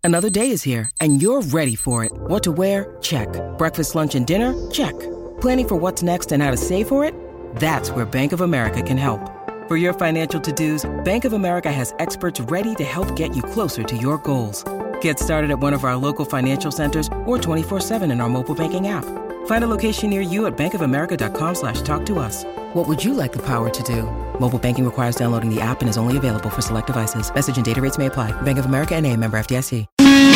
Another day is here, and you're ready for it. What to wear? Check. Breakfast, lunch, and dinner? Check. Planning for what's next and how to save for it? That's where Bank of America can help. For your financial to-dos, Bank of America has experts ready to help get you closer to your goals. Get started at one of our local financial centers or 24/7 in our mobile banking app. Find a location near you at bankofamerica.com/talktous. What would you like the power to do? Mobile banking requires downloading the app and is only available for select devices. Message and data rates may apply. Bank of America N.A., member FDIC.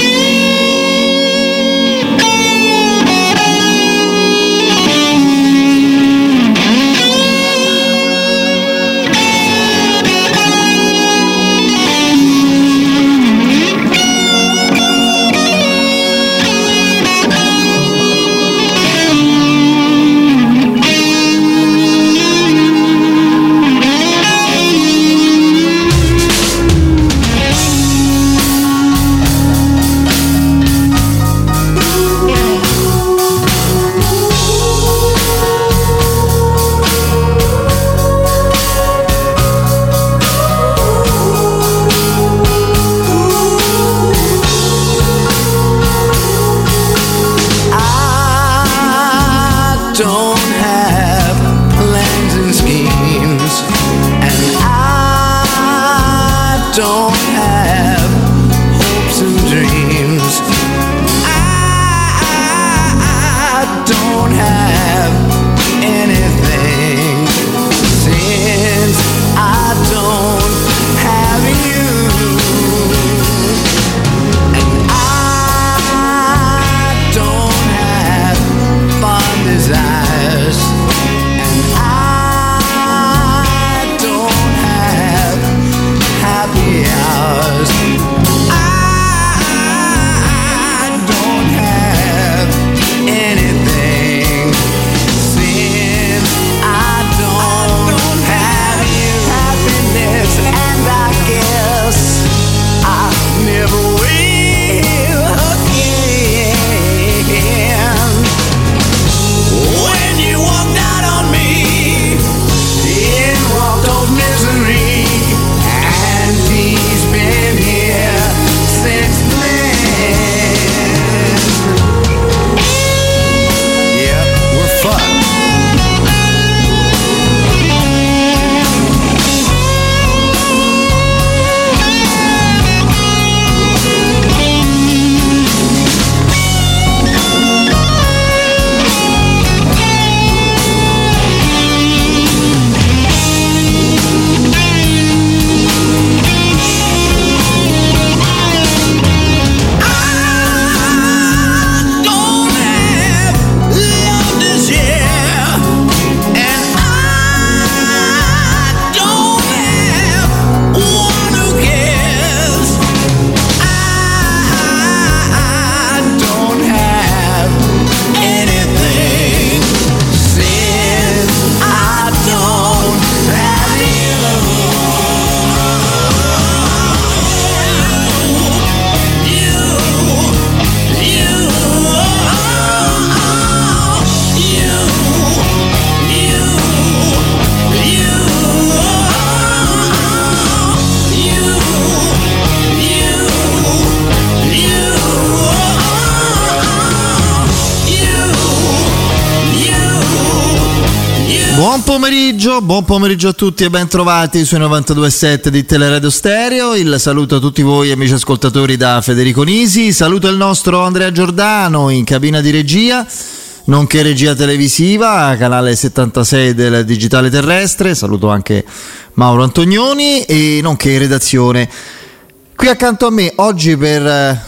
Buon pomeriggio a tutti e ben trovati sui 92.7 di Teleradio Stereo. Il saluto a tutti voi amici ascoltatori da Federico Nisi. Saluto il nostro Andrea Giordano in cabina di regia, nonché regia televisiva, canale 76 del Digitale Terrestre. Saluto anche Mauro Antonioni e nonché in redazione. Qui accanto a me oggi per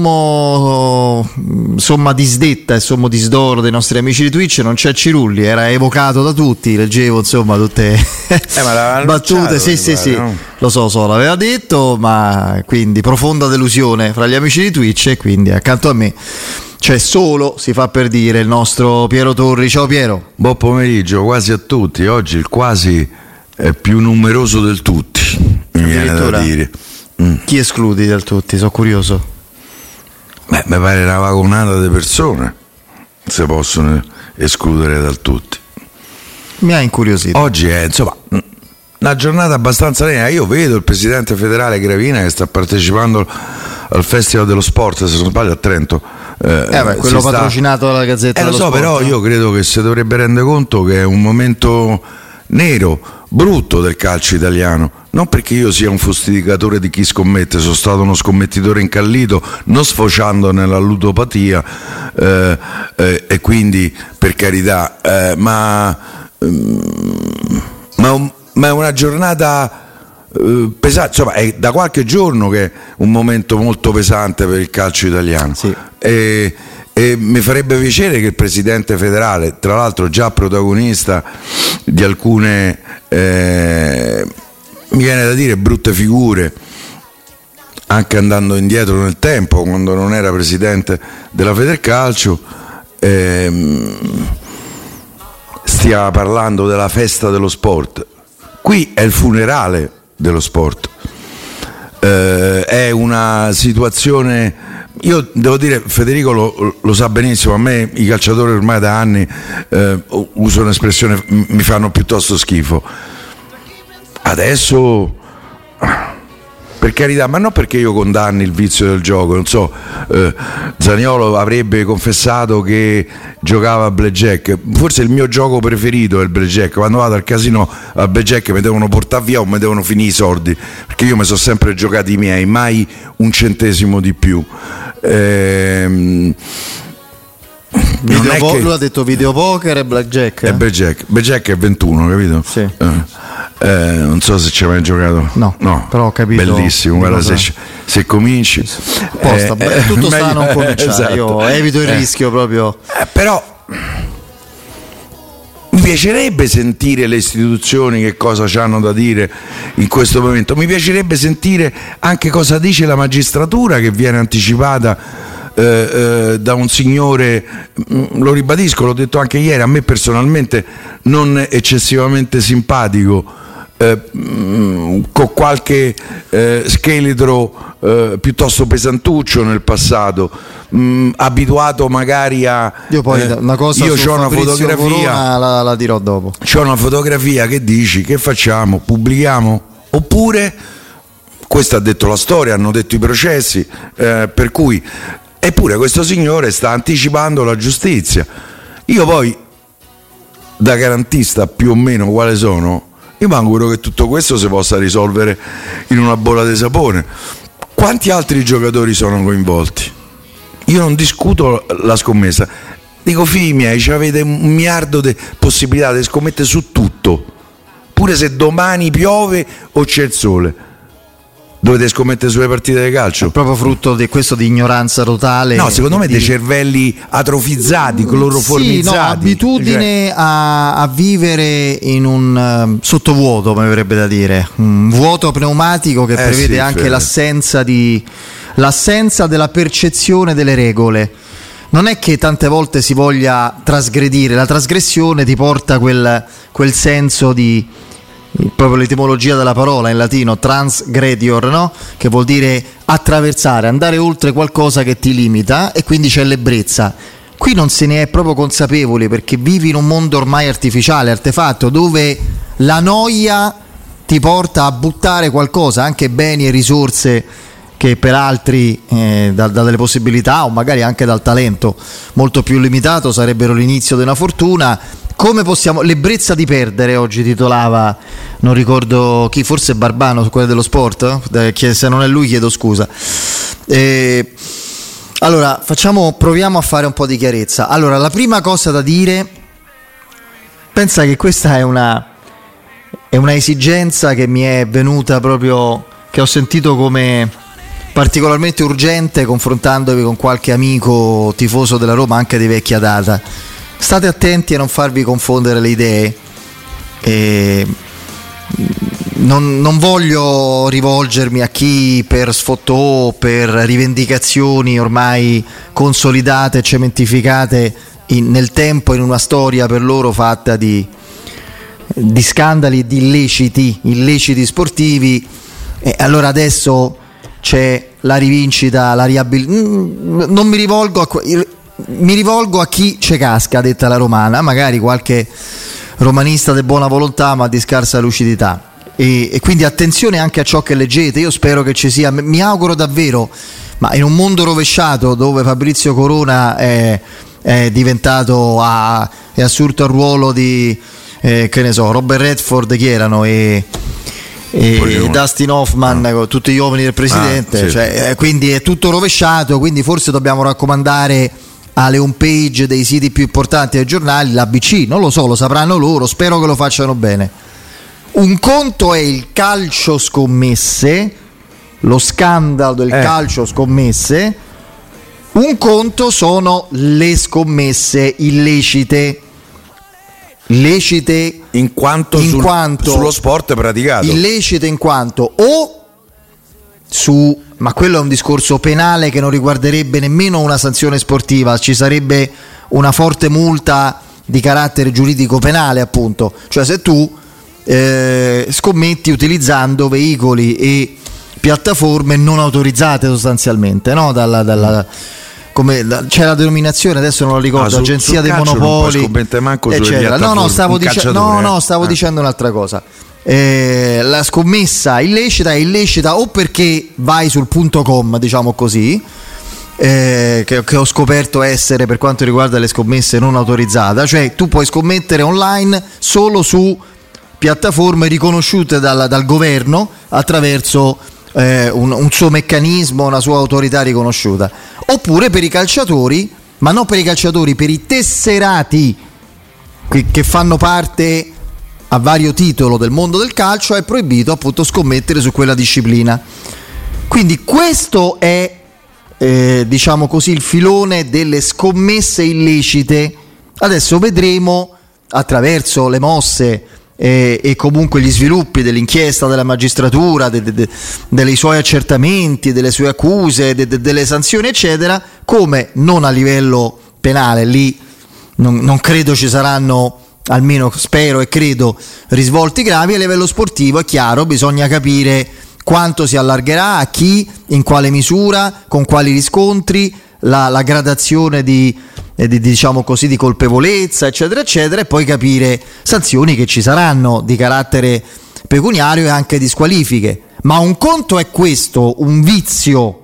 somma disdetta e sommo disdoro dei nostri amici di Twitch non c'è Cirulli, era evocato da tutti, leggevo insomma tutte battute, sì, no? Lo so, l'aveva detto, ma quindi profonda delusione fra gli amici di Twitch e quindi accanto a me c'è solo, si fa per dire, il nostro Piero Torri. Ciao Piero. Buon pomeriggio quasi a tutti, oggi il quasi è più numeroso del tutti, mi viene da dire. Chi escludi del tutti? Sono curioso. Mi pare una vagonata di persone si possono escludere dal tutti. Mi ha incuriosito. Oggi è insomma una giornata abbastanza lenta. Io vedo il presidente federale Gravina che sta partecipando al Festival dello Sport, se non sbaglio, a Trento. Quello patrocinato dalla Gazzetta dello lo so, Sport. però io credo che si dovrebbe rendere conto che è un momento nero, brutto del calcio italiano. Non perché io sia un fustigatore di chi scommette, sono stato uno scommettitore incallito, non sfociando nella ludopatia, e quindi, per carità, ma è una giornata pesante, insomma, è da qualche giorno che è un momento molto pesante per il calcio italiano. Sì. E mi farebbe piacere che il presidente federale, tra l'altro già protagonista di alcune, mi viene da dire, brutte figure, anche andando indietro nel tempo, quando non era presidente della Federcalcio, stia parlando della festa dello sport. Qui è il funerale dello sport, è una situazione, io devo dire, Federico lo sa benissimo, a me i calciatori ormai da anni, uso un'espressione, mi fanno piuttosto schifo. Adesso, per carità, ma non perché io condanni il vizio del gioco, non so, Zaniolo avrebbe confessato che giocava a blackjack, forse il mio gioco preferito è il blackjack, quando vado al casino a blackjack mi devono portare via o mi devono finire i soldi, perché io mi sono sempre giocati i miei, mai un centesimo di più. Lui ha detto videopoker e blackjack. È blackjack è 21, capito? Sì. Non so se ci hai mai giocato. No, però ho capito. Bellissimo, guarda, se cominci tutto sta a non cominciare. Esatto. Io evito il rischio proprio. Però mi piacerebbe sentire le istituzioni che cosa ci hanno da dire in questo momento. Mi piacerebbe sentire anche cosa dice la magistratura, che viene anticipata da un signore, lo ribadisco, l'ho detto anche ieri, a me personalmente non eccessivamente simpatico, con qualche scheletro piuttosto pesantuccio nel passato, abituato magari a... Io poi una cosa, io su ho una Fabrizio fotografia, Corona la dirò dopo. c'ho una fotografia che dici, che facciamo? Pubblichiamo? Oppure, questo ha detto la storia, hanno detto i processi, per cui, eppure questo signore sta anticipando la giustizia. Io poi, da garantista più o meno quale sono, io mi auguro che tutto questo si possa risolvere in una bolla di sapone. Quanti altri giocatori sono coinvolti? Io non discuto la scommessa, dico, figli miei, avete 1 miliardo di possibilità di scommettere su tutto, pure se domani piove o c'è il sole. Dovete scommettere sulle partite di calcio? È proprio frutto di questo, di ignoranza totale. No, secondo me dei cervelli atrofizzati, cloroformizzati. Sì, no, abitudine a vivere in un sottovuoto, mi verrebbe da dire, un vuoto pneumatico che prevede anche l'assenza della percezione delle regole. Non è che tante volte si voglia trasgredire, la trasgressione ti porta quel senso di, proprio l'etimologia della parola in latino, transgredior, no? Che vuol dire attraversare, andare oltre qualcosa che ti limita, e quindi c'è l'ebbrezza. Qui non se ne è proprio consapevoli, perché vivi in un mondo ormai artificiale, artefatto, dove la noia ti porta a buttare qualcosa, anche beni e risorse che per altri da delle possibilità o magari anche dal talento molto più limitato sarebbero l'inizio di una fortuna. Come possiamo, l'ebbrezza di perdere, oggi titolava, non ricordo chi, forse Barbano su quella dello sport, se non è lui chiedo scusa. Allora proviamo a fare un po' di chiarezza. Allora, la prima cosa da dire, pensa che questa è una esigenza che mi è venuta proprio, che ho sentito come particolarmente urgente confrontandomi con qualche amico tifoso della Roma, anche di vecchia data. State attenti a non farvi confondere le idee. Non voglio rivolgermi a chi per sfottò, per rivendicazioni ormai consolidate e cementificate nel tempo, in una storia per loro fatta di scandali e di illeciti sportivi. E allora adesso c'è la rivincita, la non mi rivolgo a chi ce casca, detta la romana, magari qualche romanista di buona volontà ma di scarsa lucidità, e quindi attenzione anche a ciò che leggete. Io spero che ci sia, mi auguro davvero, ma in un mondo rovesciato dove Fabrizio Corona è diventato è assurto al ruolo di che ne so, Robert Redford, chi erano, e Dustin Hoffman con tutti gli uomini del presidente, sì. Quindi è tutto rovesciato, quindi forse dobbiamo raccomandare alle home page dei siti più importanti dei giornali l'ABC, non lo so, lo sapranno loro, spero che lo facciano bene. Un conto è il calcio scommesse, lo scandalo del calcio scommesse, un conto sono le scommesse illecite in quanto sullo sport praticato, illecite in quanto ma quello è un discorso penale che non riguarderebbe nemmeno una sanzione sportiva, ci sarebbe una forte multa di carattere giuridico penale, appunto, cioè se tu scommetti utilizzando veicoli e piattaforme non autorizzate sostanzialmente, no? C'è la denominazione, adesso non lo ricordo, agenzia dei monopoli, eccetera. Stavo dicendo un'altra cosa. La scommessa illecita è illecita o perché vai sul .com, diciamo così, che ho scoperto essere, per quanto riguarda le scommesse, non autorizzata, cioè tu puoi scommettere online solo su piattaforme riconosciute dal governo attraverso un suo meccanismo, una sua autorità riconosciuta, oppure per i calciatori, ma non per i calciatori, per i tesserati che fanno parte a vario titolo del mondo del calcio, è proibito appunto scommettere su quella disciplina. Quindi questo è diciamo così il filone delle scommesse illecite. Adesso vedremo, attraverso le mosse e comunque gli sviluppi dell'inchiesta della magistratura, dei suoi accertamenti, delle sue accuse, delle sanzioni eccetera, come non a livello penale, lì non credo ci saranno, almeno spero e credo, risvolti gravi. A livello sportivo è chiaro, bisogna capire quanto si allargherà, a chi, in quale misura, con quali riscontri, la gradazione diciamo così, di colpevolezza eccetera eccetera, e poi capire sanzioni che ci saranno di carattere pecuniario e anche di squalifiche. Ma un conto è questo, un vizio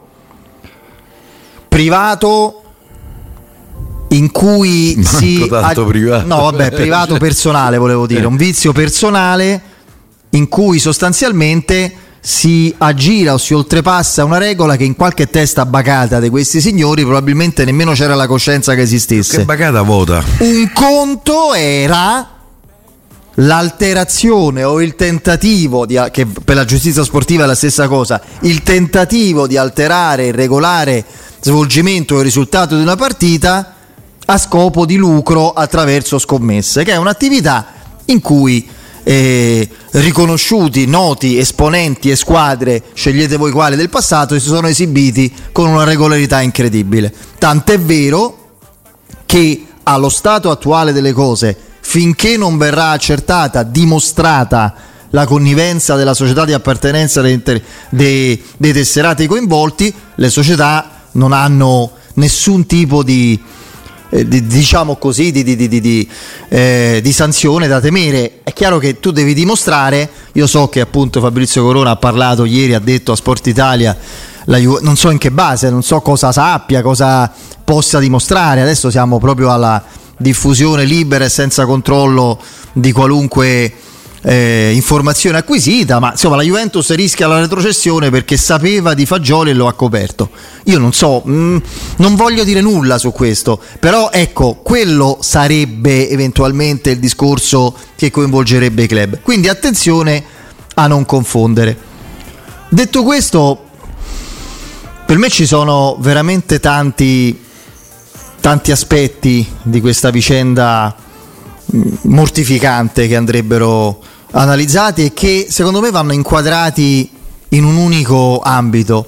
privato in cui privato personale volevo dire, un vizio personale in cui sostanzialmente si aggira o si oltrepassa una regola che in qualche testa bacata di questi signori probabilmente nemmeno c'era la coscienza che esistesse. Che bacata vota? Un conto era l'alterazione o il tentativo che per la giustizia sportiva è la stessa cosa, il tentativo di alterare il regolare svolgimento e il risultato di una partita a scopo di lucro attraverso scommesse, che è un'attività in cui riconosciuti, noti esponenti e squadre, scegliete voi quali, del passato si sono esibiti con una regolarità incredibile. Tant'è vero che allo stato attuale delle cose, finché non verrà accertata, dimostrata la connivenza della società di appartenenza dei tesserati coinvolti, le società non hanno nessun tipo di diciamo così di sanzione da temere. È chiaro che tu devi dimostrare. Io so che appunto Fabrizio Corona ha parlato ieri, ha detto a Sport Italia non so in che base, non so cosa sappia, cosa possa dimostrare. Adesso siamo proprio alla diffusione libera e senza controllo di qualunque informazione acquisita, ma insomma la Juventus rischia la retrocessione perché sapeva di fagioli e lo ha coperto. Io non so, non voglio dire nulla su questo, però ecco, quello sarebbe eventualmente il discorso che coinvolgerebbe i club, quindi attenzione a non confondere. Detto questo, per me ci sono veramente tanti aspetti di questa vicenda mortificante che andrebbero analizzati e che secondo me vanno inquadrati in un unico ambito: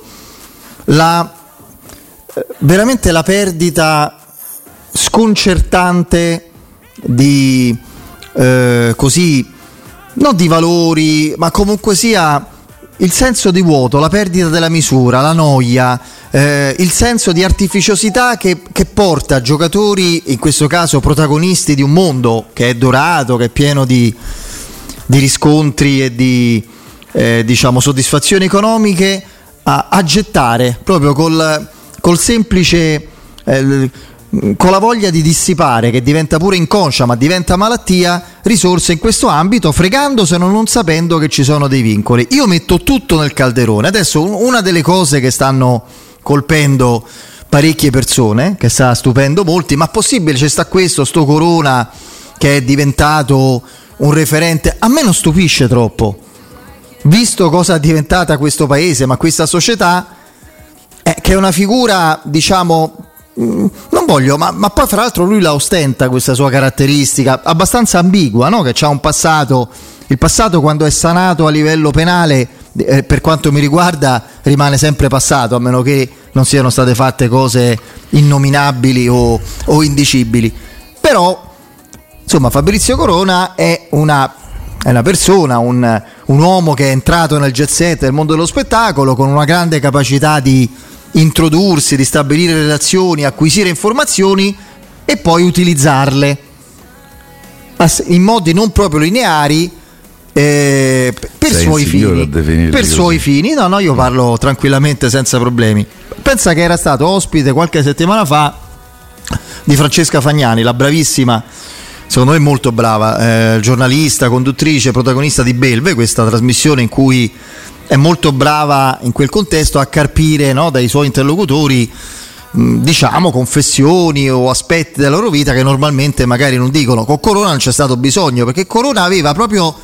veramente la perdita sconcertante di così, non di valori, ma comunque sia il senso di vuoto, la perdita della misura, la noia, il senso di artificiosità che porta giocatori, in questo caso protagonisti di un mondo che è dorato, che è pieno di riscontri e di diciamo soddisfazioni economiche, a gettare proprio col semplice con la voglia di dissipare, che diventa pure inconscia ma diventa malattia, risorse in questo ambito, fregandosene o non sapendo che ci sono dei vincoli. Io metto tutto nel calderone. Adesso una delle cose che stanno colpendo parecchie persone, che sta stupendo molti, ma possibile c'è sta sto Corona che è diventato un referente? A me non stupisce troppo, visto cosa è diventata questo paese, ma questa società, che è una figura, diciamo, non voglio, ma poi fra l'altro lui la ostenta questa sua caratteristica abbastanza ambigua, no? Che c'ha un passato, il passato quando è sanato a livello penale, per quanto mi riguarda rimane sempre passato, a meno che non siano state fatte cose innominabili o indicibili. Però insomma Fabrizio Corona è una persona, un uomo che è entrato nel jet set del mondo dello spettacolo con una grande capacità di introdursi, di stabilire relazioni, acquisire informazioni e poi utilizzarle in modi non proprio lineari per suoi fini. Per suoi fini, no, io parlo tranquillamente senza problemi. Pensa che era stato ospite qualche settimana fa di Francesca Fagnani, la bravissima, secondo me molto brava, giornalista, conduttrice, protagonista di Belve, questa trasmissione in cui è molto brava in quel contesto a carpire, no, dai suoi interlocutori, diciamo, confessioni o aspetti della loro vita che normalmente magari non dicono. Con Corona non c'è stato bisogno, perché Corona aveva proprio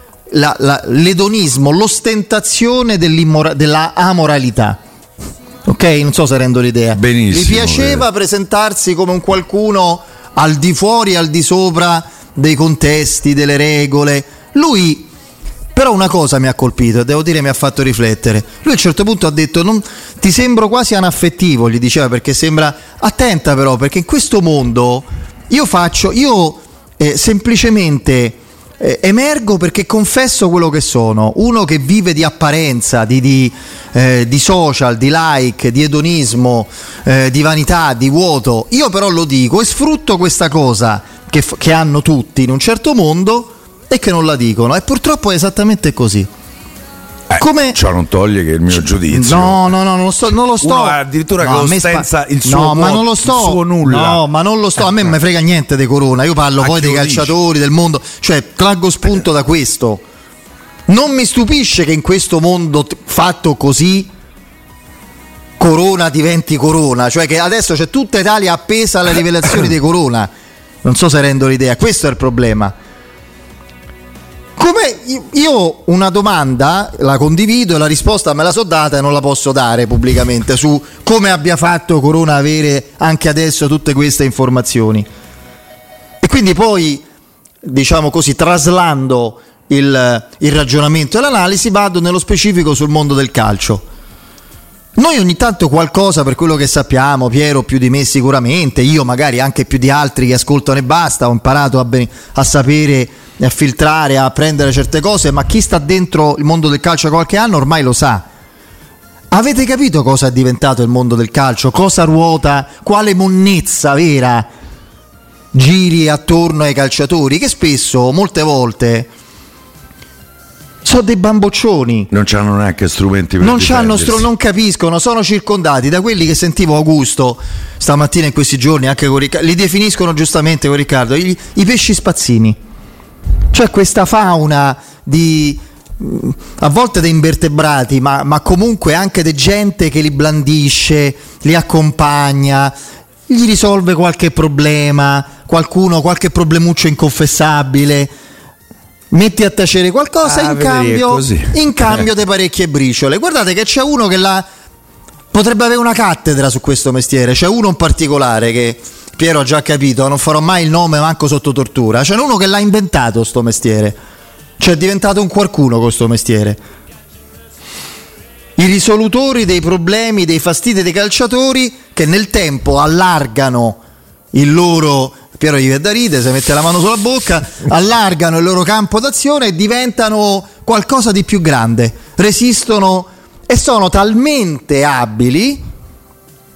l'edonismo, l'ostentazione della amoralità. Ok, non so se rendo l'idea. Benissimo. Gli piaceva presentarsi come un qualcuno al di fuori, al di sopra dei contesti, delle regole. Lui però una cosa mi ha colpito e devo dire mi ha fatto riflettere. Lui a un certo punto ha detto: ti sembro quasi anaffettivo, gli diceva, perché sembra attenta, però, perché in questo mondo io semplicemente emergo perché confesso quello che sono, uno che vive di apparenza, di social, di like, di edonismo, di vanità, di vuoto. Io però lo dico e sfrutto questa cosa che hanno tutti in un certo mondo e che non la dicono, e purtroppo è esattamente così. Come ciò non toglie che il mio giudizio. No, non lo sto. Uno addirittura che ostensa il suo ma non lo sto. Il suo nulla. No, ma non lo sto. A me non me frega niente di Corona. Io parlo poi dei calciatori, del mondo. Cioè, traggo spunto da questo. Non mi stupisce che in questo mondo fatto così Corona diventi Corona. Cioè che adesso c'è tutta Italia appesa alle rivelazioni di Corona. Non so se rendo l'idea. Questo è il problema. Come io una domanda la condivido e la risposta me la so data e non la posso dare pubblicamente su come abbia fatto Corona avere anche adesso tutte queste informazioni. E quindi poi, diciamo così, traslando il ragionamento e l'analisi, vado nello specifico sul mondo del calcio. Noi ogni tanto qualcosa, per quello che sappiamo, Piero più di me sicuramente, io magari anche più di altri che ascoltano e basta, ho imparato a sapere, a filtrare, a prendere certe cose, ma chi sta dentro il mondo del calcio da qualche anno ormai lo sa. Avete capito cosa è diventato il mondo del calcio? Cosa ruota? Quale monnezza vera giri attorno ai calciatori, che spesso, molte volte, sono dei bamboccioni. Non hanno neanche strumenti per non capiscono, sono circondati da quelli che sentivo Augusto stamattina in questi giorni, anche con Riccardo, li definiscono giustamente con Riccardo i pesci spazzini. Cioè questa fauna a volte dei invertebrati, ma comunque anche di gente che li blandisce, li accompagna, gli risolve qualche problema, qualche problemuccio inconfessabile, metti a tacere qualcosa in cambio di parecchie briciole. Guardate che c'è uno che potrebbe avere una cattedra su questo mestiere. C'è uno in particolare che Piero ha già capito, non farò mai il nome manco sotto tortura. C'è uno che l'ha inventato sto mestiere, cioè è diventato un qualcuno con sto mestiere. I risolutori dei problemi, dei fastidi dei calciatori, che nel tempo allargano il loro, Piero gli viene da ridere, si mette la mano sulla bocca, allargano il loro campo d'azione e diventano qualcosa di più grande, resistono e sono talmente abili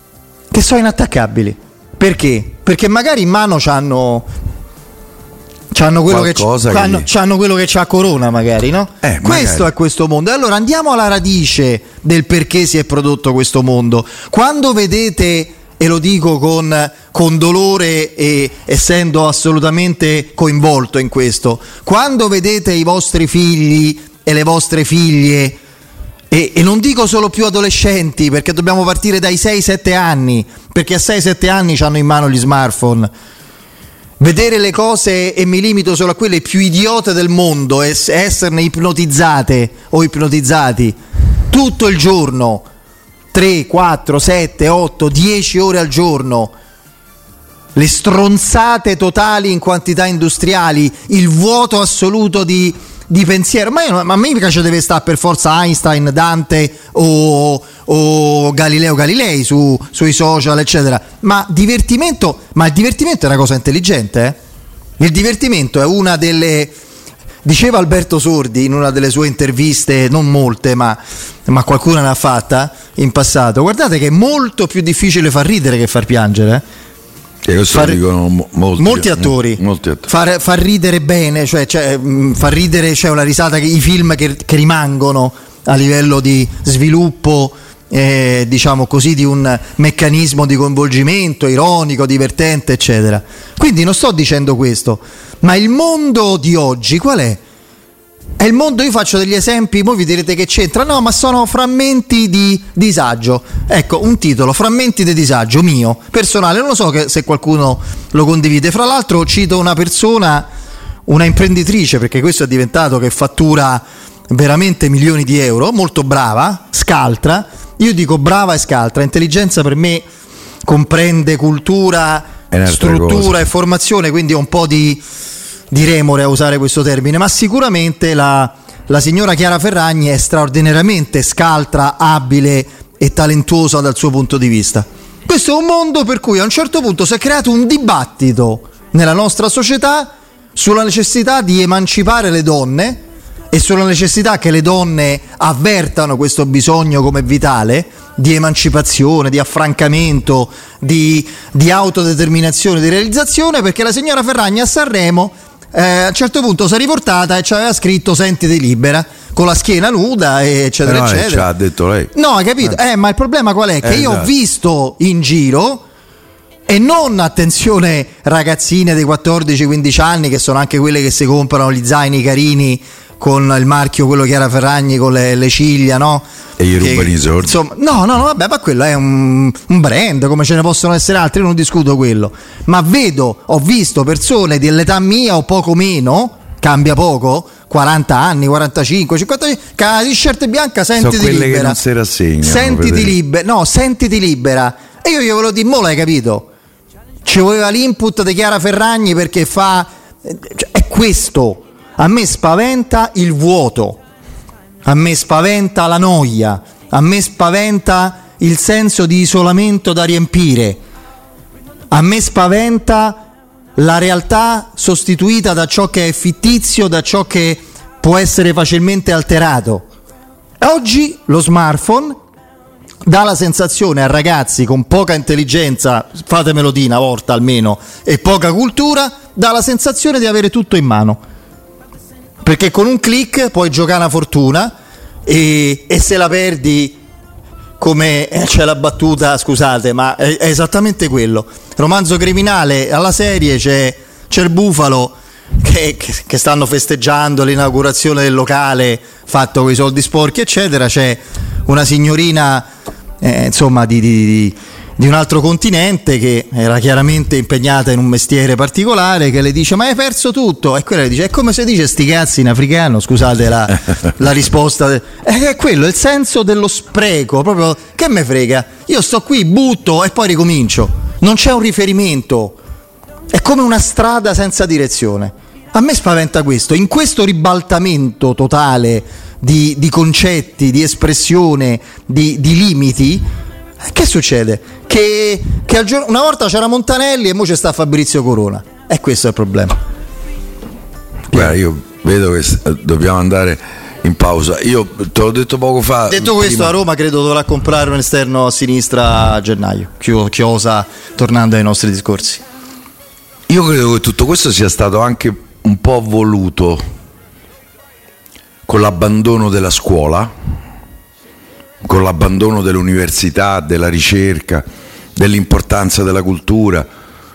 che sono inattaccabili. Perché? Perché magari in mano c'hanno C'hanno quello che c'ha Corona, magari, no? Questo è questo mondo. E allora andiamo alla radice del perché si è prodotto questo mondo. Quando vedete, e lo dico con dolore e essendo assolutamente coinvolto in questo, quando vedete i vostri figli e le vostre figlie, e non dico solo più adolescenti, perché dobbiamo partire dai 6-7 anni, perché a 6-7 anni hanno in mano gli smartphone, vedere le cose, e mi limito solo a quelle più idiote del mondo, e esserne ipnotizzate o ipnotizzati tutto il giorno, 3, 4, 7, 8, 10 ore al giorno, le stronzate totali in quantità industriali, il vuoto assoluto di pensiero. Ma a me mica ci deve stare per forza Einstein, Dante o Galileo Galilei sui social, eccetera. Ma il divertimento è una cosa intelligente, eh? Il divertimento è una delle... Diceva Alberto Sordi in una delle sue interviste, non molte, ma qualcuna ne ha fatta in passato. Guardate che è molto più difficile far ridere che far piangere, E questo dicono molti attori. Far ridere bene, cioè far ridere, c'è una risata, i film che rimangono a livello di sviluppo, diciamo così, di un meccanismo di coinvolgimento ironico, divertente, eccetera. Quindi non sto dicendo questo, ma il mondo di oggi qual è? È il mondo, io faccio degli esempi, voi vi direte che c'entra, no, ma sono frammenti di disagio. Ecco, un titolo, frammenti di disagio mio, personale, non lo so se qualcuno lo condivide. Fra l'altro cito una persona, una imprenditrice, perché questo è diventato che fattura veramente milioni di euro, molto brava, scaltra. Io dico brava e scaltra, intelligenza per me comprende cultura, struttura e formazione, quindi un po' di remore a usare questo termine, ma sicuramente la signora Chiara Ferragni è straordinariamente scaltra, abile e talentuosa dal suo punto di vista. Questo è un mondo per cui a un certo punto si è creato un dibattito nella nostra società sulla necessità di emancipare le donne e sulla necessità che le donne avvertano questo bisogno come vitale di emancipazione, di affrancamento, di autodeterminazione, di realizzazione, perché la signora Ferragni a Sanremo a un certo punto si è riportata e ci aveva scritto "sentiti libera", con la schiena nuda, eccetera, no, eccetera. Ce l'ha detto lei. No, hai capito? Ma il problema qual è? Che io ho visto in giro, e non, attenzione, ragazzine dei 14-15 anni che sono anche quelle che si comprano gli zaini carini con il marchio, quello Chiara Ferragni, con le ciglia, no? E gli rubano i soldi. Insomma, no, vabbè, ma quello è un brand, come ce ne possono essere altri, io non discuto quello. Ma ho visto persone dell'età mia o poco meno, cambia poco, 40 anni, 45, 55, che la t-shirt bianca, sentiti sono quelle libera. Che non si rassegnano. Sentiti libera. E io ve lo dico, mo l'hai capito? Ci voleva l'input di Chiara Ferragni perché è questo. A me spaventa il vuoto, a me spaventa la noia, a me spaventa il senso di isolamento da riempire, a me spaventa la realtà sostituita da ciò che è fittizio, da ciò che può essere facilmente alterato. Oggi lo smartphone dà la sensazione a ragazzi con poca intelligenza, fatemelo dire una volta almeno, e poca cultura, dà la sensazione di avere tutto in mano. Perché con un click puoi giocare una fortuna e se la perdi, come c'è la battuta, scusate, ma è esattamente quello. Romanzo criminale, alla serie c'è il Bufalo che stanno festeggiando l'inaugurazione del locale fatto con i soldi sporchi, eccetera. C'è una signorina insomma di un altro continente che era chiaramente impegnata in un mestiere particolare, che le dice: ma hai perso tutto? E quella le dice: è come se dice sti cazzi in africano, scusate la risposta. È quello, il senso dello spreco, proprio, che me frega, io sto qui, butto e poi ricomincio, non c'è un riferimento, è come una strada senza direzione. A me spaventa questo, in questo ribaltamento totale di concetti, di espressione, di limiti. Che succede? Che una volta c'era Montanelli e ora c'è sta Fabrizio Corona, e questo è il problema. Guarda, io vedo che dobbiamo andare in pausa. Io te l'ho detto poco fa. Detto questo, a Roma credo dovrà comprare un esterno a sinistra a gennaio. Chiosa, tornando ai nostri discorsi. Io credo che tutto questo sia stato anche un po' voluto con l'abbandono della scuola, con l'abbandono dell'università, della ricerca, dell'importanza della cultura.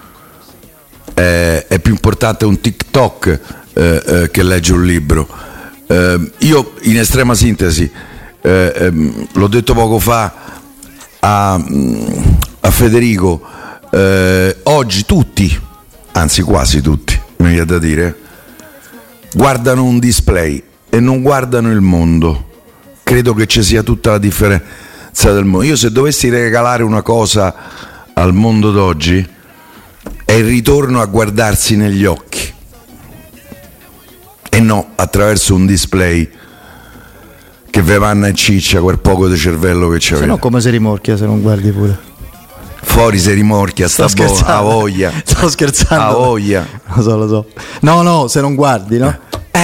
È più importante un TikTok che leggere un libro. Io in estrema sintesi, l'ho detto poco fa a Federico, oggi tutti, anzi quasi tutti, mi viene da dire, guardano un display e non guardano il mondo. Credo che ci sia tutta la differenza del mondo. Io se dovessi regalare una cosa al mondo d'oggi è il ritorno a guardarsi negli occhi e no attraverso un display che ve manna e ciccia quel poco di cervello che c'è. Se no come si rimorchia se non guardi pure? Fuori si rimorchia, sta a voglia. Sto scherzando. A voglia. Lo so. No, se non guardi, no?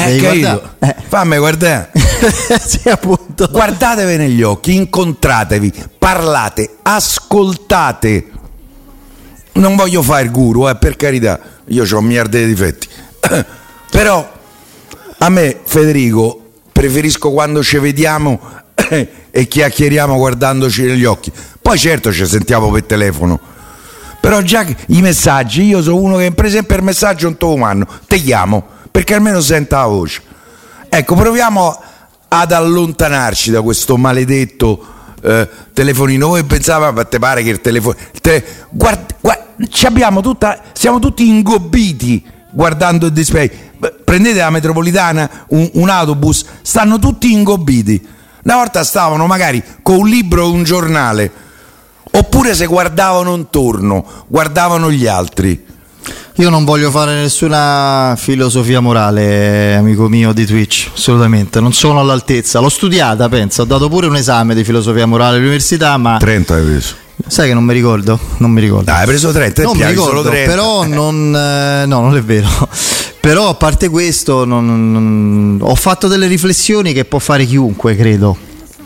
Fammi guardare. Sì, appunto. Guardatevi negli occhi, incontratevi, parlate, ascoltate. Non voglio fare il guru, per carità, io ho miliardi di difetti. Però a me, Federico, preferisco quando ci vediamo e chiacchieriamo guardandoci negli occhi. Poi certo ci sentiamo per telefono, però già i messaggi, io sono uno che per esempio il messaggio non te lo mando, te chiamo perché almeno senta la voce. Ecco, proviamo ad allontanarci da questo maledetto telefonino. Voi pensate, ma te pare che il telefono guarda, siamo tutti ingobbiti guardando il display. Prendete la metropolitana, un autobus, stanno tutti ingobbiti. Una volta stavano magari con un libro o un giornale, oppure se guardavano intorno, guardavano gli altri. Io non voglio fare nessuna filosofia morale, amico mio di Twitch, assolutamente, non sono all'altezza. L'ho studiata, penso, ho dato pure un esame di filosofia morale all'università, ma 30 hai preso. Sai che non mi ricordo. Hai preso 30, non mi ricordo, solo 30. Però non è vero. Però a parte questo ho fatto delle riflessioni che può fare chiunque, credo.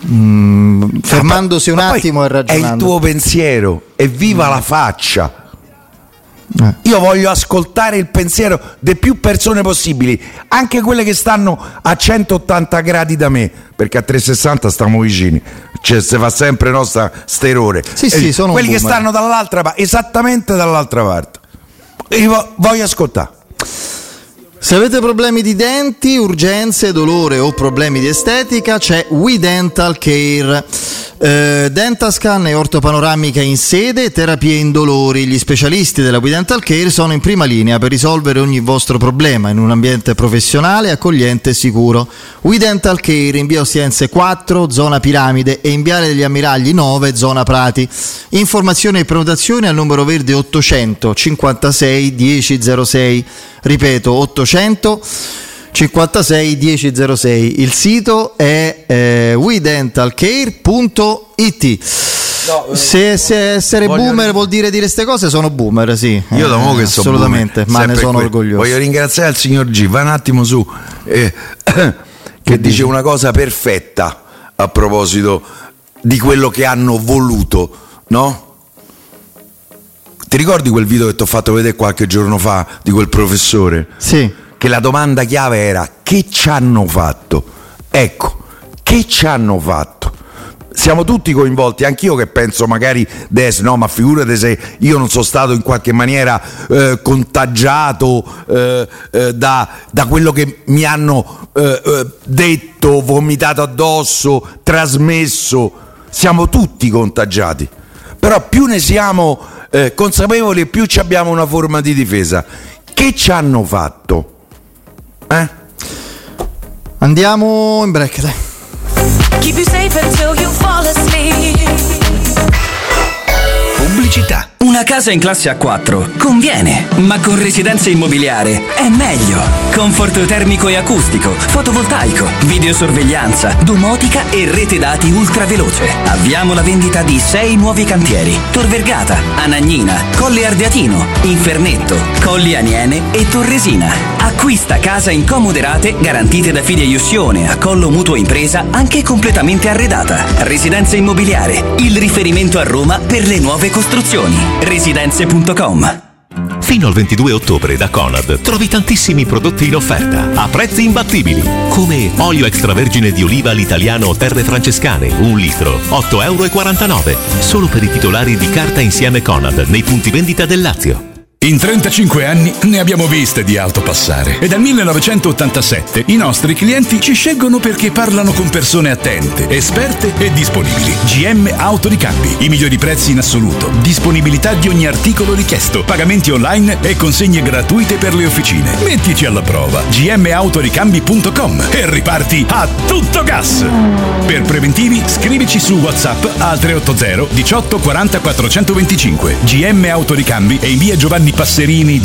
Fermandosi un attimo e ragionando. È il tuo pensiero, e viva la faccia. Io voglio ascoltare il pensiero di più persone possibili, anche quelle che stanno a 180 gradi da me, perché a 360 stiamo vicini, cioè si fa sempre nostra sterore. Sì, sono quelli che stanno dall'altra parte, esattamente dall'altra parte. Io voglio ascoltare. Se avete problemi di denti, urgenze, dolore o problemi di estetica, c'è We Dental Care. Dentascan e ortopanoramica in sede, terapie indolori. Gli specialisti della We Dental Care sono in prima linea per risolvere ogni vostro problema in un ambiente professionale, accogliente e sicuro. We Dental Care in via Ostiense 4, zona Piramide, e in viale degli Ammiragli 9, zona Prati. Informazioni e prenotazioni al numero verde 800 56 1006. Ripeto, 800 56 1006. Il sito è wedentalcare.it. Se essere boomer vuol dire queste cose, sono boomer, sì. Io da mo' che so assolutamente, boomer, ma ne sono orgoglioso. Voglio ringraziare il signor G, va un attimo su, che dice una cosa perfetta a proposito di quello che hanno voluto, no? Ti ricordi quel video che ti ho fatto vedere qualche giorno fa di quel professore? Sì. Che la domanda chiave era: che ci hanno fatto? Ecco, che ci hanno fatto? Siamo tutti coinvolti, anch'io che penso magari adesso, no, ma figurate se io non sono stato in qualche maniera contagiato da quello che mi hanno detto, vomitato addosso, trasmesso. Siamo tutti contagiati, però più ne siamo consapevoli e più abbiamo una forma di difesa. Che ci hanno fatto? Andiamo in break, dai. Keep you safe until you fall asleep. Pubblicità. Una casa in classe A4 conviene, ma con Residenza Immobiliare è meglio. Conforto termico e acustico, fotovoltaico, videosorveglianza, domotica e rete dati ultraveloce. Avviamo la vendita di 6 nuovi cantieri: Tor Vergata, Anagnina, Colle Ardeatino, Infernetto, Colli Aniene e Torresina. Acquista casa in comode rate garantite da fideiussione, accollo mutuo impresa anche completamente arredata. Residenza Immobiliare, il riferimento a Roma per le nuove costruzioni. Residenze.com. Fino al 22 ottobre da Conad trovi tantissimi prodotti in offerta a prezzi imbattibili, come olio extravergine di oliva all'italiano Terre Francescane, 1 litro, €8,49, solo per i titolari di carta insieme Conad nei punti vendita del Lazio. In 35 anni ne abbiamo viste di auto passare e dal 1987 i nostri clienti ci scelgono perché parlano con persone attente, esperte e disponibili. GM Autoricambi, i migliori prezzi in assoluto, disponibilità di ogni articolo richiesto, pagamenti online e consegne gratuite per le officine. Mettici alla prova. gmautoricambi.com e riparti a tutto gas. Per preventivi scrivici su WhatsApp al 380 18 40 425. GM Autoricambi e in via Giovanni Passerini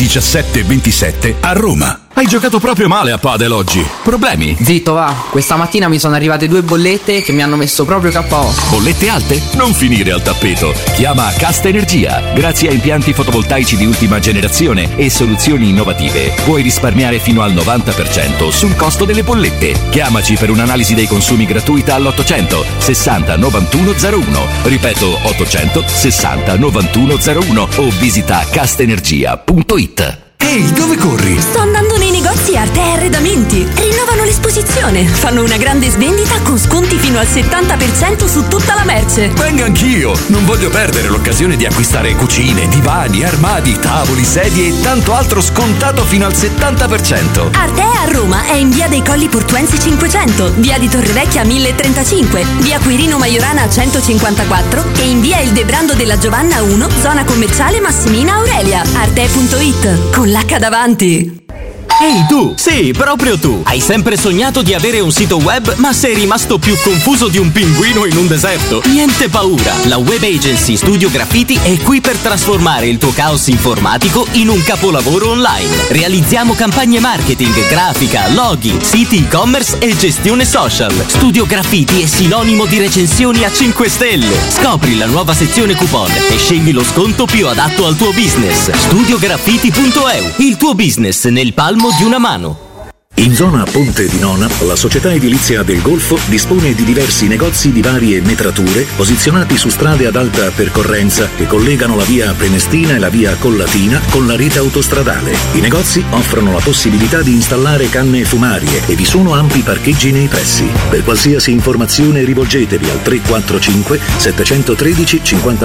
1727 a Roma. Hai giocato proprio male a padel oggi. Problemi? Zitto, va. Questa mattina mi sono arrivate 2 bollette che mi hanno messo proprio KO. Bollette alte? Non finire al tappeto. Chiama Casta Energia. Grazie a impianti fotovoltaici di ultima generazione e soluzioni innovative, puoi risparmiare fino al 90% sul costo delle bollette. Chiamaci per un'analisi dei consumi gratuita all'800 60 91 01. Ripeto, 800 60 91 01 o visita castenergia.it. Ehi, dove corri? Sto andando nei negozi Arte e Arredamenti. Rinnovano l'esposizione. Fanno una grande svendita con sconti fino al 70% su tutta la merce. Vengo anch'io. Non voglio perdere l'occasione di acquistare cucine, divani, armadi, tavoli, sedie e tanto altro scontato fino al 70%. Arte a Roma è in via dei Colli Portuensi 500, via di Torrevecchia 1035, via Quirino Maiorana 154 e in via Il Debrando della Giovanna 1, zona commerciale Massimina Aurelia. Arte.it con l'H davanti. Ehi tu! Sì, proprio tu! Hai sempre sognato di avere un sito web, ma sei rimasto più confuso di un pinguino in un deserto? Niente paura! La web agency Studio Graffiti è qui per trasformare il tuo caos informatico in un capolavoro online. Realizziamo campagne marketing, grafica, loghi, siti e-commerce e gestione social. Studio Graffiti è sinonimo di recensioni a 5 stelle. Scopri la nuova sezione coupon e scegli lo sconto più adatto al tuo business. Studiograffiti.eu, il tuo business nel palmo di una mano. In zona Ponte di Nona, la società edilizia del Golfo dispone di diversi negozi di varie metrature posizionati su strade ad alta percorrenza che collegano la via Prenestina e la via Collatina con la rete autostradale. I negozi offrono la possibilità di installare canne fumarie e vi sono ampi parcheggi nei pressi. Per qualsiasi informazione rivolgetevi al 345 713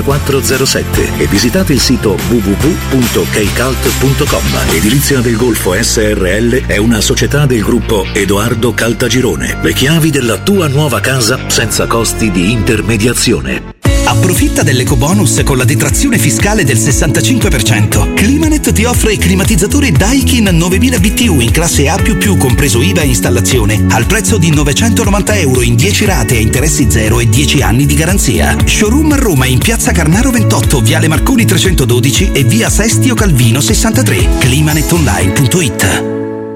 5407 e visitate il sito www.keicalt.com. Edilizia del Golfo SRL è una società del gruppo Edoardo Caltagirone. Le chiavi della tua nuova casa senza costi di intermediazione. Approfitta dell'ecobonus con la detrazione fiscale del 65%. Climanet ti offre il climatizzatore Daikin 9000 BTU in classe A++, compreso IVA e installazione, al prezzo di €990 in 10 rate a interessi zero e 10 anni di garanzia. Showroom a Roma in Piazza Carnaro 28, Viale Marconi 312 e Via Sestio Calvino 63. climanetonline.it.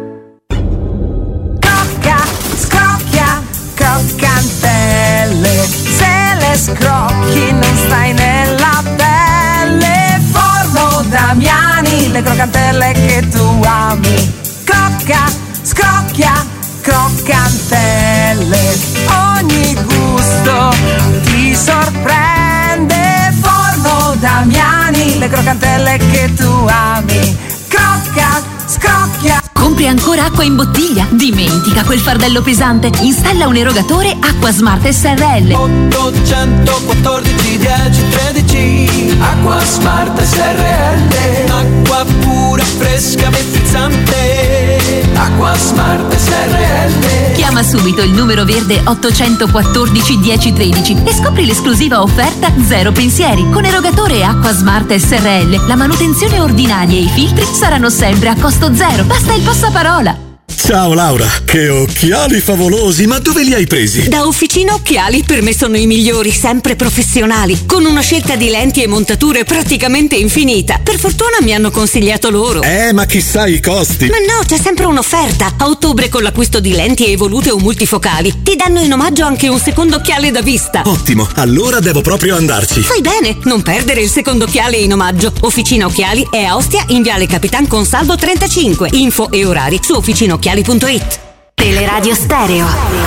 Croccantelle, se le scrocchi non stai nella pelle. Forno Damiani, le croccantelle che tu ami. Crocca, scrocchia, croccantelle. Ogni gusto ti sorprende. Forno Damiani, le croccantelle che tu ami. Crocca, scrocchia. Compri ancora acqua in bottiglia? Dimentica quel fardello pesante. Installa un erogatore Acqua Smart SRL. 814 10 13. Acqua Smart SRL. Acqua pura, fresca, frizzante. Acqua Smart SRL. Chiama subito il numero verde 814 10 13 e scopri l'esclusiva offerta Zero Pensieri. Con erogatore Acqua Smart SRL la manutenzione ordinaria e i filtri saranno sempre a costo zero. Basta il passaparola. Ciao Laura, che occhiali favolosi, ma dove li hai presi? Da Officina Occhiali per me sono i migliori, sempre professionali, con una scelta di lenti e montature praticamente infinita. Per fortuna mi hanno consigliato loro. Ma chissà i costi. Ma no, c'è sempre un'offerta. A ottobre con l'acquisto di lenti evolute o multifocali ti danno in omaggio anche un secondo occhiale da vista. Ottimo, allora devo proprio andarci. Fai bene, non perdere il secondo occhiale in omaggio. Officina Occhiali è a Ostia in Viale Capitan Consalvo 35. Info e orari su officinaocchiali.it. Teleradio Stereo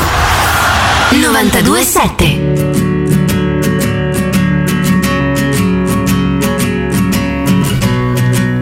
92.7.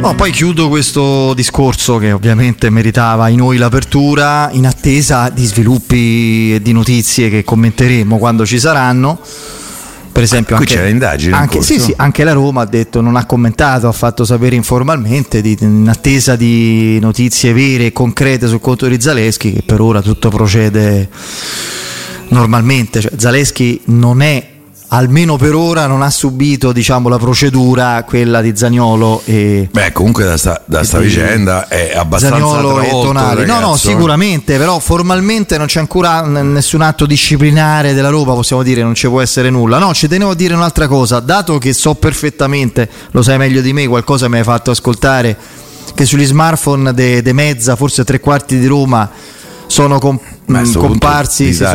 No, poi chiudo questo discorso che ovviamente meritava in noi l'apertura, in attesa di sviluppi e di notizie che commenteremo quando ci saranno. Per esempio, qui anche, c'è l'indagine anche, sì, anche la Roma ha detto, non ha commentato, ha fatto sapere informalmente in attesa di notizie vere e concrete sul conto di Zalewski, che per ora tutto procede normalmente. Cioè, Zalewski non è, almeno per ora, non ha subito, diciamo, la procedura, quella di Zaniolo e comunque da sta vicenda è abbastanza Zaniolo e Tonali. No, sicuramente, però formalmente non c'è ancora nessun atto disciplinare della Roma, possiamo dire, non ci può essere nulla. No, ci tenevo a dire un'altra cosa, dato che so perfettamente, lo sai meglio di me, qualcosa mi hai fatto ascoltare, che sugli smartphone de Mezza, forse 3/4 di Roma sono comparsi, si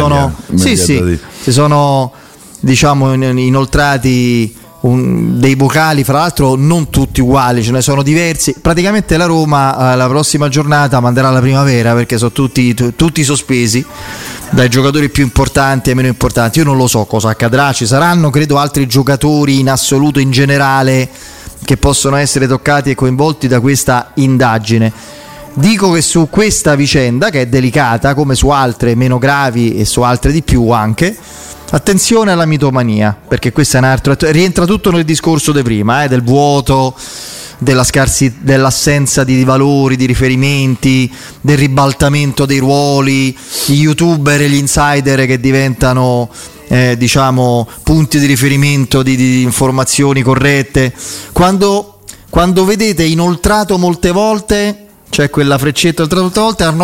sono diciamo inoltrati dei vocali, fra l'altro non tutti uguali, ce ne sono diversi. Praticamente la Roma la prossima giornata manderà la primavera, perché sono tutti sospesi, dai giocatori più importanti ai meno importanti. Io non lo so cosa accadrà, ci saranno credo altri giocatori in assoluto, in generale, che possono essere toccati e coinvolti da questa indagine. Dico che su questa vicenda, che è delicata come su altre meno gravi e su altre di più anche, attenzione alla mitomania, perché questo è un altro, rientra tutto nel discorso di prima, del vuoto, dell'assenza di valori, di riferimenti, del ribaltamento dei ruoli, gli youtuber e gli insider che diventano diciamo punti di riferimento di informazioni corrette. Quando vedete inoltrato molte volte, cioè quella freccetta oltre volte, al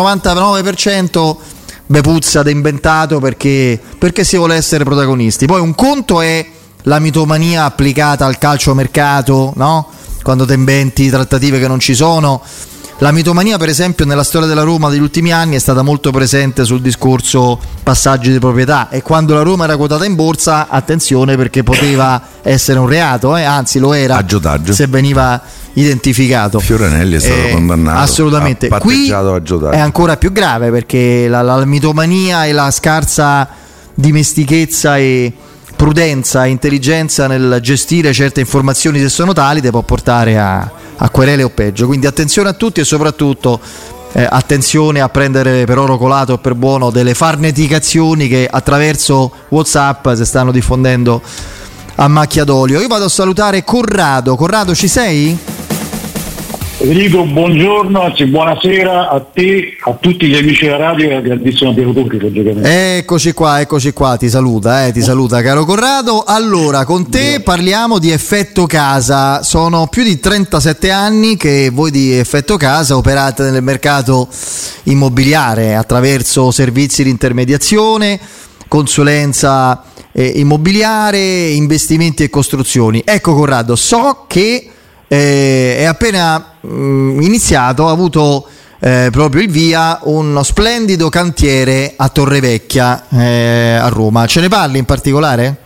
99% puzza da inventato, perché si vuole essere protagonisti. Poi un conto è la mitomania applicata al calciomercato, no? Quando te inventi trattative che non ci sono. La mitomania, per esempio, nella storia della Roma degli ultimi anni è stata molto presente sul discorso passaggi di proprietà, e quando la Roma era quotata in borsa, attenzione, perché poteva essere un reato, anzi lo era, aggiotaggio, se veniva identificato. Fioranelli è stato condannato, assolutamente. Qui è ancora più grave, perché la mitomania e la scarsa dimestichezza e prudenza e intelligenza nel gestire certe informazioni, se sono tali, te può portare a querele o peggio. Quindi attenzione a tutti, e soprattutto attenzione a prendere per oro colato o per buono delle farneticazioni che attraverso WhatsApp si stanno diffondendo a macchia d'olio. Io vado a salutare Corrado. Corrado, ci sei? Federico, buongiorno, anzi buonasera a te, a tutti gli amici della radio e al grandissimo Piero Turchi, logicamente. Eccoci qua, ti saluta caro Corrado. Allora, con te parliamo di Effetto Casa. Sono più di 37 anni che voi di Effetto Casa operate nel mercato immobiliare attraverso servizi di intermediazione, consulenza immobiliare, investimenti e costruzioni. Ecco Corrado, so che è appena iniziato, ha avuto proprio il via uno splendido cantiere a Torrevecchia, a Roma. Ce ne parli in particolare?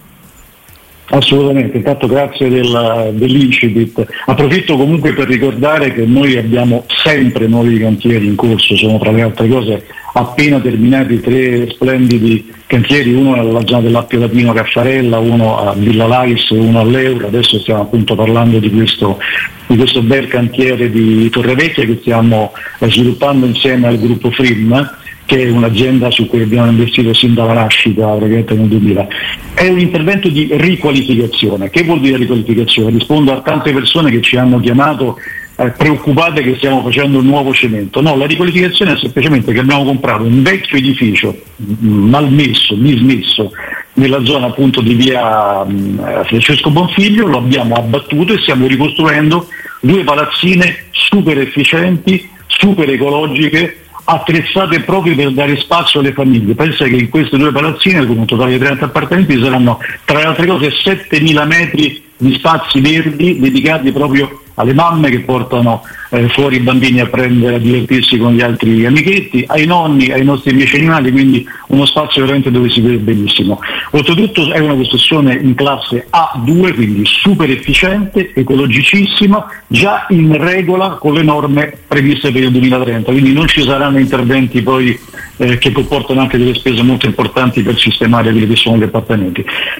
Assolutamente, intanto grazie dell'incipit. Approfitto comunque per ricordare che noi abbiamo sempre nuovi cantieri in corso, sono tra le altre cose appena terminati 3 splendidi cantieri, uno nella zona dell'Appio Latino Caffarella, uno a Villa Lais e uno all'Euro. Adesso stiamo appunto parlando di questo bel cantiere di Torrevecchia che stiamo sviluppando insieme al gruppo Frim, che è un'azienda su cui abbiamo investito sin dalla nascita, praticamente nel 2000. È un intervento di riqualificazione. Che vuol dire riqualificazione? Rispondo a tante persone che ci hanno chiamato preoccupate che stiamo facendo un nuovo cemento. No, la riqualificazione è semplicemente che abbiamo comprato un vecchio edificio malmesso, dismesso, nella zona appunto di via Francesco Bonfiglio, lo abbiamo abbattuto e stiamo ricostruendo 2 palazzine super efficienti, super ecologiche, attrezzate proprio per dare spazio alle famiglie. Pensa che in queste 2 palazzine, con un totale di 30 appartamenti, saranno tra le altre cose 7.000 metri di spazi verdi dedicati proprio alle mamme che portano fuori i bambini a divertirsi con gli altri amichetti, ai nonni, ai nostri amici animali, quindi uno spazio veramente dove si vede benissimo. Oltretutto è una costruzione in classe A2, quindi super efficiente, ecologicissima, già in regola con le norme previste per il 2030, quindi non ci saranno interventi poi che comportano anche delle spese molto importanti per sistemare quelli che sono gli appartamenti.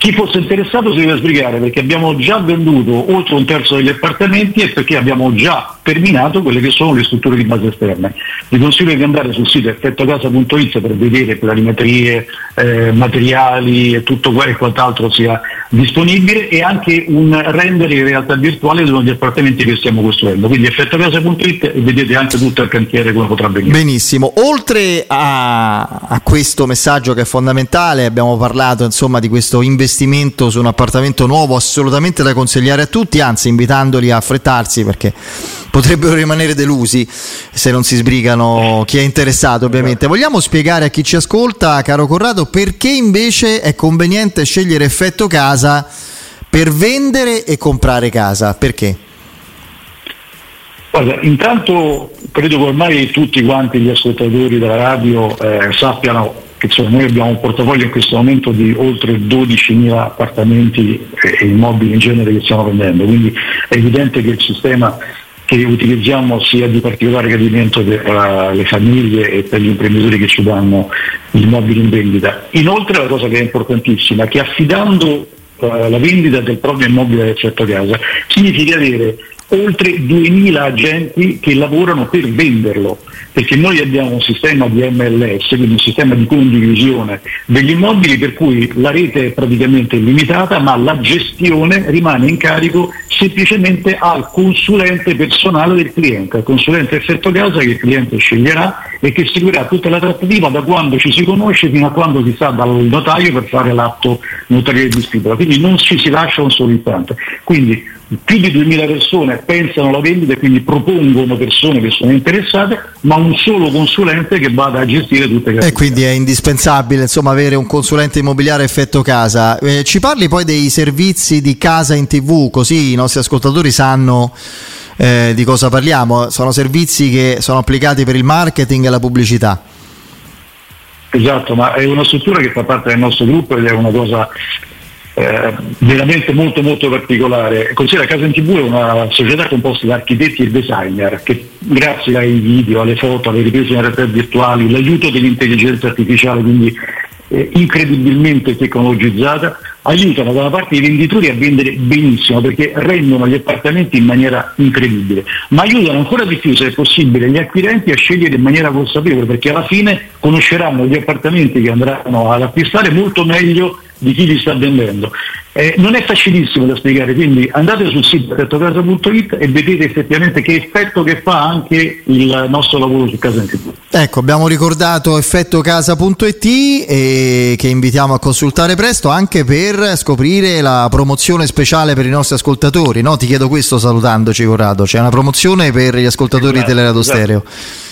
Chi fosse interessato si deve sbrigare, perché abbiamo già venduto oltre un terzo degli appartamenti e perché abbiamo già terminato quelle che sono le strutture di base esterne. Vi consiglio di andare sul sito effettocasa.it per vedere planimetrie, materiali e tutto quello e quant'altro sia disponibile, e anche un rendere in realtà virtuale degli appartamenti che stiamo costruendo. Quindi effettocasa.it e vedete anche tutto il cantiere come potrà venire. Benissimo. Oltre a questo messaggio che è fondamentale, abbiamo parlato insomma di questo investimento su un appartamento nuovo assolutamente da consigliare a tutti, anzi invitandoli a affrettarsi perché potrebbero rimanere delusi se non si sbrigano, chi è interessato ovviamente. Vogliamo spiegare a chi ci ascolta, caro Corrado, perché invece è conveniente scegliere Effetto Casa per vendere e comprare casa? Perché? Guarda, intanto credo che ormai tutti quanti gli ascoltatori della radio sappiano che noi abbiamo un portafoglio in questo momento di oltre 12.000 appartamenti e immobili in genere che stiamo vendendo, quindi è evidente che il sistema che utilizziamo sia di particolare gradimento per le famiglie e per gli imprenditori che ci danno gli immobili in vendita. Inoltre la cosa che è importantissima è che affidando la vendita del proprio immobile a Effetto Casa significa avere oltre 2.000 agenti che lavorano per venderlo, perché noi abbiamo un sistema di MLS, quindi un sistema di condivisione degli immobili, per cui la rete è praticamente illimitata, ma la gestione rimane in carico semplicemente al consulente personale del cliente, al consulente Effetto Casa che il cliente sceglierà e che seguirà tutta la trattativa da quando ci si conosce fino a quando si sta dal notaio per fare l'atto notariale di stipula, quindi non ci si lascia un solo istante. Quindi più di 2.000 persone pensano alla vendita e quindi propongono persone che sono interessate, ma un solo consulente che vada a gestire tutte le attività. E quindi è indispensabile insomma avere un consulente immobiliare Effetto Casa. Ci parli poi dei servizi di casa in TV, così i nostri ascoltatori sanno di cosa parliamo. Sono servizi che sono applicati per il marketing e la pubblicità. Esatto, ma è una struttura che fa parte del nostro gruppo ed è una cosa veramente molto molto particolare. Considera Casa in TV è una società composta da architetti e designer che grazie ai video, alle foto, alle riprese in realtà virtuali, l'aiuto dell'intelligenza artificiale, quindi incredibilmente tecnologizzata, aiutano da una parte i venditori a vendere benissimo perché rendono gli appartamenti in maniera incredibile, ma aiutano ancora di più, se è possibile, gli acquirenti a scegliere in maniera consapevole, perché alla fine conosceranno gli appartamenti che andranno ad acquistare molto meglio di chi li sta vendendo. Non è facilissimo da spiegare, quindi andate sul sito effettocasa.it e vedete effettivamente che effetto che fa anche il nostro lavoro su Casa in TV. Ecco, abbiamo ricordato effettocasa.it e che invitiamo a consultare presto anche per scoprire la promozione speciale per i nostri ascoltatori, no? Ti chiedo questo salutandoci, Corrado, c'è una promozione per gli ascoltatori di Teleradio Stereo.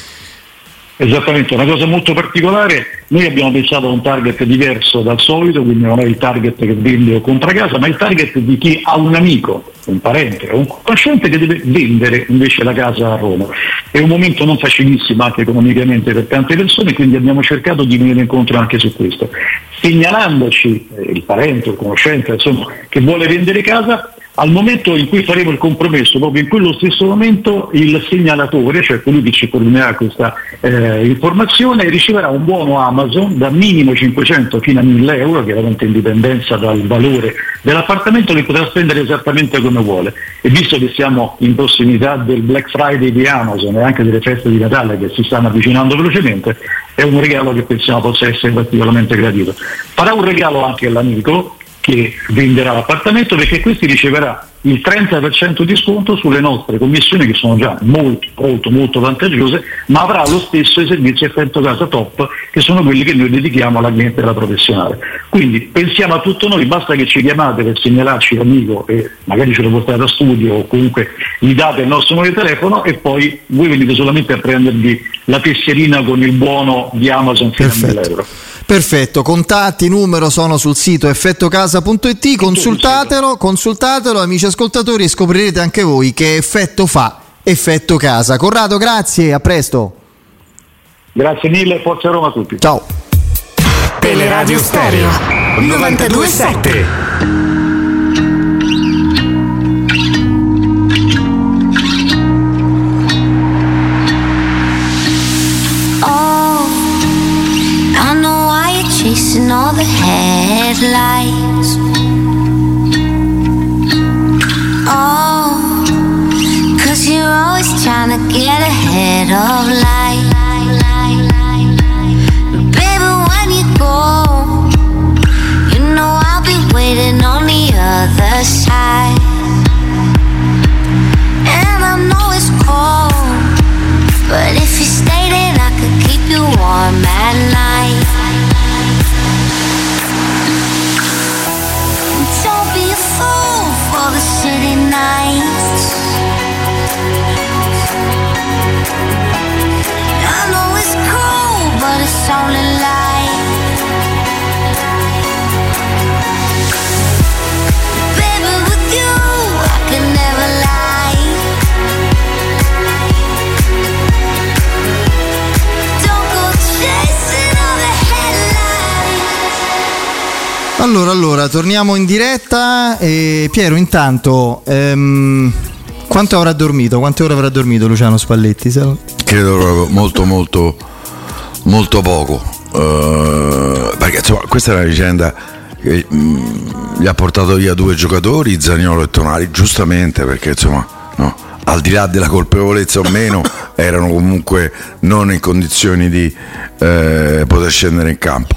Esattamente, una cosa molto particolare, noi abbiamo pensato a un target diverso dal solito, quindi non è il target che vende o compra casa, ma il target di chi ha un amico, un parente o un conoscente che deve vendere invece la casa a Roma. È un momento non facilissimo anche economicamente per tante persone, quindi abbiamo cercato di venire incontro anche su questo, segnalandoci il parente o il conoscente insomma, che vuole vendere casa. Al momento in cui faremo il compromesso, proprio in quello stesso momento, il segnalatore, cioè colui che ci fornirà questa informazione, riceverà un buono Amazon da minimo 500 fino a 1.000 euro, chiaramente in dipendenza dal valore dell'appartamento, che potrà spendere esattamente come vuole. E visto che siamo in prossimità del Black Friday di Amazon e anche delle feste di Natale che si stanno avvicinando velocemente, è un regalo che pensiamo possa essere particolarmente gradito. Farà un regalo anche all'amico che venderà l'appartamento, perché questi riceverà il 30% di sconto sulle nostre commissioni, che sono già molto vantaggiose, ma avrà lo stesso i servizi Effetto Casa Top, che sono quelli che noi dedichiamo alla clientela professionale. Quindi pensiamo a tutto noi, basta che ci chiamate per segnalarci l'amico e magari ce lo portate a studio o comunque gli date il nostro numero di telefono e poi voi venite solamente a prendervi la tesserina con il buono di Amazon fino a 1.000 euro. Perfetto, contatti, numero sono sul sito effettocasa.it, consultatelo amici ascoltatori e scoprirete anche voi che effetto fa Effetto Casa. Corrado, grazie, a presto. Grazie mille, forza Roma a tutti. Ciao. Teleradio Stereo 92.7. Chasing all the headlights, trying to get ahead of life. Baby, when you go, you know I'll be waiting on the other side. And I know it's cold, but if you stay then I could keep you warm at night. Don't be a fool for the city nights. I know it's cold, but it's only light. Baby, with you I can never lie. Don't go chasing all the headlines. Allora, torniamo in diretta e Piero intanto quanto avrà dormito? Quante ore avrà dormito Luciano Spalletti? Credo proprio molto poco, perché insomma questa è una vicenda che gli ha portato via 2 giocatori, Zaniolo e Tonali, giustamente, perché insomma no, al di là della colpevolezza o meno erano comunque non in condizioni di poter scendere in campo.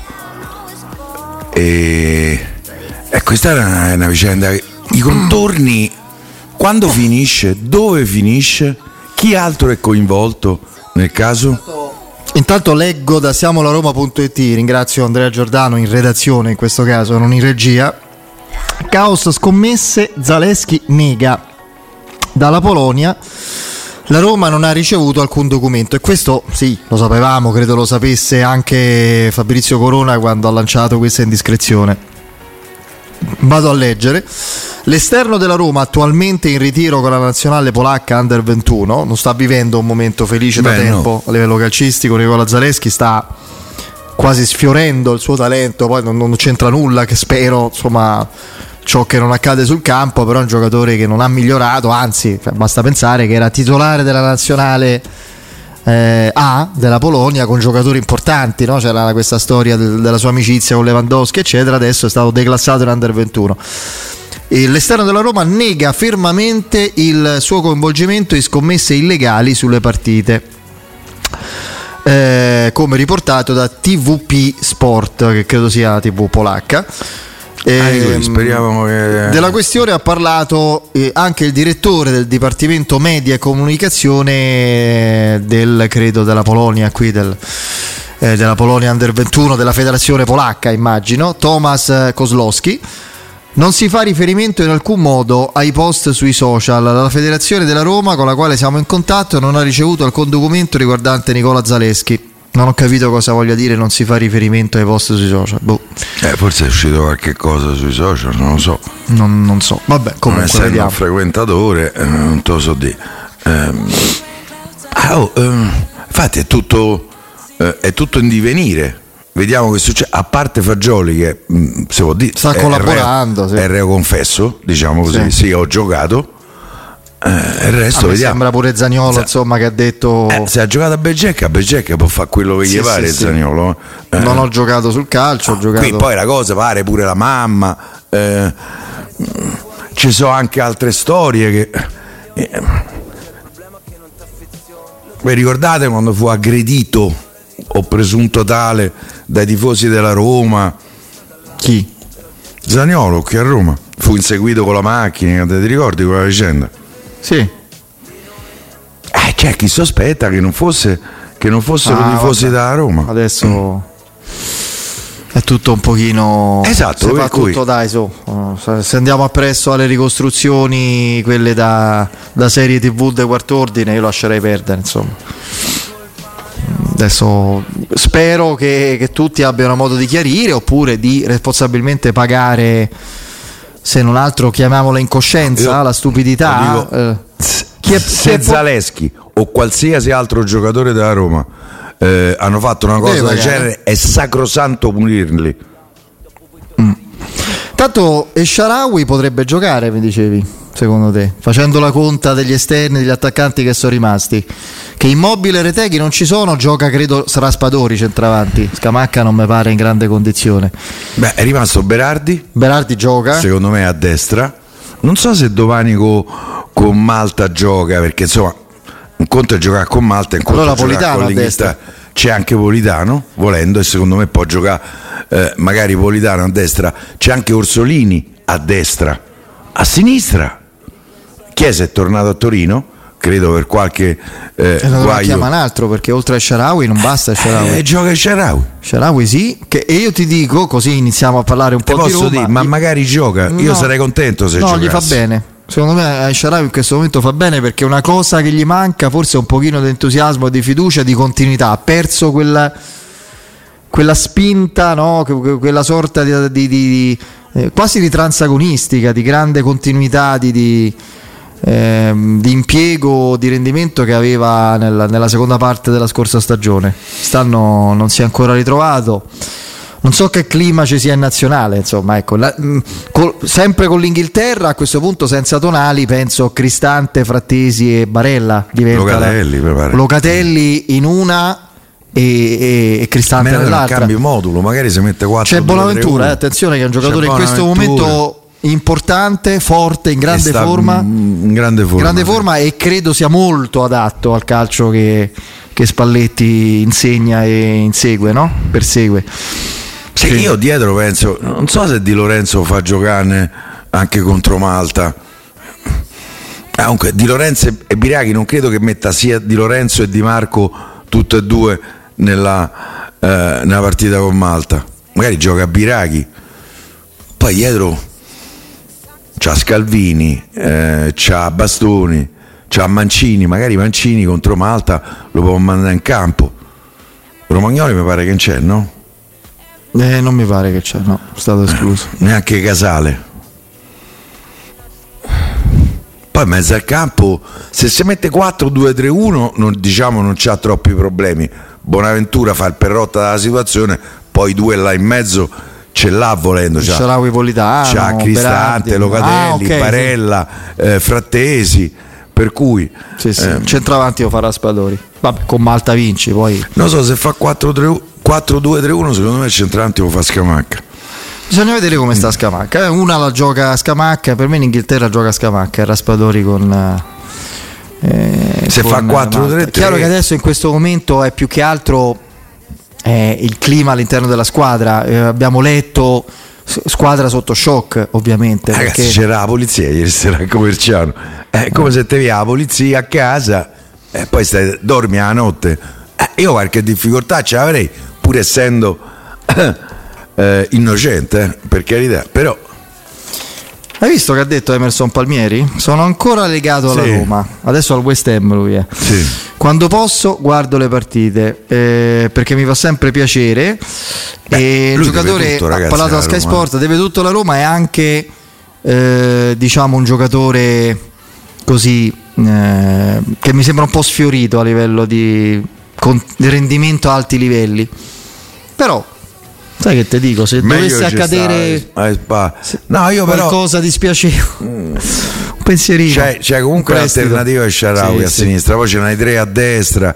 E questa è una vicenda che i contorni, quando finisce, dove finisce, chi altro è coinvolto nel caso? Intanto leggo da siamolaroma.it, ringrazio Andrea Giordano in redazione in questo caso, non in regia. Caos scommesse, Zalewski nega. Dalla Polonia la Roma non ha ricevuto alcun documento, e questo sì, lo sapevamo, credo lo sapesse anche Fabrizio Corona quando ha lanciato questa indiscrezione. Vado a leggere. L'esterno della Roma, attualmente in ritiro con la nazionale polacca Under 21, non sta vivendo un momento felice da tempo a livello calcistico. Nicola Zalewski sta quasi sfiorendo il suo talento, poi non c'entra nulla, che spero, insomma, ciò che non accade sul campo, però è un giocatore che non ha migliorato, anzi basta pensare che era titolare della nazionale A della Polonia con giocatori importanti, no? C'era questa storia della sua amicizia con Lewandowski eccetera, adesso è stato declassato in Under 21. E l'esterno della Roma nega fermamente il suo coinvolgimento in scommesse illegali sulle partite, come riportato da TVP Sport, che credo sia TV polacca. Speriamo che... Della questione ha parlato anche il direttore del Dipartimento Media e Comunicazione della Polonia, della Polonia Under 21 della federazione polacca, immagino, Tomasz Kozlowski. Non si fa riferimento in alcun modo ai post sui social. La federazione della Roma, con la quale siamo in contatto, non ha ricevuto alcun documento riguardante Nicola Zalewski. Non ho capito cosa voglia dire non si fa riferimento ai post sui social. Forse è uscito qualche cosa sui social, non lo so. Non so, vabbè, comunque non essendo vediamo. Un frequentatore, non te lo so dire. Infatti è tutto in divenire. Vediamo che succede. A parte Fagioli che se può dire, sta collaborando, è reo confesso, diciamo così, sì, ho giocato. Il resto vediamo. Sembra pure Zaniolo, insomma, che ha detto se ha giocato a Belgecca può fare quello che gli pare. Zaniolo non ho giocato sul calcio, ho giocato. Qui poi la cosa pare pure la mamma, ci sono anche altre storie che vi ricordate quando fu aggredito o presunto tale dai tifosi della Roma? Chi? Zaniolo qui a Roma fu inseguito con la macchina, ti ricordi quella vicenda? Sì. C'è chi sospetta che non fossero tifosi della Roma. Adesso è tutto un pochino, esatto, si fa tutto, dai, se andiamo appresso alle ricostruzioni, quelle da serie TV di quart'ordine, io lascerei perdere, insomma. Adesso spero che tutti abbiano modo di chiarire, oppure di responsabilmente pagare, se non altro chiamiamola incoscienza, la stupidità. Se Zalewski o qualsiasi altro giocatore della Roma hanno fatto una cosa del genere, è sacrosanto punirli. Tanto Esharawi potrebbe giocare, mi dicevi, secondo te, facendo la conta degli esterni, degli attaccanti che sono rimasti, che Immobile e Reteghi non ci sono, gioca credo sarà Spadori centravanti, Scamacca non mi pare in grande condizione. È rimasto Berardi gioca secondo me a destra, non so se domani con Malta gioca, perché insomma un conto è giocare con Malta, un conto allora è giocare con l'Inghilterra. C'è anche Politano volendo, e secondo me può giocare magari Politano a destra, c'è anche Orsolini a destra, a sinistra Chiesa è tornato a Torino, credo per qualche guaio. Chiama un altro, perché oltre a Shaarawy non basta Shaarawy. Gioca Shaarawy sì, e io ti dico, così iniziamo a parlare un po' di Roma. Dire, ma magari gioca, io sarei contento se giocasse. No, gli fa bene. Secondo me Shaarawy in questo momento fa bene, perché una cosa che gli manca forse è un pochino di entusiasmo, di fiducia, di continuità. Ha perso quella spinta, no? Quella sorta di quasi di transagonistica, di grande continuità, di impiego, di rendimento che aveva nella seconda parte della scorsa stagione. Quest'anno non si è ancora ritrovato. Non so che clima ci sia in nazionale, insomma, ecco, sempre con l'Inghilterra a questo punto senza Tonali, penso Cristante, Frattesi e Barella, diventa Locatelli in una e Cristante nell'altra. Cambio modulo, magari si mette 4. C'è Bonaventura, attenzione, che è un giocatore in questo momento importante, forte, in grande forma, e credo sia molto adatto al calcio che Spalletti insegna e insegue, no? Persegue. Sì, io dietro penso, non so se Di Lorenzo fa giocare anche contro Malta. Comunque Di Lorenzo e Biraghi non credo che metta sia Di Lorenzo e Di Marco tutte e due nella partita con Malta. Magari gioca Biraghi, poi dietro c'ha Scalvini, c'ha Bastoni, c'ha Mancini. Magari Mancini contro Malta lo può mandare in campo. Romagnoli mi pare che non c'è, no? Non mi pare che c'è, no, è stato escluso. Neanche Casale. Poi in mezzo al campo, se si mette 4-2-3-1 non c'ha troppi problemi. Bonaventura fa il perrotta della situazione, poi due là in mezzo ce l'ha volendo. Shaarawy, Politano, c'ha Cristante, Locatelli, Barella, Frattesi, per cui centravanti lo fa Raspadori. Vabbè, con Malta vinci, poi non so se fa 4-2-3-1, secondo me il centravanti lo fa Scamacca. Bisogna vedere come sta Scamacca. Una la gioca Scamacca, per me in Inghilterra gioca Scamacca, Raspadori con se fa 4-3-3. Chiaro che adesso in questo momento è più che altro il clima all'interno della squadra. Abbiamo letto squadra sotto shock, ovviamente. Ragazzi, perché c'era la polizia ieri sera a Coverciano. È come se te via la polizia a casa e poi dormi la notte. Io qualche difficoltà ce l'avrei, pur essendo innocente, per carità, però. Hai visto che ha detto Emerson Palmieri? Sono ancora legato alla Roma, adesso al West Ham lui è. Sì. Quando posso guardo le partite, perché mi fa sempre piacere. E il giocatore tutto, ragazzi, ha parlato da Sky Sport, deve tutto la Roma, è anche diciamo un giocatore così che mi sembra un po' sfiorito a livello di rendimento a alti livelli. Però sai che te dico, se dovesse accadere qualcosa di spiacevole, un pensierino, c'è comunque l'alternativa a Shaarawy a sinistra, poi ce n'hai 3 a destra.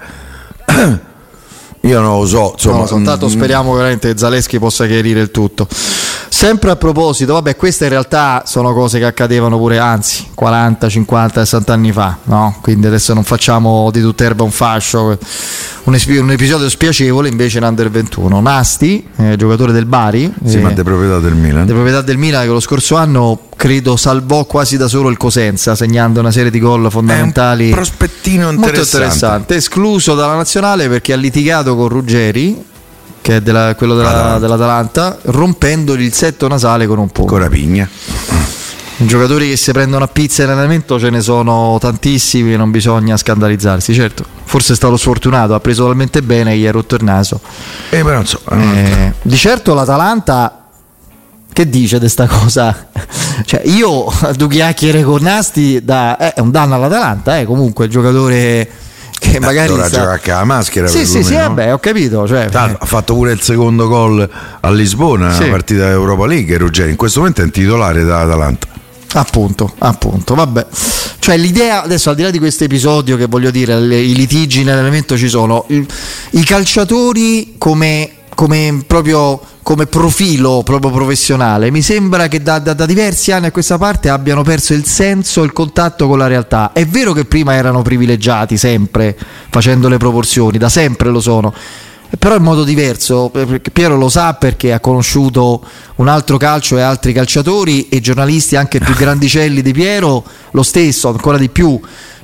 Io non lo so, insomma, soltanto speriamo veramente che Zalewski possa chiarire il tutto. Sempre a proposito, vabbè, queste in realtà sono cose che accadevano pure, anzi, 40, 50, 60 anni fa, no? Quindi adesso non facciamo di tutt'erba un fascio. Un episodio spiacevole invece in Under 21. Nasti, giocatore del Bari, ma di proprietà del Milan. Di proprietà del Milan, che lo scorso anno credo salvò quasi da solo il Cosenza, segnando una serie di gol fondamentali. È un prospettino molto interessante. Escluso dalla nazionale perché ha litigato con Ruggeri, che è quello dell'Atalanta, rompendogli il setto nasale con un po'. Con Rapigna. Giocatori che si prendono a pizza in allenamento ce ne sono tantissimi, non bisogna scandalizzarsi. Certo, forse è stato sfortunato, ha preso talmente bene che gli ha rotto il naso. Però so, di certo l'Atalanta che dice di sta cosa? Cioè, io due chiacchiere con Nasti è un danno all'Atalanta, comunque il giocatore che magari allora gioca a maschera. Sì, vabbè, ho capito. Cioè, ha fatto pure il secondo gol a Lisbona, una partita Europa League. Ruggeri in questo momento è un titolare dell'Atalanta. Appunto, vabbè. Cioè l'idea, adesso al di là di questo episodio, che voglio dire, i litigi nell'allenamento ci sono, i calciatori come come profilo proprio professionale. Mi sembra che da diversi anni a questa parte abbiano perso il senso, il contatto con la realtà. È vero che prima erano privilegiati sempre, facendo le proporzioni, da sempre lo sono, però in modo diverso. Piero lo sa perché ha conosciuto un altro calcio e altri calciatori e giornalisti anche più grandicelli di Piero, lo stesso, ancora di più.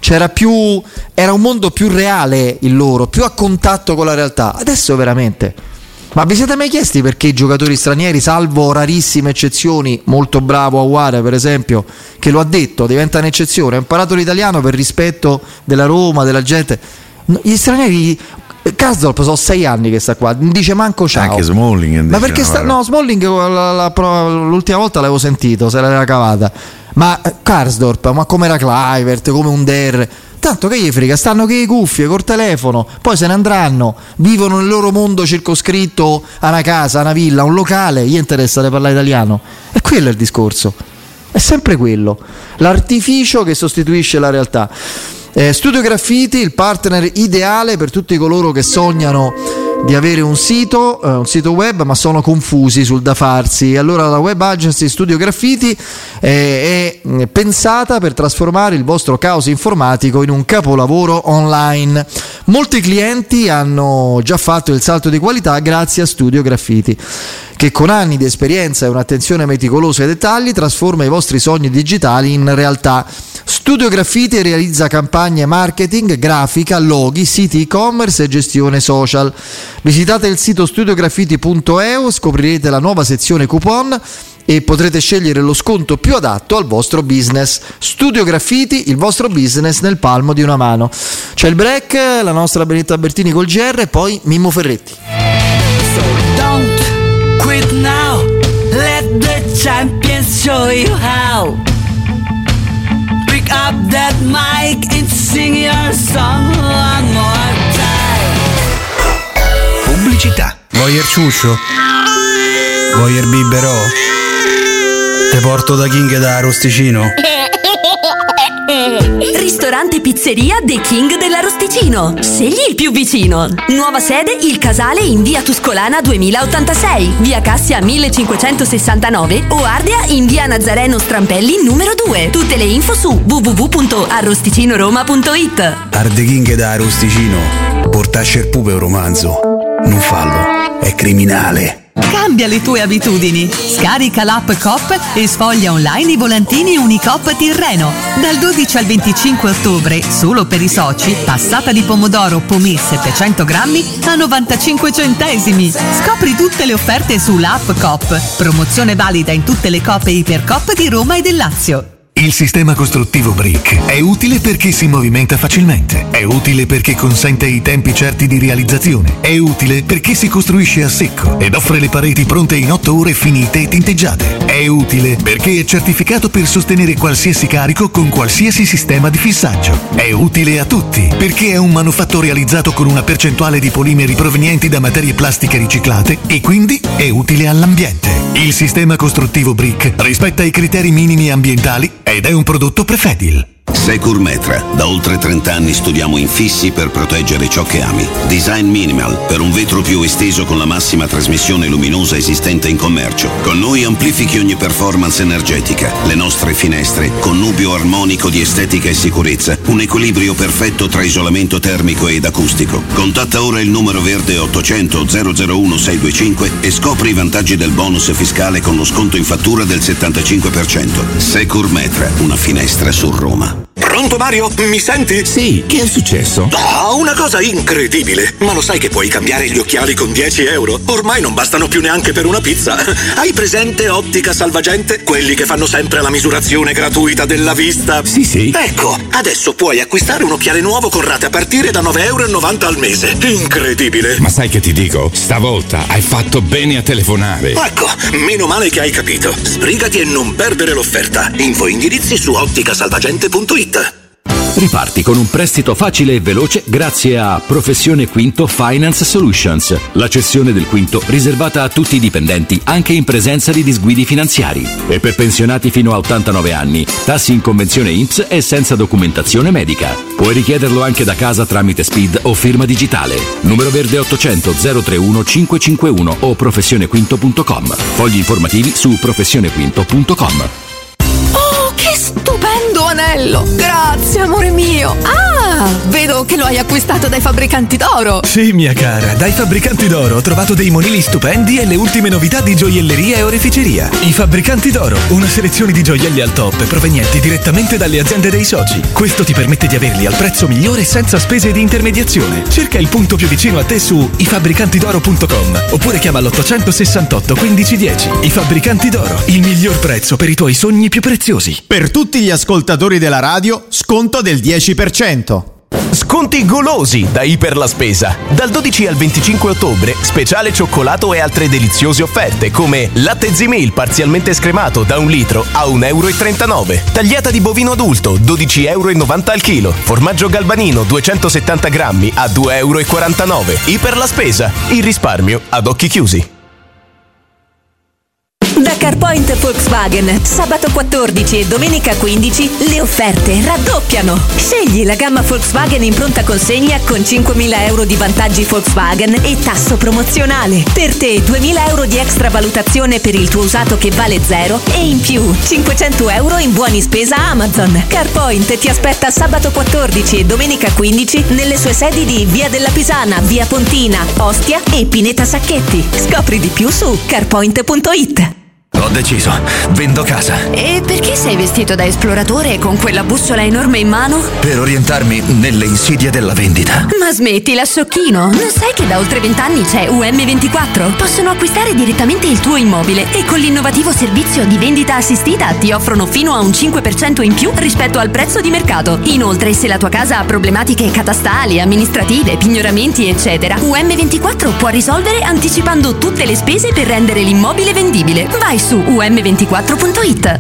Era un mondo più reale il loro, più a contatto con la realtà. Adesso veramente. Ma vi siete mai chiesti perché i giocatori stranieri, salvo rarissime eccezioni, molto bravo Aouar per esempio, che lo ha detto, diventa un'eccezione, ha imparato l'italiano per rispetto della Roma, della gente. Gli stranieri, Karsdorp sono 6 anni che sta qua, non dice manco ciao. Anche Smalling. Ma perché Smalling l'ultima volta l'avevo sentito, se l'era cavata. Ma Karsdorp, ma come era Kluivert, come Under, tanto che gli frega, stanno che le cuffie col telefono, poi se ne andranno, vivono nel loro mondo circoscritto a una casa, a una villa, un locale, gli interessa di parlare italiano. E quello è il discorso, è sempre quello, l'artificio che sostituisce la realtà. Studio Graffiti, il partner ideale per tutti coloro che sognano di avere un sito web ma sono confusi sul da farsi. Allora la web agency Studio Graffiti è pensata per trasformare il vostro caos informatico in un capolavoro online. Molti clienti hanno già fatto il salto di qualità grazie a Studio Graffiti, che con anni di esperienza e un'attenzione meticolosa ai dettagli trasforma i vostri sogni digitali in realtà. Studio Graffiti realizza campagne marketing, grafica, loghi, siti e-commerce e gestione social. Visitate il sito studiograffiti.eu, scoprirete la nuova sezione coupon e potrete scegliere lo sconto più adatto al vostro business. Studio Graffiti, il vostro business nel palmo di una mano. C'è il break, la nostra Benetta Bertini col GR e poi Mimmo Ferretti. So don't quit now, let the champions show you how. Pick up that mic and sing your song one more time. Pubblicità. Vuoi il ciuscio? Vuoi il biberò? Te porto da King da Arosticino. Ristorante Pizzeria The King dell'Arosticino. Scegli il più vicino. Nuova sede Il Casale in via Tuscolana 2086, via Cassia 1569 o Ardea in via Nazareno Strampelli numero 2. Tutte le info su www.arrosticinoroma.it. Arde King da Arosticino. Portasce il pupe un romanzo. Non fallo, è criminale. Cambia le tue abitudini. Scarica l'app Coop e sfoglia online i volantini Unicoop Tirreno. Dal 12 al 25 ottobre, solo per i soci, passata di pomodoro Pomé 700 grammi a 95 centesimi. Scopri tutte le offerte sull'app Coop. Promozione valida in tutte le Coop e Ipercoop di Roma e del Lazio. Il sistema costruttivo Brick è utile perché si movimenta facilmente, è utile perché consente i tempi certi di realizzazione, è utile perché si costruisce a secco ed offre le pareti pronte in 8 ore finite e tinteggiate, è utile perché è certificato per sostenere qualsiasi carico con qualsiasi sistema di fissaggio, è utile a tutti perché è un manufatto realizzato con una percentuale di polimeri provenienti da materie plastiche riciclate e quindi è utile all'ambiente. Il sistema costruttivo Brick rispetta i criteri minimi ambientali ed è un prodotto Prefedil. Securmetra. Da oltre 30 anni studiamo infissi per proteggere ciò che ami. Design minimal per un vetro più esteso con la massima trasmissione luminosa esistente in commercio. Con noi amplifichi ogni performance energetica. Le nostre finestre, connubio armonico di estetica e sicurezza. Un equilibrio perfetto tra isolamento termico ed acustico. Contatta ora il numero verde 800 001 625 e scopri i vantaggi del bonus fiscale con lo sconto in fattura del 75%. Securmetra, una finestra su Roma. Pronto Mario? Mi senti? Sì, che è successo? Oh, una cosa incredibile! Ma lo sai che puoi cambiare gli occhiali con 10 euro? Ormai non bastano più neanche per una pizza. Hai presente Ottica Salvagente? Quelli che fanno sempre la misurazione gratuita della vista? Sì, sì. Ecco, adesso puoi acquistare un occhiale nuovo con rate a partire da 9,90 euro al mese. Incredibile! Ma sai che ti dico? Stavolta hai fatto bene a telefonare. Ecco, meno male che hai capito. Sbrigati e non perdere l'offerta. Info e indirizzi su otticasalvagente.it. Riparti con un prestito facile e veloce grazie a Professione Quinto Finance Solutions, la cessione del quinto riservata a tutti i dipendenti anche in presenza di disguidi finanziari. E per pensionati fino a 89 anni, tassi in convenzione INPS e senza documentazione medica. Puoi richiederlo anche da casa tramite SPID o firma digitale. Numero verde 800 031 551 o professionequinto.com. Fogli informativi su professionequinto.com. Che stupendo anello! Grazie, amore mio! Ah, vedo che lo hai acquistato dai fabbricanti d'oro! Sì, mia cara, dai fabbricanti d'oro ho trovato dei monili stupendi e le ultime novità di gioielleria e oreficeria. I fabbricanti d'oro, una selezione di gioielli al top provenienti direttamente dalle aziende dei soci. Questo ti permette di averli al prezzo migliore senza spese di intermediazione. Cerca il punto più vicino a te su ifabbricantidoro.com oppure chiama l'868 1510. I fabbricanti d'oro, il miglior prezzo per i tuoi sogni più preziosi. Per tutti gli ascoltatori della radio, sconto del 10%. Sconti golosi da Iper La Spesa. Dal 12 al 25 ottobre, speciale cioccolato e altre deliziose offerte come latte Zimil parzialmente scremato da 1 litro a 1,39 €. Tagliata di bovino adulto, 12,90 € al chilo. Formaggio galvanino 270 grammi a 2,49 €. Iper La Spesa, il risparmio ad occhi chiusi. Da CarPoint Volkswagen, sabato 14 e domenica 15 le offerte raddoppiano. Scegli la gamma Volkswagen in pronta consegna con 5.000 € di vantaggi Volkswagen e tasso promozionale. Per te 2.000 € di extra valutazione per il tuo usato che vale 0 e in più 500 € in buoni spesa Amazon. CarPoint ti aspetta sabato 14 e domenica 15 nelle sue sedi di Via della Pisana, Via Pontina, Ostia e Pineta Sacchetti. Scopri di più su carpoint.it. Ho deciso, vendo casa. E perché sei vestito da esploratore con quella bussola enorme in mano? Per orientarmi nelle insidie della vendita. Ma smettila, sciocchino! Non sai che da oltre 20 anni c'è UM24? Possono acquistare direttamente il tuo immobile e con l'innovativo servizio di vendita assistita ti offrono fino a un 5% in più rispetto al prezzo di mercato. Inoltre, se la tua casa ha problematiche catastali, amministrative, pignoramenti, eccetera, UM24 può risolvere anticipando tutte le spese per rendere l'immobile vendibile. Vai su um24.it.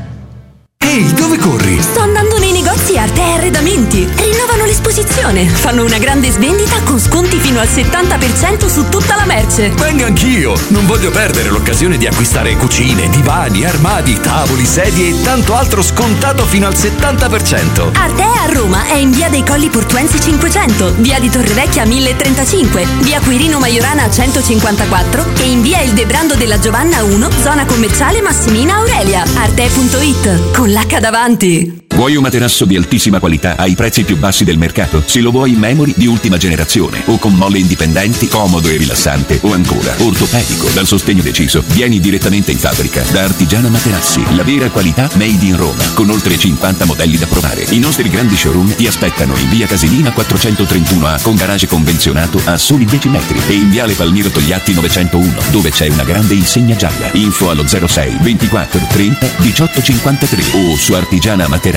Ehi, dove corri? Sto andando nei negozi Arte e Arredamenti. Rinnovano l'esposizione. Fanno una grande svendita con sconti fino al 70% su tutta la merce. Vengo anch'io. Non voglio perdere l'occasione di acquistare cucine, divani, armadi, tavoli, sedie e tanto altro scontato fino al 70%. Arte a Roma è in via dei Colli Portuensi 500, via di Torrevecchia 1035, via Quirino Maiorana 154 e in via Il Debrando della Giovanna 1, zona commerciale Massimina Aurelia. Arte.it con l'H davanti. Vuoi un materasso di altissima qualità ai prezzi più bassi del mercato? Se lo vuoi in memory di ultima generazione o con molle indipendenti, comodo e rilassante o ancora ortopedico dal sostegno deciso, vieni direttamente in fabbrica da Artigiana Materassi, la vera qualità made in Roma con oltre 50 modelli da provare. I nostri grandi showroom ti aspettano in via Casilina 431A con garage convenzionato a soli 10 metri e in viale Palmiro Togliatti 901 dove c'è una grande insegna gialla. Info allo 06 24 30 18 53 o su artigianamaterassi.com.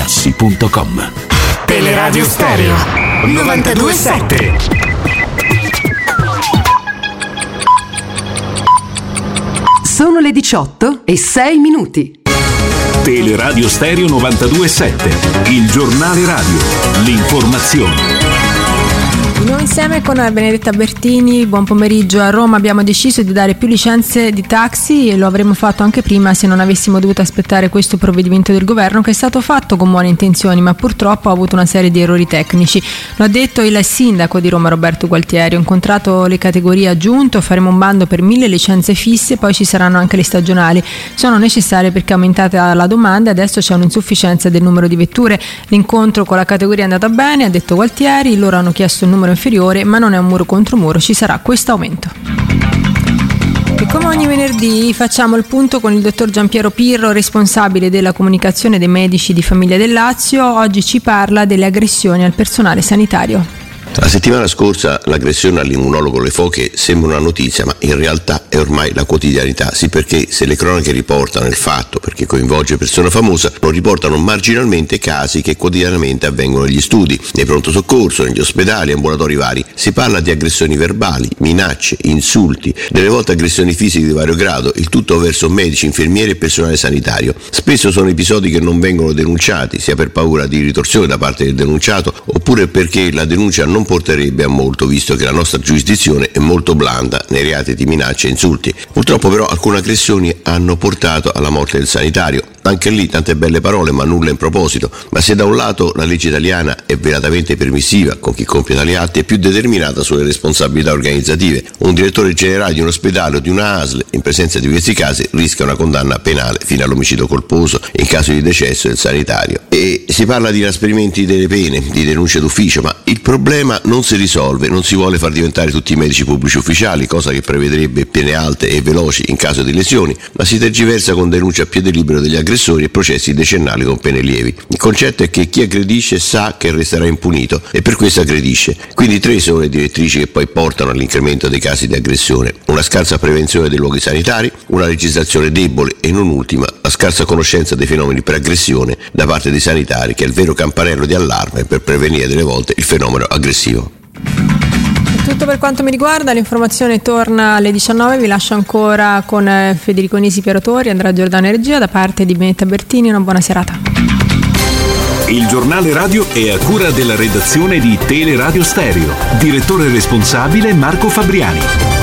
Teleradio Stereo 92.7. Sono le 18:06. Teleradio Stereo 92.7, il giornale radio, l'informazione. Di nuovo insieme con Benedetta Bertini, buon pomeriggio. A Roma abbiamo deciso di dare più licenze di taxi e lo avremmo fatto anche prima se non avessimo dovuto aspettare questo provvedimento del governo, che è stato fatto con buone intenzioni ma purtroppo ha avuto una serie di errori tecnici. Lo ha detto il sindaco di Roma Roberto Gualtieri. Ho incontrato le categorie, aggiunto, faremo un bando per 1000 licenze fisse, poi ci saranno anche le stagionali. Sono necessarie perché è aumentata la domanda e adesso c'è un'insufficienza del numero di vetture. L'incontro con la categoria è andata bene, ha detto Gualtieri, loro hanno chiesto un numero inferiore, ma non è un muro contro muro, ci sarà questo aumento. E come ogni venerdì facciamo il punto con il dottor Giampiero Pirro, responsabile della comunicazione dei medici di famiglia del Lazio. Oggi ci parla delle aggressioni al personale sanitario. La settimana scorsa l'aggressione all'immunologo Le Foche sembra una notizia, ma in realtà è ormai la quotidianità, sì, perché se le cronache riportano il fatto, perché coinvolge persona famosa, non riportano marginalmente casi che quotidianamente avvengono negli studi, nei pronto soccorso, negli ospedali, ambulatori vari. Si parla di aggressioni verbali, minacce, insulti, delle volte aggressioni fisiche di vario grado, il tutto verso medici, infermieri e personale sanitario. Spesso sono episodi che non vengono denunciati, sia per paura di ritorsione da parte del denunciato, oppure perché la denuncia non porterebbe a molto, visto che la nostra giurisdizione è molto blanda nei reati di minacce e insulti. Purtroppo però alcune aggressioni hanno portato alla morte del sanitario. Anche lì tante belle parole ma nulla in proposito. Ma se da un lato la legge italiana è velatamente permissiva con chi compie tali atti, è più determinata sulle responsabilità organizzative. Un direttore generale di un ospedale o di una ASL in presenza di questi casi rischia una condanna penale fino all'omicidio colposo in caso di decesso del sanitario. E si parla di inasprimenti delle pene, di denunce d'ufficio, ma il problema non si risolve, non si vuole far diventare tutti i medici pubblici ufficiali, cosa che prevederebbe pene alte e veloci in caso di lesioni, ma si tergiversa con denunce a piede libero degli aggressori e processi decennali con pene lievi. Il concetto è che chi aggredisce sa che resterà impunito e per questo aggredisce. Quindi 3 sono le direttrici che poi portano all'incremento dei casi di aggressione: una scarsa prevenzione dei luoghi sanitari, una legislazione debole e non ultima la scarsa conoscenza dei fenomeni per aggressione da parte dei sanitari, che è il vero campanello di allarme per prevenire delle volte il fenomeno aggressivo. Tutto per quanto mi riguarda, l'informazione torna alle 19, vi lascio ancora con Federico Nisi, Piero Tori, Andrea Giordano e regia. Da parte di Benetta Bertini una buona serata. Il giornale radio è a cura della redazione di Teleradio Stereo. Direttore responsabile Marco Fabriani.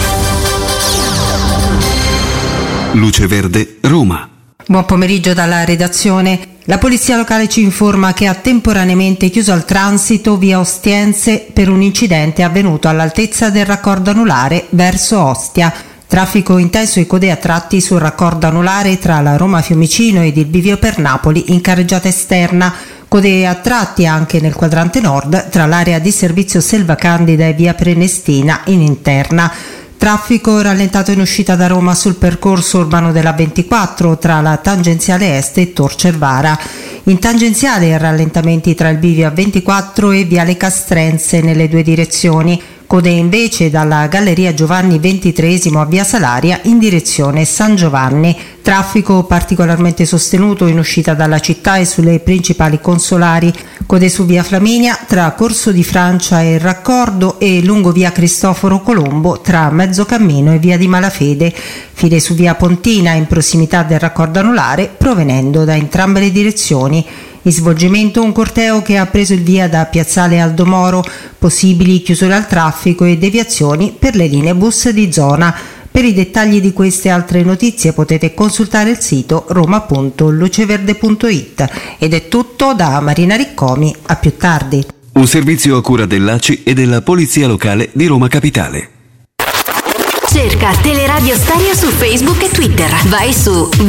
Luce Verde, Roma. Buon pomeriggio dalla redazione. La polizia locale ci informa che ha temporaneamente chiuso al transito via Ostiense per un incidente avvenuto all'altezza del raccordo anulare verso Ostia. Traffico intenso e code a tratti sul raccordo anulare tra la Roma Fiumicino ed il bivio per Napoli in carreggiata esterna. Code a tratti anche nel quadrante nord tra l'area di servizio Selva Candida e via Prenestina in interna. Traffico rallentato in uscita da Roma sul percorso urbano della 24 tra la tangenziale est e Tor Cervara. In tangenziale rallentamenti tra il bivio A24 e viale Castrense nelle 2 direzioni. Code invece dalla Galleria Giovanni XXIII a via Salaria in direzione San Giovanni. Traffico particolarmente sostenuto in uscita dalla città e sulle principali consolari. Code su via Flaminia tra Corso di Francia e il Raccordo e lungo via Cristoforo Colombo tra Mezzocammino e via di Malafede. File su via Pontina in prossimità del raccordo anulare provenendo da entrambe le direzioni. In svolgimento un corteo che ha preso il via da Piazzale Aldomoro, possibili chiusure al traffico e deviazioni per le linee bus di zona. Per i dettagli di queste altre notizie potete consultare il sito roma.luceverde.it. Ed è tutto da Marina Riccomi, a più tardi. Un servizio a cura dell'ACI e della Polizia Locale di Roma Capitale. Cerca Teleradio Stereo su Facebook e Twitter. Vai su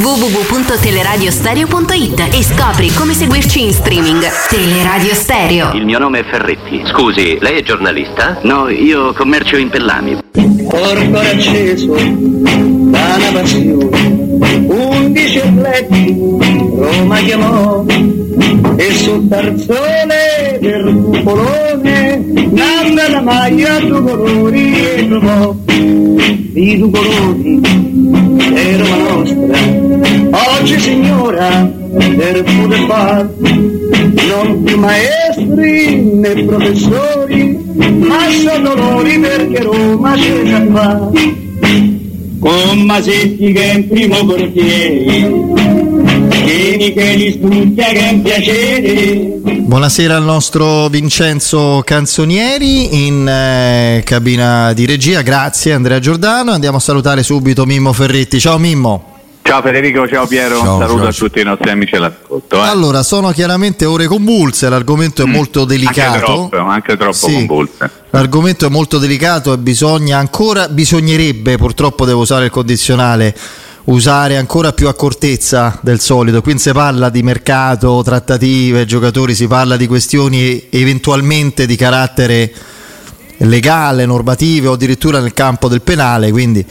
www.teleradiostereo.it e scopri come seguirci in streaming. Teleradio Stereo. Il mio nome è Ferretti. Scusi, lei è giornalista? No, io commercio in pellami. Corpo acceso da una passione, 11 atleti Roma chiamò e sul tarzone del cupolone nanda la maglia due colori e trovò i due colori è Roma nostra. Oggi signora per poter far non più maestri né professori, ma sono loro perché Roma c'è già qua. Con Masetti che è in primo portiere, vieni che li studia che è un piacere. Buonasera al nostro Vincenzo Canzonieri in cabina di regia, grazie Andrea Giordano. Andiamo a salutare subito Mimmo Ferretti. Ciao Mimmo. Ciao Federico, ciao Piero, un saluto a tutti i nostri amici all'ascolto. Allora, sono chiaramente ore convulse, l'argomento è molto delicato. Anche troppo convulse. L'argomento è molto delicato e bisognerebbe, purtroppo devo usare il condizionale, usare ancora più accortezza del solito. Qui si parla di mercato, trattative, giocatori, si parla di questioni eventualmente di carattere legale, normative o addirittura nel campo del penale, quindi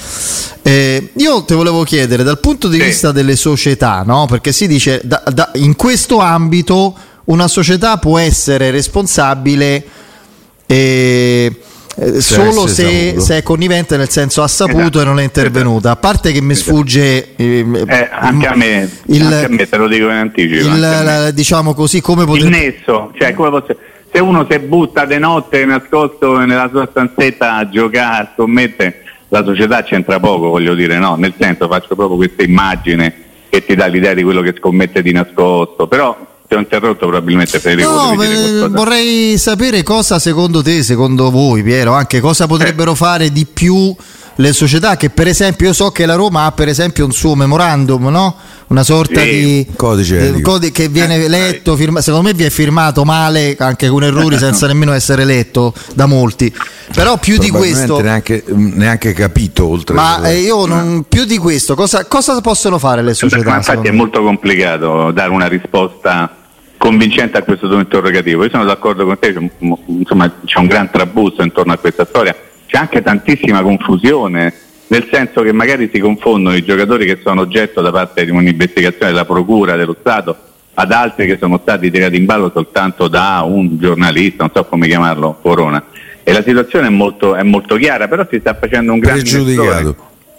io te volevo chiedere dal punto di vista delle società, no? Perché si dice in questo ambito una società può essere responsabile solo se è connivente, nel senso ha saputo e non è intervenuta. A parte che mi sfugge anche a me te lo dico in anticipo, diciamo così, come potrebbe... il nesso, cioè se uno si butta di notte nascosto nella sua stanzetta a giocare, a scommettere, la società c'entra poco, voglio dire, no, nel senso, faccio proprio questa immagine che ti dà l'idea di quello che scommette di nascosto, però ti ho interrotto probabilmente, Federico. No, vorrei sapere cosa secondo te, secondo voi, Piero, anche cosa potrebbero fare di più le società, che per esempio io so che la Roma ha per esempio un suo memorandum, no? Una sorta di codice che viene letto, secondo me vi è firmato male, anche con errori, senza nemmeno essere letto da molti. Però più di questo neanche capito, oltre. Ma io non più di questo, cosa possono fare le società? Ma infatti è molto complicato dare una risposta convincente a questo tuo interrogativo. Io sono d'accordo con te, insomma c'è un gran trabusto intorno a questa storia, c'è anche tantissima confusione, nel senso che magari si confondono i giocatori che sono oggetto da parte di un'investigazione della Procura dello Stato ad altri che sono stati tirati in ballo soltanto da un giornalista, non so come chiamarlo, Corona. E la situazione è molto chiara, però si sta facendo un grande pregiudicato.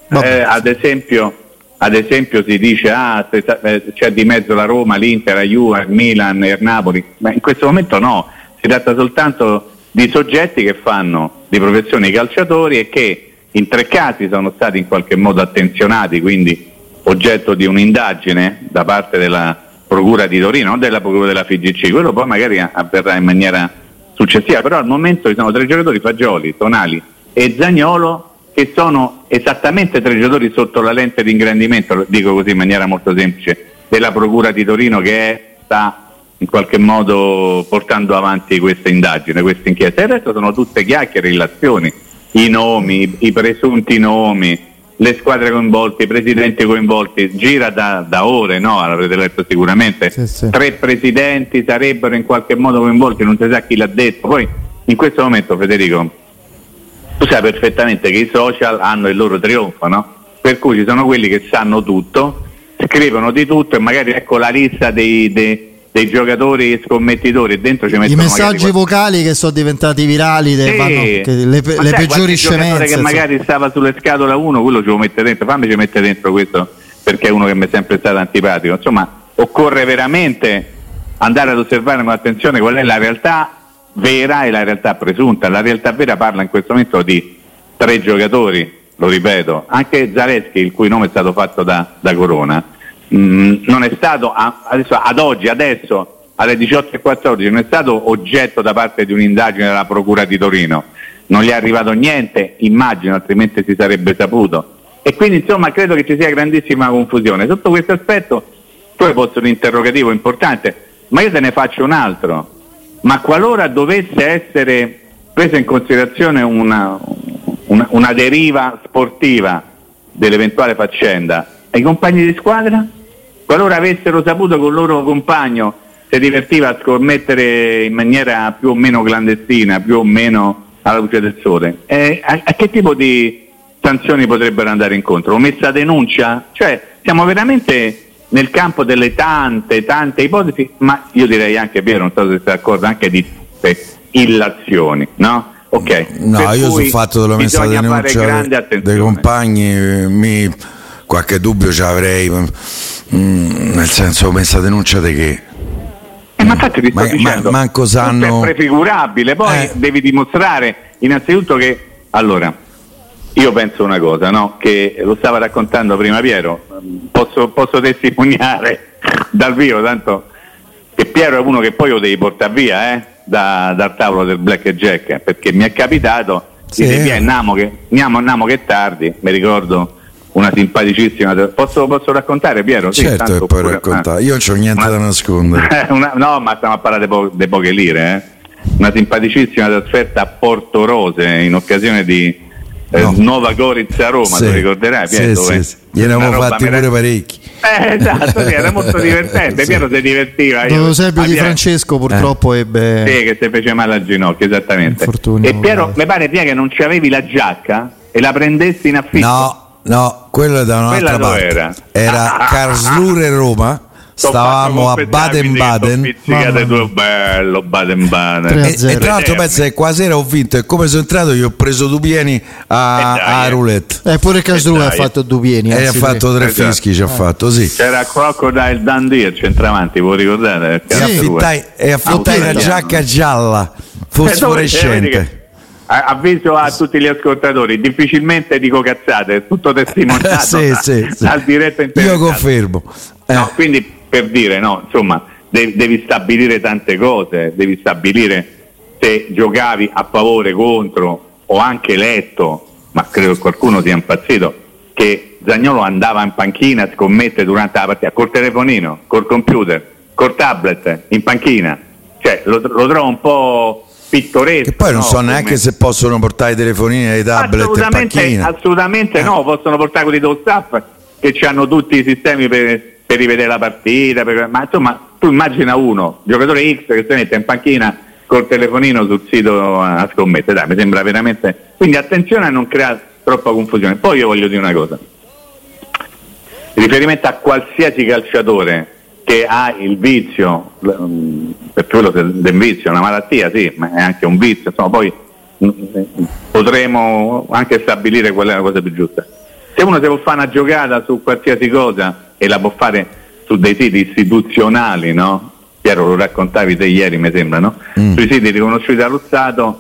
Ad esempio si dice c'è di mezzo la Roma, l'Inter, la Juve, il Milan, il Napoli, ma in questo momento no, si tratta soltanto di soggetti che fanno di professione i calciatori e che in 3 casi sono stati in qualche modo attenzionati, quindi oggetto di un'indagine da parte della Procura di Torino, non della Procura della FIGC. Quello poi magari avverrà in maniera successiva, però al momento ci sono 3 giocatori, Fagioli, Tonali e Zaniolo, che sono esattamente 3 giocatori sotto la lente di ingrandimento, lo dico così in maniera molto semplice, della Procura di Torino, che sta in qualche modo portando avanti questa indagine, questa inchiesta. Il resto sono tutte chiacchiere, relazioni, i nomi, i presunti nomi, le squadre coinvolte, i presidenti coinvolti, gira da ore, no? L'avrete letto sicuramente. Sì. 3 presidenti sarebbero in qualche modo coinvolti, non si sa chi l'ha detto. Poi in questo momento, Federico, tu sai perfettamente che i social hanno il loro trionfo, no? Per cui ci sono quelli che sanno tutto, scrivono di tutto e magari ecco la lista dei giocatori scommettitori, dentro ci mettono i messaggi vocali che sono diventati virali, le peggiori scemenze. Che magari stava sulle scatole 1, quello ce lo mette dentro, fammi ci mette dentro questo perché è uno che mi è sempre stato antipatico. Insomma, occorre veramente andare ad osservare con attenzione qual è la realtà vera e la realtà presunta. La realtà vera parla in questo momento di 3 giocatori, lo ripeto, anche Zaleschi, il cui nome è stato fatto da Corona, non è stato adesso alle 18:14 non è stato oggetto da parte di un'indagine della Procura di Torino, non gli è arrivato niente, immagino, altrimenti si sarebbe saputo, e quindi insomma credo che ci sia grandissima confusione sotto questo aspetto. Tu hai posto un interrogativo importante, ma io te ne faccio un altro: ma qualora dovesse essere presa in considerazione una deriva sportiva dell'eventuale faccenda, ai compagni di squadra, qualora avessero saputo che il loro compagno si divertiva a scommettere in maniera più o meno clandestina, più o meno alla luce del sole, a che tipo di sanzioni potrebbero andare incontro? Omessa denuncia? Cioè siamo veramente nel campo delle tante ipotesi, ma io direi anche, Piero, non so se sei d'accordo, anche di illazioni, no? Ok. No, io sul fatto dell'omessa denuncia dei compagni qualche dubbio ce l'avrei, nel senso, omessa denuncia di che? Ma infatti ti sto dicendo, manco sanno, è prefigurabile, poi devi dimostrare innanzitutto che, allora, io penso una cosa, no? Che lo stava raccontando prima Piero, posso testimoniare dal vivo, tanto che Piero è uno che poi lo devi portare via dal tavolo del blackjack, perché mi è capitato di dire andiamo che è tardi, mi ricordo una simpaticissima, posso raccontare, Piero? Sì, certo che puoi raccontare, io non c'ho niente da nascondere. No, ma stiamo a parlare di poche lire, una simpaticissima trasferta a Porto Rose in occasione di Nova Gorizia Roma, tu ricorderai, Piero? Sì. Gliene avevo fatti pure parecchi. Esatto, sì, era molto divertente. Piero si divertiva. Don Eusebio Di Francesco purtroppo ebbe... Sì, che si fece male al ginocchio, esattamente. Infortunio, e Piero, mi pare, Piero, che non c'avevi la giacca e la prendessi in affitto. No, quello è da un'altra parte. Era Karlsruhe Roma, stavamo a Baden-Baden. Bello Baden-Baden. E tra l'altro penso che qua sera ho vinto, e come sono entrato io ho preso due pieni a roulette. Pure Casdrua ha fatto due pieni. E ha fatto 3 fischi, ci ha fatto, sì. C'era Crocodile Dundee al centravanti, può ricordare? E affittai una giacca gialla fosforescente. Avviso a tutti gli ascoltatori, difficilmente dico cazzate, è tutto testimoniato sì. dal diretto interessato. Io confermo. No, quindi per dire, no, insomma, devi stabilire tante cose, devi stabilire se giocavi a favore, contro, o anche letto, ma credo che qualcuno sia impazzito, che Zaniolo andava in panchina a scommettere durante la partita, col telefonino, col computer, col tablet, in panchina. Cioè, lo trovo un po' pittoresco. E poi non so neanche se possono portare i telefonini e i tablet in panchina. Assolutamente no, possono portare quelli dello staff che hanno tutti i sistemi per rivedere la partita, ma insomma tu immagina uno, giocatore X che si mette in panchina col telefonino sul sito a scommettere, dai, mi sembra veramente. Quindi attenzione a non creare troppa confusione. Poi io voglio dire una cosa, in riferimento a qualsiasi calciatore che ha il vizio, per quello del vizio, una malattia sì, ma è anche un vizio, insomma poi potremo anche stabilire qual è la cosa più giusta. Se uno si può fare una giocata su qualsiasi cosa e la può fare su dei siti istituzionali, no? Piero, lo raccontavi te ieri, mi sembra, no? Sui siti riconosciuti dallo Stato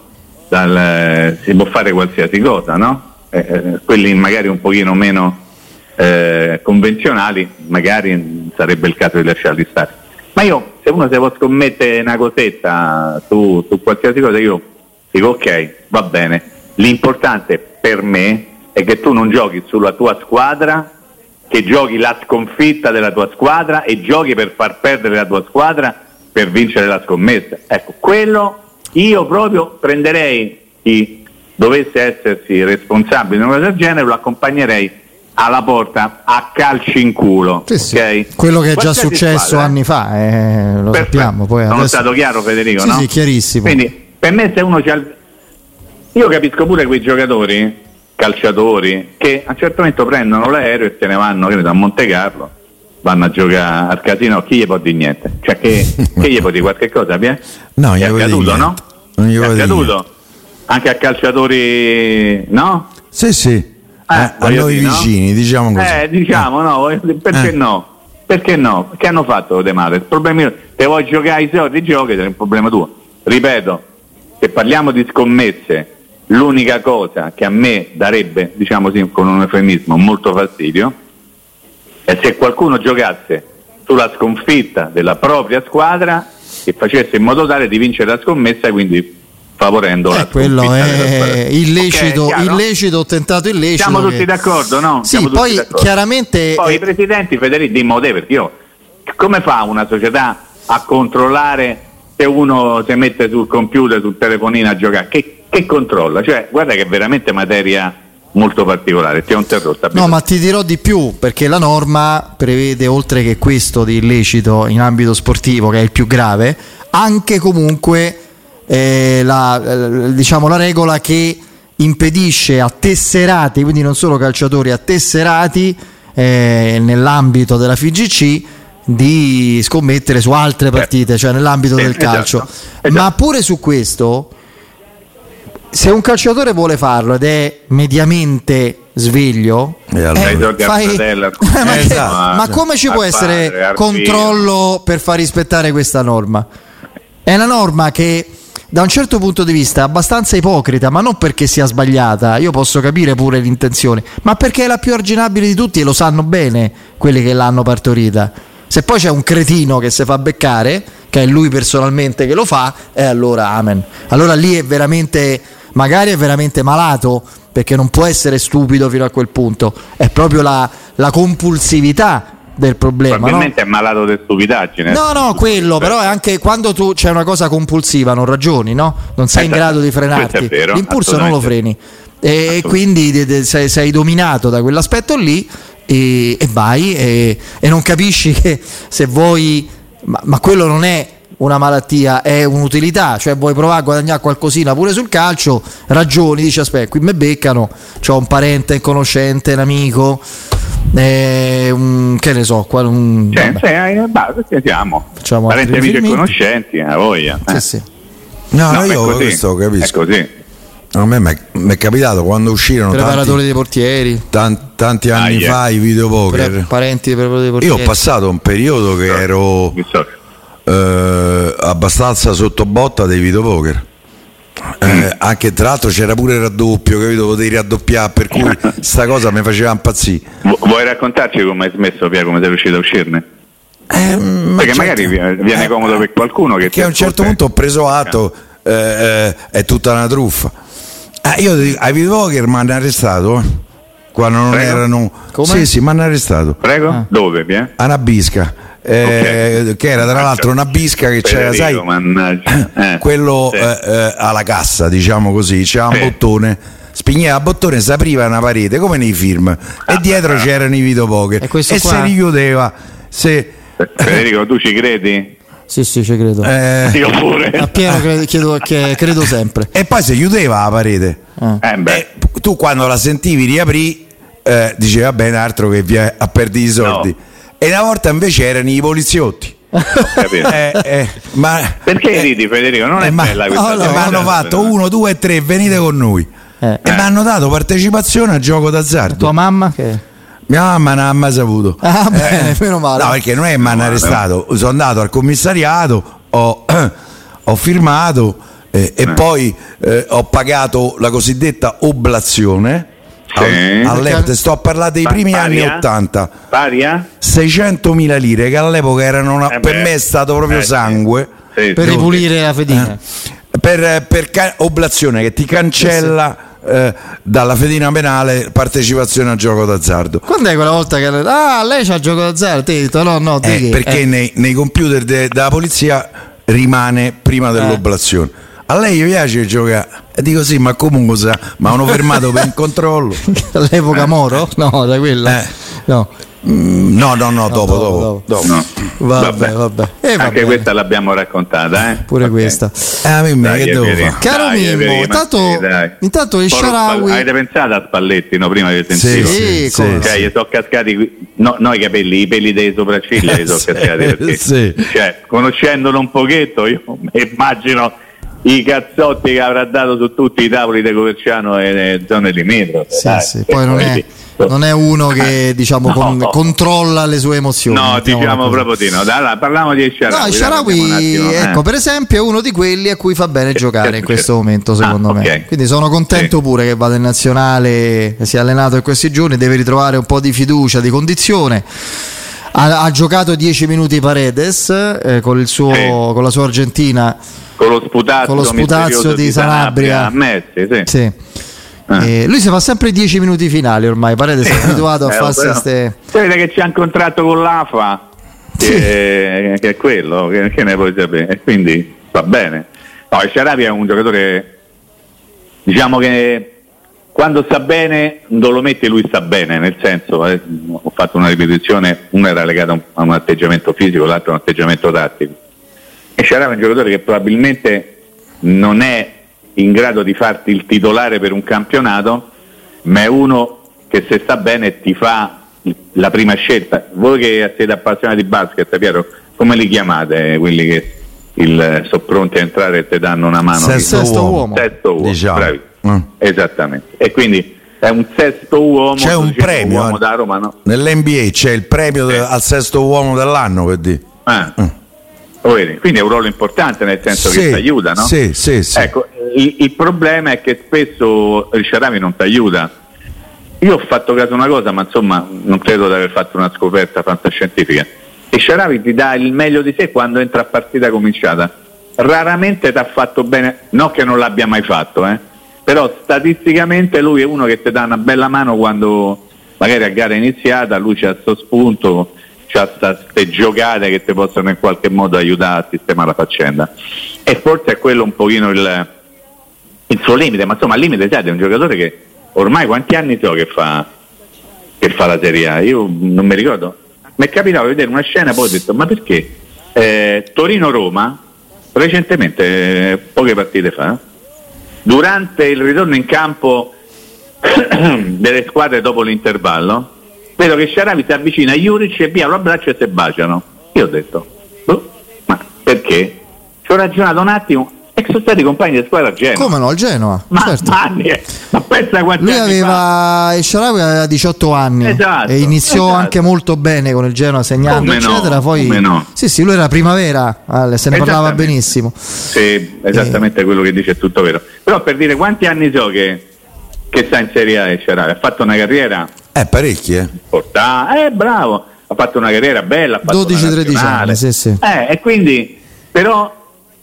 si può fare qualsiasi cosa, no? Quelli magari un pochino meno convenzionali, magari sarebbe il caso di lasciarli stare. Ma io, se uno si può scommettere una cosetta su qualsiasi cosa, io dico ok, va bene. L'importante per me è che tu non giochi sulla tua squadra, che giochi la sconfitta della tua squadra e giochi per far perdere la tua squadra per vincere la scommessa. Ecco, quello io proprio prenderei chi dovesse essersi responsabile di una cosa del genere, lo accompagnerei alla porta a calci in culo. Sì, okay? Quello che è già successo anni fa, lo sappiamo. Poi sono stato chiaro, Federico? Sì, no? Sì, chiarissimo. Quindi per me se uno c'ha io capisco pure quei giocatori, calciatori, che a un certo momento prendono l'aereo e se ne vanno, credo, a Monte Carlo, vanno a giocare al casino, chi gli può dire niente? Cioè che gli può dire qualche cosa? No, è accaduto, no? Non gli è accaduto anche a calciatori, no? Sì. A noi vicini, no? Diciamo così. Diciamo, no, perché no? Perché no? Che hanno fatto De male? Il problema è se vuoi giocare i soldi, giochi, è un problema tuo. Ripeto, se parliamo di scommesse, l'unica cosa che a me darebbe, diciamo sì, con un eufemismo, molto fastidio, è se qualcuno giocasse sulla sconfitta della propria squadra e facesse in modo tale di vincere la scommessa, quindi favorendo la quello è illecito, okay, illecito, tentato illecito. Siamo tutti d'accordo, no? Sì, poi d'accordo. Chiaramente poi i presidenti, Federico, di modo, perché io, come fa una società a controllare se uno si mette sul computer, sul telefonino a giocare? Che controlla? Cioè, guarda che è veramente materia molto particolare. Ti ho interrotto. No, ma ti dirò di più, perché la norma prevede, oltre che questo di illecito in ambito sportivo, che è il più grave, anche comunque la regola che impedisce a tesserati, quindi non solo calciatori, a tesserati nell'ambito della FIGC di scommettere su altre partite, cioè nell'ambito del calcio. Esatto. Ma pure su questo, se un calciatore vuole farlo ed è mediamente sveglio, ma come ci può essere controllo per far rispettare questa norma? È una norma che da un certo punto di vista è abbastanza ipocrita, ma non perché sia sbagliata, io posso capire pure l'intenzione, ma perché è la più arginabile di tutti e lo sanno bene quelli che l'hanno partorita. Se poi c'è un cretino che si fa beccare, che è lui personalmente che lo fa, e allora amen. Allora lì è veramente, magari è veramente malato, perché non può essere stupido fino a quel punto, è proprio la compulsività del problema. Probabilmente no? È malato di stupidaggine. No, quello, però è anche quando tu c'è una cosa compulsiva, non ragioni, no? Non sei in grado di frenarti, vero, l'impulso non lo freni e quindi sei dominato da quell'aspetto lì e vai e non capisci che se vuoi, ma quello non è una malattia, è un'utilità, cioè vuoi provare a guadagnare qualcosina pure sul calcio, ragioni, dici aspetta, qui mi beccano, c'ho un parente, un conoscente, un amico, che ne so, siamo parenti, amici e conoscenti, a voglia. Sì. No, io questo capisco. È così. A me mi è capitato quando uscirono preparatori dei portieri tanti anni fa i videopoker, parenti dei preparatori dei portieri. Io ho passato un periodo che ero abbastanza sotto botta dei videopoker. Anche tra l'altro c'era pure il raddoppio, capito? Potevi raddoppiare, per cui sta cosa mi faceva impazzire. Vuoi raccontarci come hai smesso, Pia, come sei riuscito a uscirne? Perché magari viene comodo per qualcuno che a un certo punto ho preso atto, è tutta una truffa. Io ai videopoker mi hanno arrestato quando non erano. Come? Sì, mi hanno arrestato. Prego? Dove, Pia? A Nabisca. Che era tra l'altro una bisca che c'era, sai, quello alla cassa, diciamo così, c'era un bottone, spigneva il bottone, si apriva una parete come nei film e dietro c'erano i videopoker e si richiudeva. Federico, tu ci credi? Sì, ci credo. Io pure. A pieno credo sempre. E poi si chiudeva la parete. Tu quando la sentivi riaprì, dicevi va bene, altro che via a perdere i soldi. No. E una volta invece erano i poliziotti. Ma perché ridi, Federico? Non è bella questa cosa. Mi hanno fatto 1, 2 e 3, venite con noi. E mi hanno dato partecipazione a gioco d'azzardo. Tua mamma che? Mia mamma non ha mai saputo. Bene, meno male. No, perché non è che mi hanno arrestato. Sono andato al commissariato, ho firmato e poi ho pagato la cosiddetta oblazione. All'epoca sto a parlare dei primi anni 80. Paria? 600.000 lire, che all'epoca erano per me è stato proprio sangue. Per ripulire la fedina. Per oblazione che ti cancella dalla fedina penale partecipazione a gioco d'azzardo. Quando è quella volta che lei c'ha il gioco d'azzardo? Ti ho detto no, perché nei computer della polizia rimane prima dell'oblazione. A lei gli piace giocare? E dico sì, ma comunque ma hanno fermato per un controllo. All'epoca Moro? No, da quella. No, dopo. No. Vabbè. Anche questa l'abbiamo raccontata, pure questa. Che devo fare? Caro Mimmo, intanto il Shaarawy. Avete pensato a Spalletti, no, prima del tensivo? Sì. Cioè, gli sono cascati i capelli, i peli dei sopracciglia gli sono cascati perché cioè, conoscendolo un pochetto, io immagino i cazzotti che avrà dato su tutti i tavoli di Coverciano e zone limitrofe. Sì. Poi non è uno che diciamo controlla le sue emozioni. No, diciamo proprio di no. Parliamo di Shaarawy. No, Shaarawy, ecco, per esempio, è uno di quelli a cui fa bene giocare in questo momento, secondo me. Quindi sono contento pure che vada in nazionale, che si è allenato in questi giorni, deve ritrovare un po' di fiducia, di condizione. Ha giocato 10 minuti Paredes con la sua Argentina. Con lo sputazzo di Sanabria. Messi, sì. Lui si fa sempre 10 minuti finali ormai. Paredes è abituato a farsi queste. Vede che c'è un contratto con l'AFA che è quello che ne puoi sapere, e quindi va bene. No, Shaarawy è un giocatore, diciamo che quando sta bene non lo mette, lui sta bene, nel senso, ho fatto una ripetizione, uno era legato a un atteggiamento fisico, l'altro a un atteggiamento tattico. E Shaarawy è un giocatore che probabilmente non è in grado di farti il titolare per un campionato, ma è uno che se sta bene ti fa la prima scelta. Voi che siete appassionati di basket, Piero, come li chiamate quelli che sono pronti a entrare e ti danno una mano? Sesto uomo, diciamo. Bravi. Esattamente. E quindi è un sesto uomo. C'è un premio uomo da Roma, no? Nell'NBA c'è il premio al sesto uomo dell'anno, per dire. Quindi è un ruolo importante, nel senso che ti aiuta, no? Sì. Ecco, il problema è che spesso il Shaarawy non ti aiuta. Io ho fatto caso a una cosa, ma insomma non credo di aver fatto una scoperta fantascientifica. Il Shaarawy ti dà il meglio di sé quando entra a partita cominciata. Raramente ti ha fatto bene, non che non l'abbia mai fatto, però statisticamente lui è uno che ti dà una bella mano quando magari a gara iniziata, lui c'ha sto spunto, c'ha queste giocate che ti possono in qualche modo aiutare a sistemare la faccenda, e forse è quello un pochino il suo limite, ma insomma al limite è un giocatore che ormai quanti anni so che fa la Serie A, io non mi ricordo, mi è capitato di vedere una scena, poi ho detto ma perché Torino-Roma recentemente, poche partite fa, durante il ritorno in campo delle squadre dopo l'intervallo, vedo che Sharawi si avvicina a Juric e via lo abbraccio e si baciano. Io ho detto, ma perché? Ci ho ragionato un attimo e sono stati compagni di squadra a Genova. Come no, il Genoa? Ma certo. anni, ma pensa quanti lui anni aveva il Sharawi aveva 18 anni, esatto, e iniziò anche molto bene con il Genoa, segnando eccetera, poi sì, lui era primavera, se ne parlava benissimo. Sì, esattamente quello che dice è tutto vero. Però per dire quanti anni so che sta in Serie A il Sharawi, ha fatto una carriera parecchi, bravo, ha fatto una carriera bella, ha fatto 12-13 anni, sì. E quindi però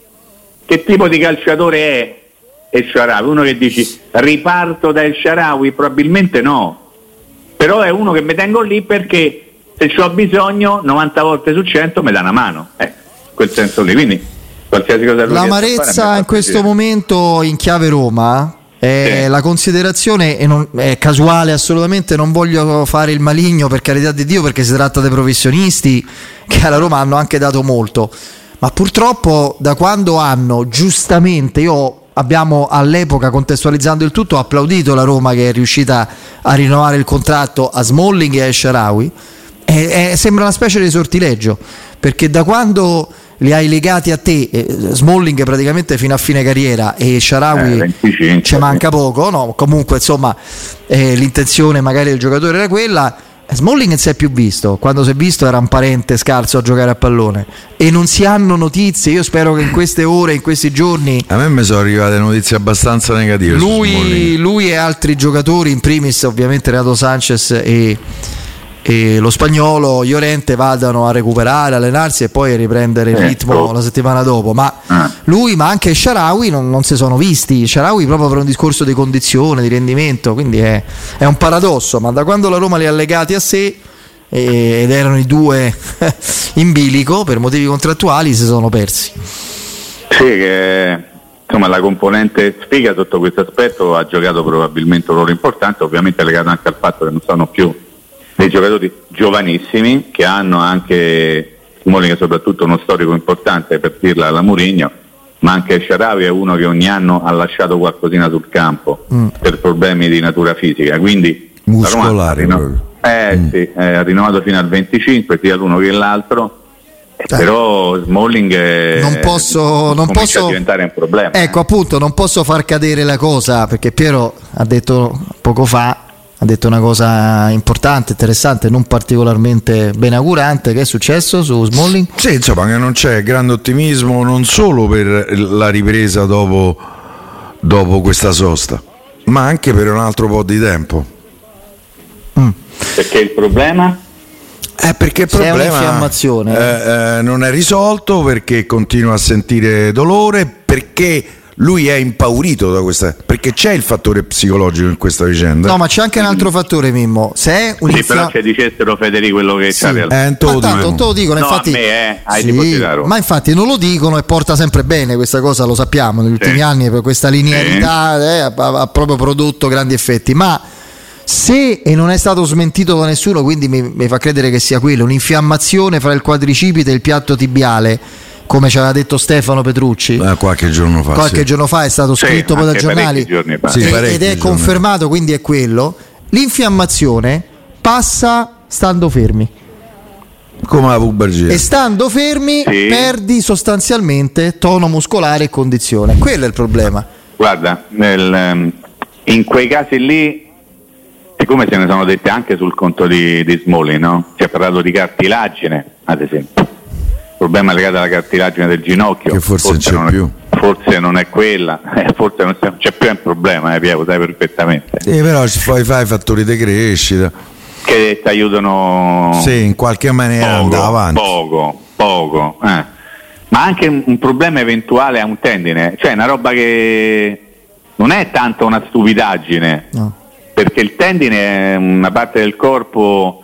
che tipo di calciatore è il Sharawi? Uno che dici riparto dal Sharawi? Probabilmente no, però è uno che mi tengo lì perché se ho bisogno 90 volte su 100 mi dà una mano, quel senso lì. Quindi qualsiasi cosa lui l'amarezza in questo momento in chiave Roma è la considerazione, e non è casuale assolutamente, non voglio fare il maligno, per carità di Dio, perché si tratta dei professionisti che alla Roma hanno anche dato molto, ma purtroppo da quando hanno giustamente, abbiamo all'epoca, contestualizzando il tutto, applaudito la Roma che è riuscita a rinnovare il contratto a Smalling e a Sharawi, sembra una specie di sortileggio, perché da quando li hai legati a te, Smalling praticamente fino a fine carriera e Sharawi ci manca poco, no? Comunque insomma l'intenzione magari del giocatore era quella. Smalling non si è più visto, quando si è visto era un parente scarso a giocare a pallone e non si hanno notizie. Io spero che in queste ore, in questi giorni, a me mi sono arrivate notizie abbastanza negative lui e altri giocatori, in primis ovviamente Renato Sanchez e lo spagnolo Llorente, vadano a recuperare, allenarsi e poi riprendere il ritmo la settimana dopo, ma lui, ma anche Sharawi non si sono visti. Sharawi proprio per un discorso di condizione, di rendimento, quindi è un paradosso, ma da quando la Roma li ha legati a sé ed erano i due in bilico per motivi contrattuali, si sono persi. Sì, che insomma la componente sfiga sotto questo aspetto ha giocato probabilmente un ruolo importante, ovviamente legato anche al fatto che non sono più dei giocatori giovanissimi, che hanno anche Smalling soprattutto uno storico importante, per dirla alla Mourinho, ma anche Sharawi è uno che ogni anno ha lasciato qualcosina sul campo per problemi di natura fisica, quindi muscolari sì, ha rinnovato fino al 25 sia l'uno che l'altro. Però Smalling non posso diventare un problema. Ecco, appunto, non posso far cadere la cosa, perché Piero ha detto poco fa, ha detto una cosa importante, interessante, non particolarmente benaugurante. Che è successo su Smalling? Sì, insomma, che non c'è grande ottimismo non solo per la ripresa dopo questa sosta, ma anche per un altro po' di tempo. Perché il problema? Perché il problema è un'infiammazione. Non è risolto, perché continua a sentire dolore, perché lui è impaurito da questa, perché c'è il fattore psicologico in questa vicenda. No, ma c'è anche un altro fattore, Mimmo. Se è però se dicessero Federico quello che c'ha non te lo dicono, no, infatti, a me, ma infatti non lo dicono e porta sempre bene, questa cosa lo sappiamo, negli ultimi anni per questa linearità ha proprio prodotto grandi effetti, ma se, e non è stato smentito da nessuno, quindi mi fa credere che sia quello, un'infiammazione fra il quadricipite e il piatto tibiale, come ci aveva detto Stefano Petrucci qualche giorno fa è stato scritto poi da giornali ed è confermato, quindi è quello. L'infiammazione passa stando fermi, come la pubalgia, e stando fermi perdi sostanzialmente tono muscolare e condizione. Quello è il problema. Guarda, in quei casi lì, siccome se ne sono dette anche sul conto di Smalling, no? Si è parlato di cartilagine, ad esempio. Il problema legato alla cartilagine del ginocchio, che forse non c'è più. Forse non è quella, forse non c'è più un problema, Piero, sai perfettamente. Sì, però poi fai fattori di crescita che ti aiutano, sì, in qualche maniera andare avanti. Poco. Ma anche un problema eventuale a un tendine, cioè una roba che non è tanto una stupidaggine, no. Perché il tendine è una parte del corpo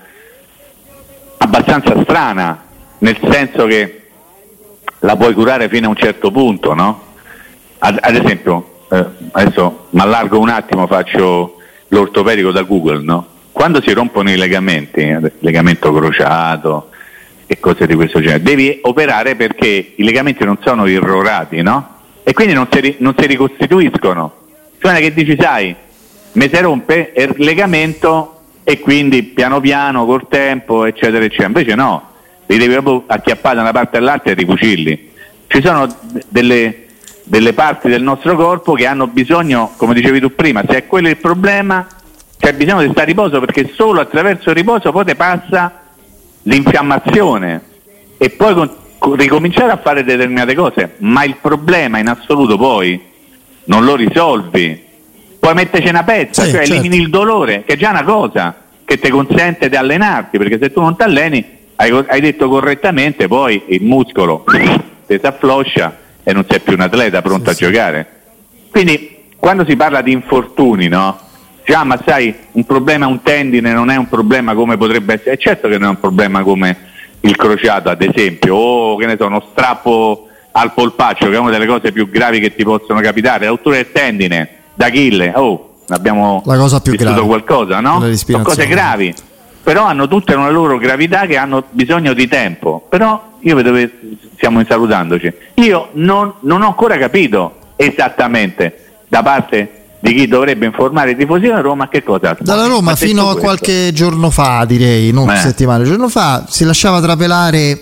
abbastanza strana, nel senso che la puoi curare fino a un certo punto, no? Ad esempio, adesso mi allargo un attimo, faccio l'ortopedico da Google, no? Quando si rompono i legamenti, legamento crociato e cose di questo genere, devi operare perché i legamenti non sono irrorati, no? E quindi non si ricostituiscono. Cioè che dici, sai, mi si rompe il legamento e quindi piano piano col tempo eccetera eccetera. Invece no, li devi proprio acchiappare da una parte all'altra e ricucirli. Ci sono delle parti del nostro corpo che hanno bisogno, come dicevi tu prima, se è quello il problema c'è bisogno di stare a riposo, perché solo attraverso il riposo poi te passa l'infiammazione e poi ricominciare a fare determinate cose, ma il problema in assoluto poi non lo risolvi, puoi metterci una pezza, cioè certo, elimini il dolore, che è già una cosa che ti consente di allenarti, perché se tu non ti alleni, hai detto correttamente, poi il muscolo ti si affloscia e non sei più un atleta pronto a giocare. Quindi quando si parla di infortuni, no? Ma sai, un problema un tendine non è un problema come potrebbe essere, certo che non è un problema come il crociato ad esempio, o che ne so, uno strappo al polpaccio, che è una delle cose più gravi che ti possono capitare, la rottura del tendine d'Achille, abbiamo la cosa più vissuto grave, qualcosa, no? Sono cose gravi, però hanno tutte una loro gravità che hanno bisogno di tempo. Però io vedo che stiamo salutandoci, io non ho ancora capito esattamente da parte di chi dovrebbe informare i tifosi della Roma che cosa. Dalla Roma fino a qualche giorno fa, direi, non settimane, giorno fa, si lasciava trapelare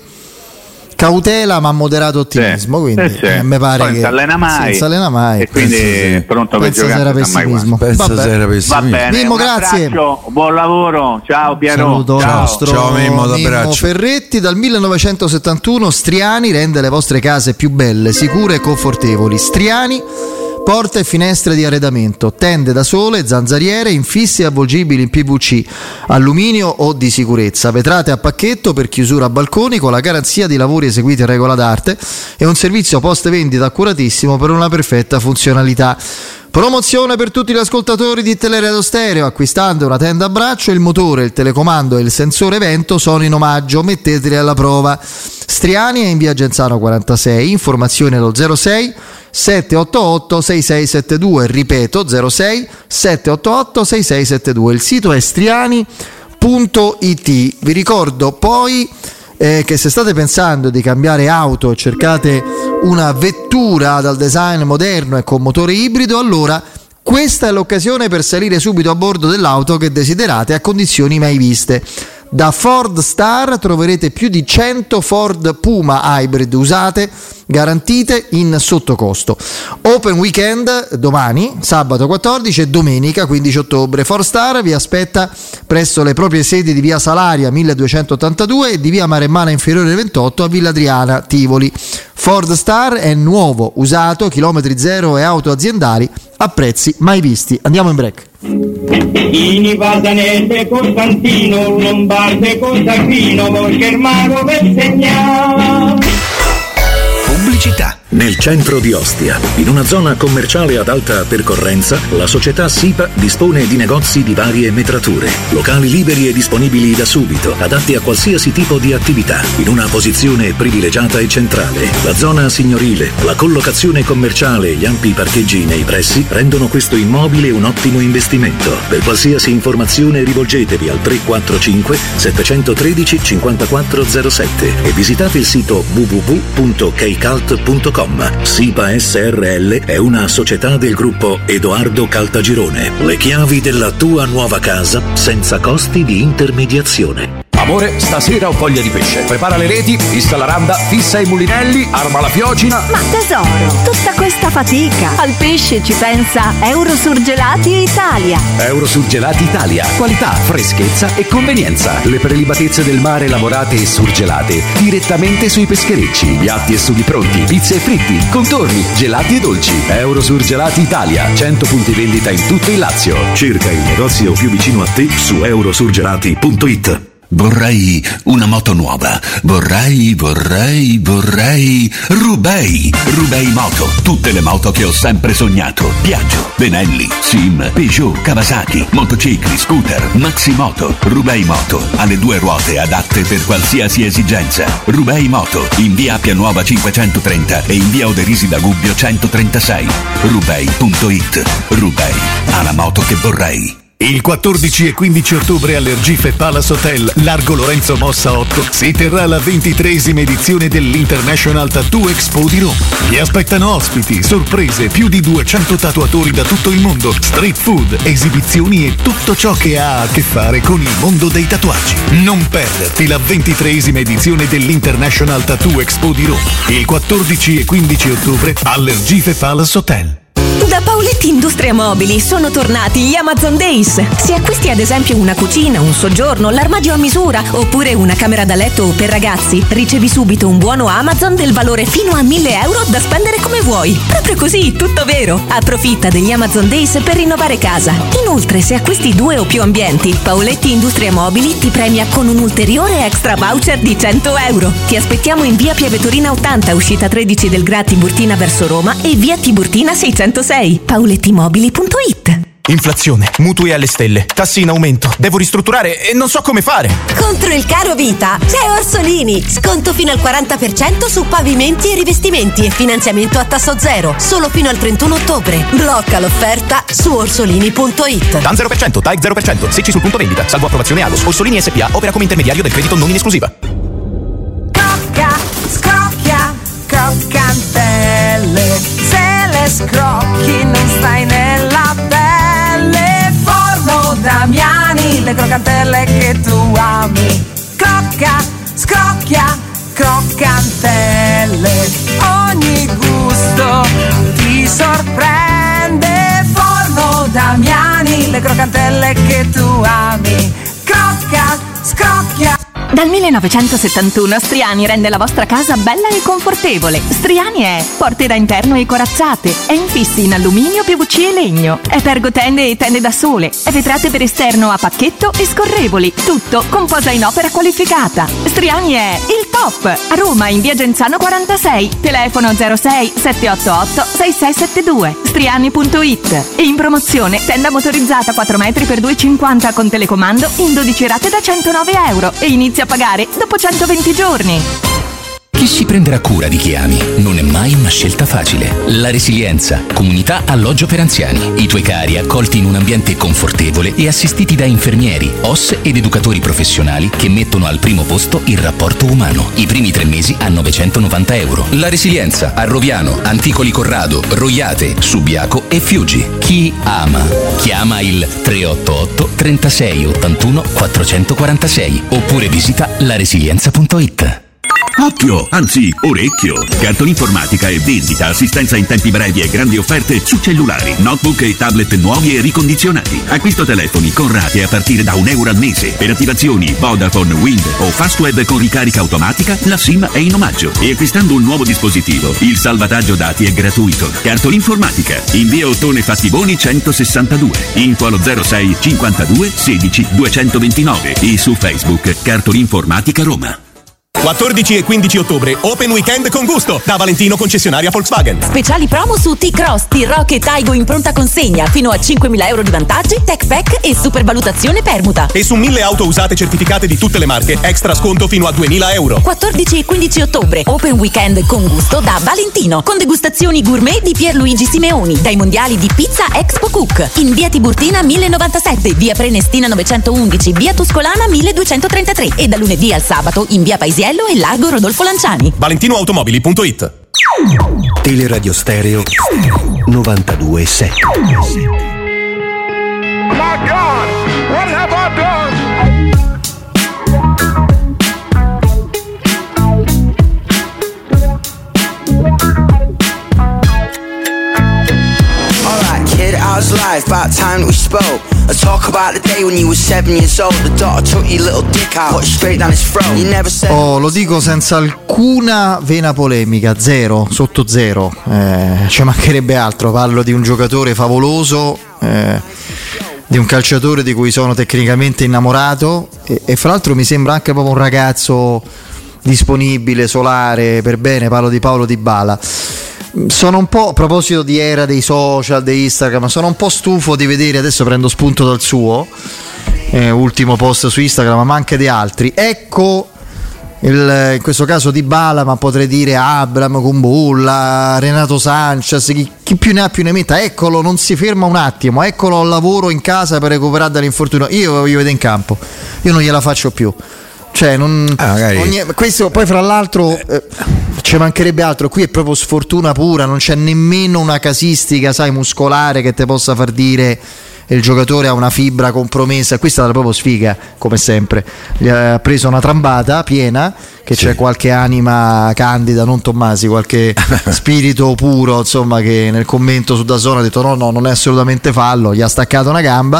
cautela ma moderato ottimismo, quindi a me pare poi che non si allena mai e quindi è pronto per giocare. Era pessimismo. Va bene, Mimmo, grazie, buon lavoro, ciao Piero. Ciao Mimmo Ferretti. Dal 1971 Striani rende le vostre case più belle, sicure e confortevoli. Striani, porte e finestre di arredamento, tende da sole, zanzariere, infissi avvolgibili in PVC, alluminio o di sicurezza, vetrate a pacchetto per chiusura a balconi con la garanzia di lavori eseguiti in regola d'arte e un servizio post vendita accuratissimo per una perfetta funzionalità. Promozione per tutti gli ascoltatori di Teleradio Stereo: acquistando una tenda a braccio, il motore, il telecomando e il sensore vento sono in omaggio, metteteli alla prova. Striani è in via Genzano 46, informazioni allo 06 788 6672, ripeto 06 788 6672, il sito è striani.it. Vi ricordo poi che se state pensando di cambiare auto e cercate una vettura dal design moderno e con motore ibrido, allora questa è l'occasione per salire subito a bordo dell'auto che desiderate a condizioni mai viste. Da Ford Star troverete più di 100 Ford Puma Hybrid usate, garantite in sottocosto. Open weekend domani, sabato 14 e domenica 15 ottobre. Ford Star vi aspetta presso le proprie sedi di via Salaria 1282 e di via Maremmana Inferiore 28 a Villa Adriana Tivoli. Ford Star è nuovo, usato, chilometri zero e auto aziendali a prezzi mai visti. Andiamo in break. Ini Vasanese Costantino, Lombarde Costantino, Volchermano per segnare. Pubblicità. Nel centro di Ostia, in una zona commerciale ad alta percorrenza, la società SIPA dispone di negozi di varie metrature, locali liberi e disponibili da subito, adatti a qualsiasi tipo di attività, in una posizione privilegiata e centrale. La zona signorile, la collocazione commerciale e gli ampi parcheggi nei pressi rendono questo immobile un ottimo investimento. Per qualsiasi informazione rivolgetevi al 345 713 5407 e visitate il sito www.kcalt.com. SIPA SRL è una società del gruppo Edoardo Caltagirone. Le chiavi della tua nuova casa senza costi di intermediazione. Amore, stasera ho voglia di pesce. Prepara le reti, fissa la randa, fissa i mulinelli, arma la fiocina. Ma tesoro, tutta questa fatica. Al pesce ci pensa Eurosurgelati Italia. Eurosurgelati Italia. Qualità, freschezza e convenienza. Le prelibatezze del mare lavorate e surgelate direttamente sui pescherecci. Piatti e sughi pronti, pizze e fritti, contorni, gelati e dolci. Eurosurgelati Italia. 100 punti vendita in tutto il Lazio. Cerca il negozio più vicino a te su eurosurgelati.it. Vorrei una moto nuova. Vorrei Rubei Moto. Tutte le moto che ho sempre sognato. Piaggio, Benelli, Sim, Peugeot, Kawasaki, motocicli, scooter, Maximoto. Rubei Moto ha le due ruote adatte per qualsiasi esigenza. Rubei Moto in via Appia Nuova 530 e in via Oderisi da Gubbio 136. Rubei.it. Rubei ha la moto che vorrei. Il 14 e 15 ottobre all'Ergife Palace Hotel, Largo Lorenzo Mossa 8, si terrà la 23esima edizione dell'International Tattoo Expo di Roma. Vi aspettano ospiti, sorprese, più di 200 tatuatori da tutto il mondo, street food, esibizioni e tutto ciò che ha a che fare con il mondo dei tatuaggi. Non perderti la 23esima edizione dell'International Tattoo Expo di Roma, il 14 e 15 ottobre all'Ergife Palace Hotel. Da Paoletti Industria Mobili sono tornati gli Amazon Days. Se acquisti ad esempio una cucina, un soggiorno, l'armadio a misura oppure una camera da letto per ragazzi, ricevi subito un buono Amazon del valore fino a 1.000 euro da spendere come vuoi. Proprio così, tutto vero. Approfitta degli Amazon Days per rinnovare casa. Inoltre, se acquisti 2 o più ambienti, Paoletti Industria Mobili ti premia con un ulteriore extra voucher di 100 euro. Ti aspettiamo in via Piavetorina 80, uscita 13 del Gra Tiburtina verso Roma e via Tiburtina 606. paulettimobili.it. Inflazione, mutui alle stelle, tassi in aumento, devo ristrutturare e non so come fare. Contro il caro vita c'è Orsolini, sconto fino al 40% su pavimenti e rivestimenti e finanziamento a tasso zero, solo fino al 31 ottobre. Blocca l'offerta su orsolini.it. TAN 0%, TAEC 0%, secci sul punto vendita, salvo approvazione ALOS. Orsolini SPA opera come intermediario del credito non in esclusiva. Crocca, scrocchia, croccantelle, se le scrocchi non stai nella pelle. Forno Damiani, le croccantelle che tu ami. Crocca, scrocchia, croccantelle, ogni gusto ti sorprende. Forno Damiani, le croccantelle che tu ami. Crocca, scrocchia. Dal 1971 Striani rende la vostra casa bella e confortevole. Striani è porte da interno e corazzate, è infissi in alluminio, PVC e legno, è pergotende e tende da sole, è vetrate per esterno a pacchetto e scorrevoli, tutto con posa in opera qualificata. Striani è il top! A Roma in via Genzano 46, telefono 06 788 6672, striani.it. E in promozione tenda motorizzata 4 metri per 2,50 con telecomando in 12 rate da 109 euro e inizia a pagare dopo 120 giorni. Chi si prenderà cura di chi ami? Non è mai una scelta facile. La Resilienza, comunità alloggio per anziani. I tuoi cari accolti in un ambiente confortevole e assistiti da infermieri, OS ed educatori professionali che mettono al primo posto il rapporto umano. I primi 3 mesi a 990 euro. La Resilienza a Roviano, Anticoli Corrado, Roiate, Subiaco e Fiuggi. Chi ama? Chiama il 388 36 81 446 oppure visita laresilienza.it. Occhio, anzi orecchio! Cartolinformatica e vendita, assistenza in tempi brevi e grandi offerte su cellulari, notebook e tablet nuovi e ricondizionati. Acquisto telefoni con rate a partire da €1 al mese. Per attivazioni Vodafone, Wind o Fastweb con ricarica automatica, la SIM è in omaggio. E acquistando un nuovo dispositivo, il salvataggio dati è gratuito. Cartolinformatica, in via Ottone Fattiboni 162. Info allo 06 52 16 229 e su Facebook Cartolinformatica Roma. 14 e 15 ottobre, Open Weekend con gusto, da Valentino concessionaria Volkswagen. Speciali promo su T-Cross, T-Rock e Taigo in pronta consegna, fino a 5.000 euro di vantaggi, tech pack e supervalutazione permuta. E su 1.000 auto usate certificate di tutte le marche, extra sconto fino a 2.000 euro. 14 e 15 ottobre, Open Weekend con gusto da Valentino, con degustazioni gourmet di Pierluigi Simeoni, dai mondiali di Pizza Expo Cook, in via Tiburtina 1097, via Prenestina 911, via Tuscolana 1233 e da lunedì al sabato in via Paesiello e largo Rodolfo Lanciani. ValentinoAutomobili.it. Teleradio Stereo 92.7. My God, what have I done? Alright, kid, how's life? About time that we spoke. Let's talk about the day when you were 7 years old. The daughter took your little dick out, put it straight down his throat. You never said. Oh, lo dico senza alcuna vena polemica, zero, sotto zero. Ci mancherebbe altro. Parlo di un giocatore favoloso, di un calciatore di cui sono tecnicamente innamorato e fra l'altro mi sembra anche proprio un ragazzo disponibile, solare, per bene. Parlo di Paulo Dybala. Sono un po', a proposito di era dei social, di Instagram, sono un po' stufo di vedere, adesso prendo spunto dal suo ultimo post su Instagram, ma anche di altri. Ecco in questo caso Dybala, ma potrei dire Abraham, Kumbulla, Renato Sanchez, chi più ne ha più ne metta. Eccolo, non si ferma un attimo, eccolo al lavoro in casa per recuperare dall'infortunio. Io lo voglio vedere in campo, io non gliela faccio più. Cioè, questo poi fra l'altro ci mancherebbe altro, qui è proprio sfortuna pura, non c'è nemmeno una casistica, sai, muscolare che ti possa far dire il giocatore ha una fibra compromessa. Qui è stata proprio sfiga, come sempre. Gli ha preso una trambata piena, che c'è qualche anima candida, non Tommasi, qualche spirito puro, insomma, che nel commento su DAZN ha detto no, non è assolutamente fallo, gli ha staccato una gamba.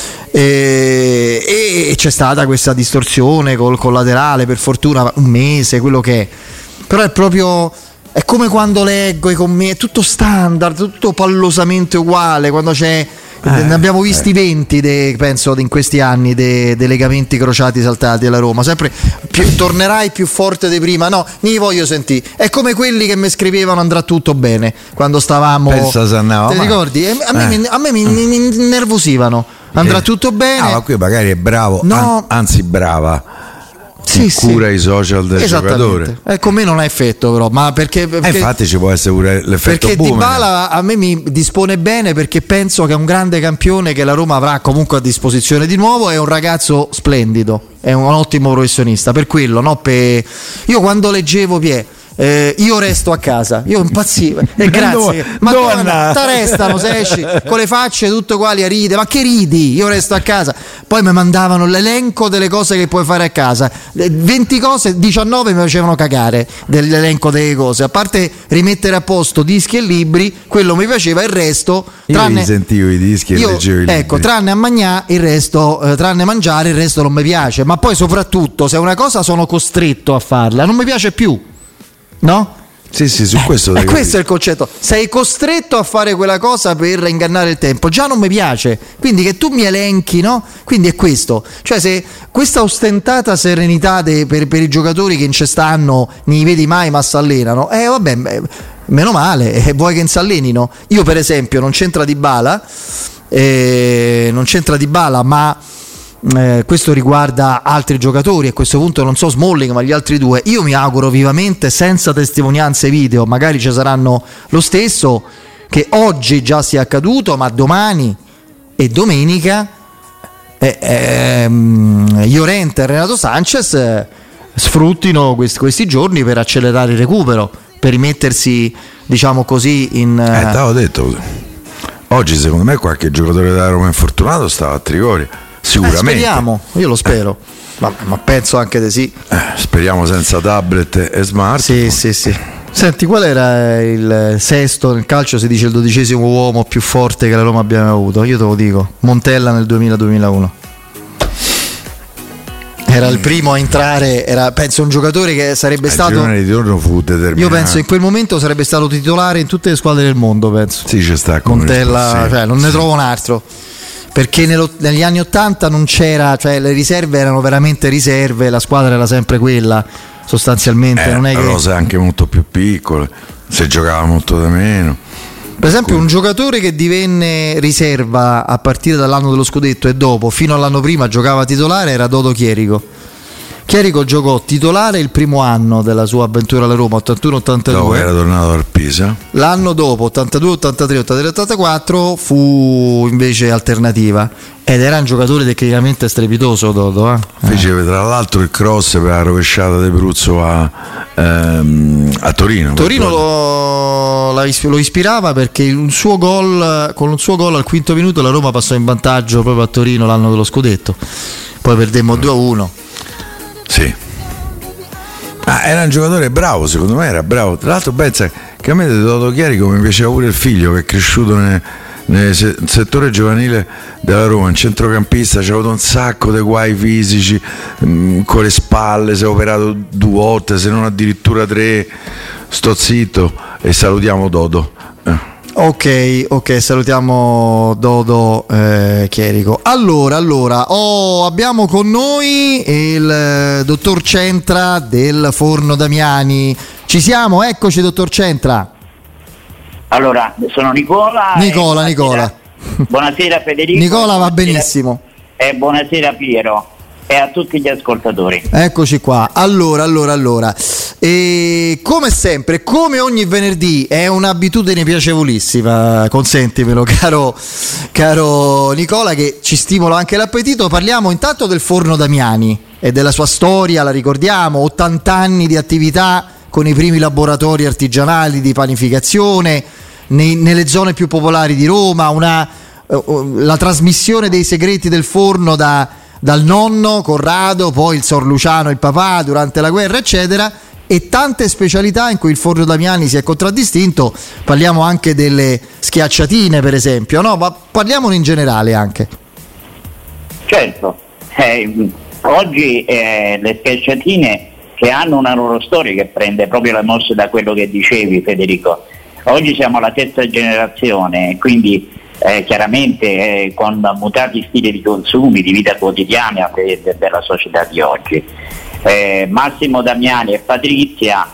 E c'è stata questa distorsione col collaterale, per fortuna un mese, quello che è. Però è proprio, è come quando leggo i commenti, è tutto standard, tutto pallosamente uguale. Quando c'è ne abbiamo visti 20 penso in questi anni dei legamenti crociati saltati alla Roma, sempre tornerai più forte di prima, no, mi voglio sentire. È come quelli che mi scrivevano andrà tutto bene quando stavamo, ti ricordi? A me mi innervosivano. Andrà tutto bene. Ma qui magari è bravo, anzi brava. Cura i social del giocatore. Con me non ha effetto, però, ma perché infatti ci può essere pure l'effetto perché Dybala a me mi dispone bene, perché penso che è un grande campione che la Roma avrà comunque a disposizione di nuovo. È un ragazzo splendido, è un ottimo professionista, per quello, no? Io quando leggevo io resto a casa, io impazzivo e grazie, ma t'arrestano se esci con le facce tutte uguali a ride, ma che ridi? Io resto a casa. Poi mi mandavano l'elenco delle cose che puoi fare a casa, 20 cose, 19 mi facevano cagare dell'elenco delle cose, a parte rimettere a posto dischi e libri, quello mi piaceva, il resto io sentivo i dischi e leggevo i libri, ecco, tranne a mangiare il resto, tranne mangiare il resto non mi piace. Ma poi soprattutto se una cosa sono costretto a farla non mi piace più, no? Sì, su questo. Questo è il concetto. Sei costretto a fare quella cosa per ingannare il tempo. Già non mi piace. Quindi che tu mi elenchi, no? Quindi è questo. Cioè, se questa ostentata serenità per i giocatori che non ci stanno, non li vedi mai, ma si allenano. Vabbè, meno male. Vuoi che non si allenino? Io, per esempio, non c'entra Dybala, ma questo riguarda altri giocatori. A questo punto non so Smalling, ma gli altri due io mi auguro vivamente, senza testimonianze video, magari ci saranno lo stesso, che oggi già sia accaduto, ma domani e domenica Llorente e Renato Sanchez sfruttino questi giorni per accelerare il recupero, per rimettersi, diciamo così, in t'avevo detto, oggi secondo me qualche giocatore della Roma infortunato stava a Trigoria. Sicuramente. Speriamo, io lo spero, ma penso anche di sì. Speriamo senza tablet e smart. Sì. Senti, qual era il sesto nel calcio? Si dice il 12° uomo più forte che la Roma abbia avuto. Io te lo dico, Montella nel 2000-2001. Era il primo a entrare, era penso un giocatore che sarebbe stato. Il girone di ritorno fu determinante. Io penso in quel momento sarebbe stato titolare in tutte le squadre del mondo, penso. Sì, c'è sta Montella, cioè, non ne trovo un altro. Perché negli anni 80 non c'era, cioè le riserve erano veramente riserve, la squadra era sempre quella, sostanzialmente. Non è che rose anche molto più piccole, si giocava molto da meno. Per esempio un giocatore che divenne riserva a partire dall'anno dello scudetto e dopo, fino all'anno prima giocava titolare, era Dodo Chierico. Chierico giocò titolare il primo anno della sua avventura alla Roma, 81-82. Dopo era tornato al Pisa. L'anno dopo, 82-83, 83-84, fu invece alternativa. Ed era un giocatore tecnicamente strepitoso, Dodo. Fece tra l'altro il cross per la rovesciata di Bruzzo a Torino. Torino lo ispirava, perché con un suo gol al 5° minuto la Roma passò in vantaggio proprio a Torino l'anno dello scudetto. Poi perdemmo 2-1. Sì, era un giocatore bravo, secondo me era bravo. Tra l'altro pensa che a me di Dodo Chierico mi piaceva pure il figlio, che è cresciuto nel settore giovanile della Roma, un centrocampista, c'ha avuto un sacco di guai fisici, con le spalle, si è operato 2 volte, se non addirittura 3. Sto zitto e salutiamo Dodo. Ok, salutiamo Dodo Chierico. Allora, abbiamo con noi il dottor Centra del Forno Damiani. Ci siamo? Eccoci, dottor Centra. Allora, sono Nicola. Nicola. Buonasera Federico. Nicola va benissimo. E buonasera Piero. e a tutti gli ascoltatori. Eccoci qua. Allora. E come sempre, come ogni venerdì, è un'abitudine piacevolissima, consentimelo, caro Nicola, che ci stimola anche l'appetito. Parliamo intanto del Forno Damiani e della sua storia, la ricordiamo, 80 anni di attività con i primi laboratori artigianali di panificazione nelle zone più popolari di Roma, la trasmissione dei segreti del forno dal nonno Corrado, poi il Sor Luciano, il papà, durante la guerra, eccetera, e tante specialità in cui il Forno Damiani si è contraddistinto. Parliamo anche delle schiacciatine, per esempio, no? Ma parliamone in generale anche. Certo, oggi le schiacciatine, che hanno una loro storia che prende proprio le mosse da quello che dicevi, Federico. Oggi siamo alla terza generazione, quindi chiaramente con mutati stili di consumi, di vita quotidiana della società di oggi. Massimo Damiani e Patrizia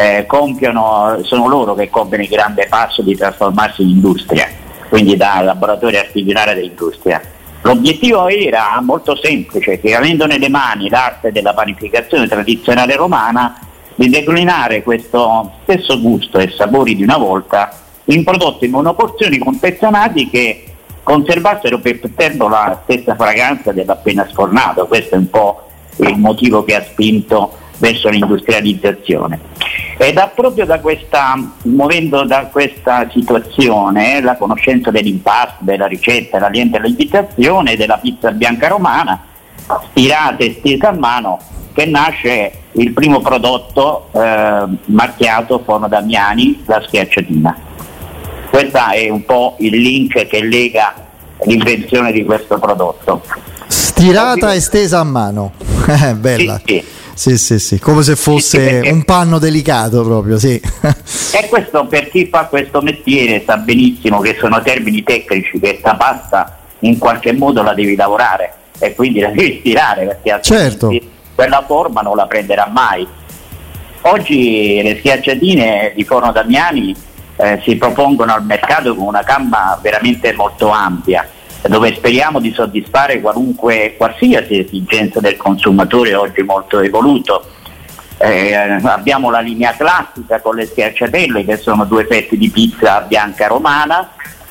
sono loro che compiono il grande passo di trasformarsi in industria, quindi da laboratorio artigianale dell'industria. L'obiettivo era molto semplice, che avendo nelle mani l'arte della panificazione tradizionale romana, di declinare questo stesso gusto e sapori di una volta in prodotti monoporzioni confezionati che conservassero per tempo la stessa fragranza dell'appena sfornato. Questo è un po' il motivo che ha spinto verso l'industrializzazione. Ed proprio muovendo da questa situazione, la conoscenza dell'impasto, della ricetta, l'ambiente dell'imitazione, della pizza bianca romana, stirata e stesa a mano, che nasce il primo prodotto marchiato Forno Damiani, la schiacciatina. Questo è un po' il link che lega l'invenzione di questo prodotto. Stirata e stesa a mano, bella. Sì, come se fosse un panno delicato proprio, sì. E questo, per chi fa questo mestiere, sa benissimo che sono termini tecnici, che sta pasta in qualche modo la devi lavorare e quindi la devi stirare, perché altrimenti quella forma non la prenderà mai. Oggi le schiacciatine di Forno Damiani si propongono al mercato con una gamma veramente molto ampia, dove speriamo di soddisfare qualsiasi esigenza del consumatore oggi molto evoluto. Abbiamo la linea classica con le schiacciatelle, che sono 2 fetti di pizza bianca romana,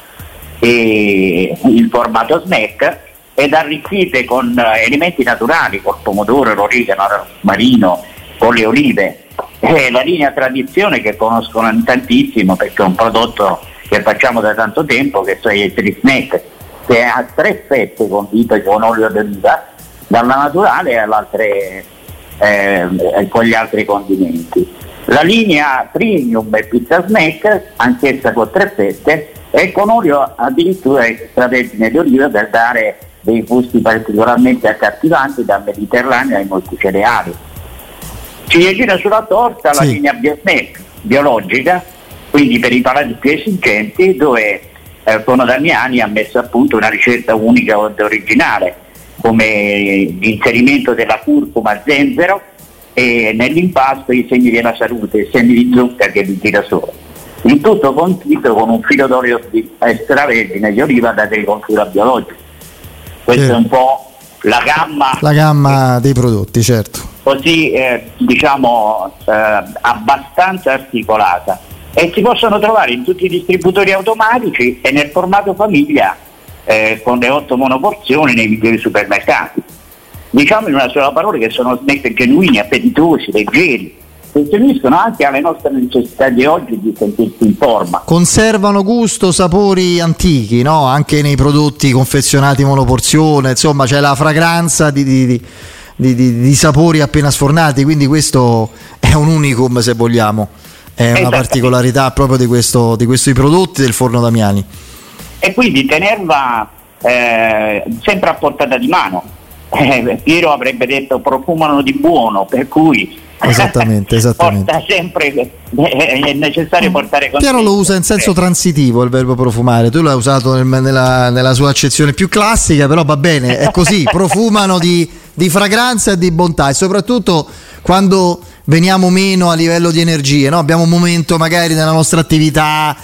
e il formato snack, ed arricchite con elementi naturali, col pomodoro, l'origano, il rosmarino, con le olive. La linea tradizione, che conoscono in tantissimo perché è un prodotto che facciamo da tanto tempo, che sono i snack, che ha 3 fette condite con olio d'oliva, dalla naturale all'altre con gli altri condimenti. La linea premium e pizza snack, anch'essa con 3 fette e con olio addirittura extravergine di oliva, per dare dei gusti particolarmente accattivanti, dal Mediterraneo ai molti cereali. Ciliegina sulla torta, la linea bio-snack, biologica, quindi per i palati più esigenti, dove Forno Damiani ha messo a punto una ricetta unica ed originale, come l'inserimento della curcuma, zenzero, e nell'impasto i segni della salute, i semi di zucca che li tira solo. Il tutto condito con un filo d'olio extravergine di oliva da agricoltura biologica. Questa è un po' la gamma dei prodotti, certo. Così abbastanza articolata, e si possono trovare in tutti i distributori automatici e nel formato famiglia, con le 8 monoporzioni nei migliori supermercati. Diciamo in una sola parola che sono snack genuini, appetitosi, leggeri, che si uniscono anche alle nostre necessità di oggi di sentirsi in forma. Conservano gusto, sapori antichi, no? Anche nei prodotti confezionati monoporzione, insomma c'è la fragranza di sapori appena sfornati, quindi questo è un unicum, se vogliamo, è una particolarità proprio di questi prodotti del Forno Damiani. E quindi tenerla sempre a portata di mano. Piero avrebbe detto profumano di buono, per cui esattamente. Porta sempre, è necessario portare con Piero lo usa in senso transitivo il verbo profumare, tu l'hai usato nella sua accezione più classica, però va bene, è così, profumano di fragranza e di bontà, e soprattutto quando veniamo meno a livello di energie, no? Abbiamo un momento magari nella nostra attività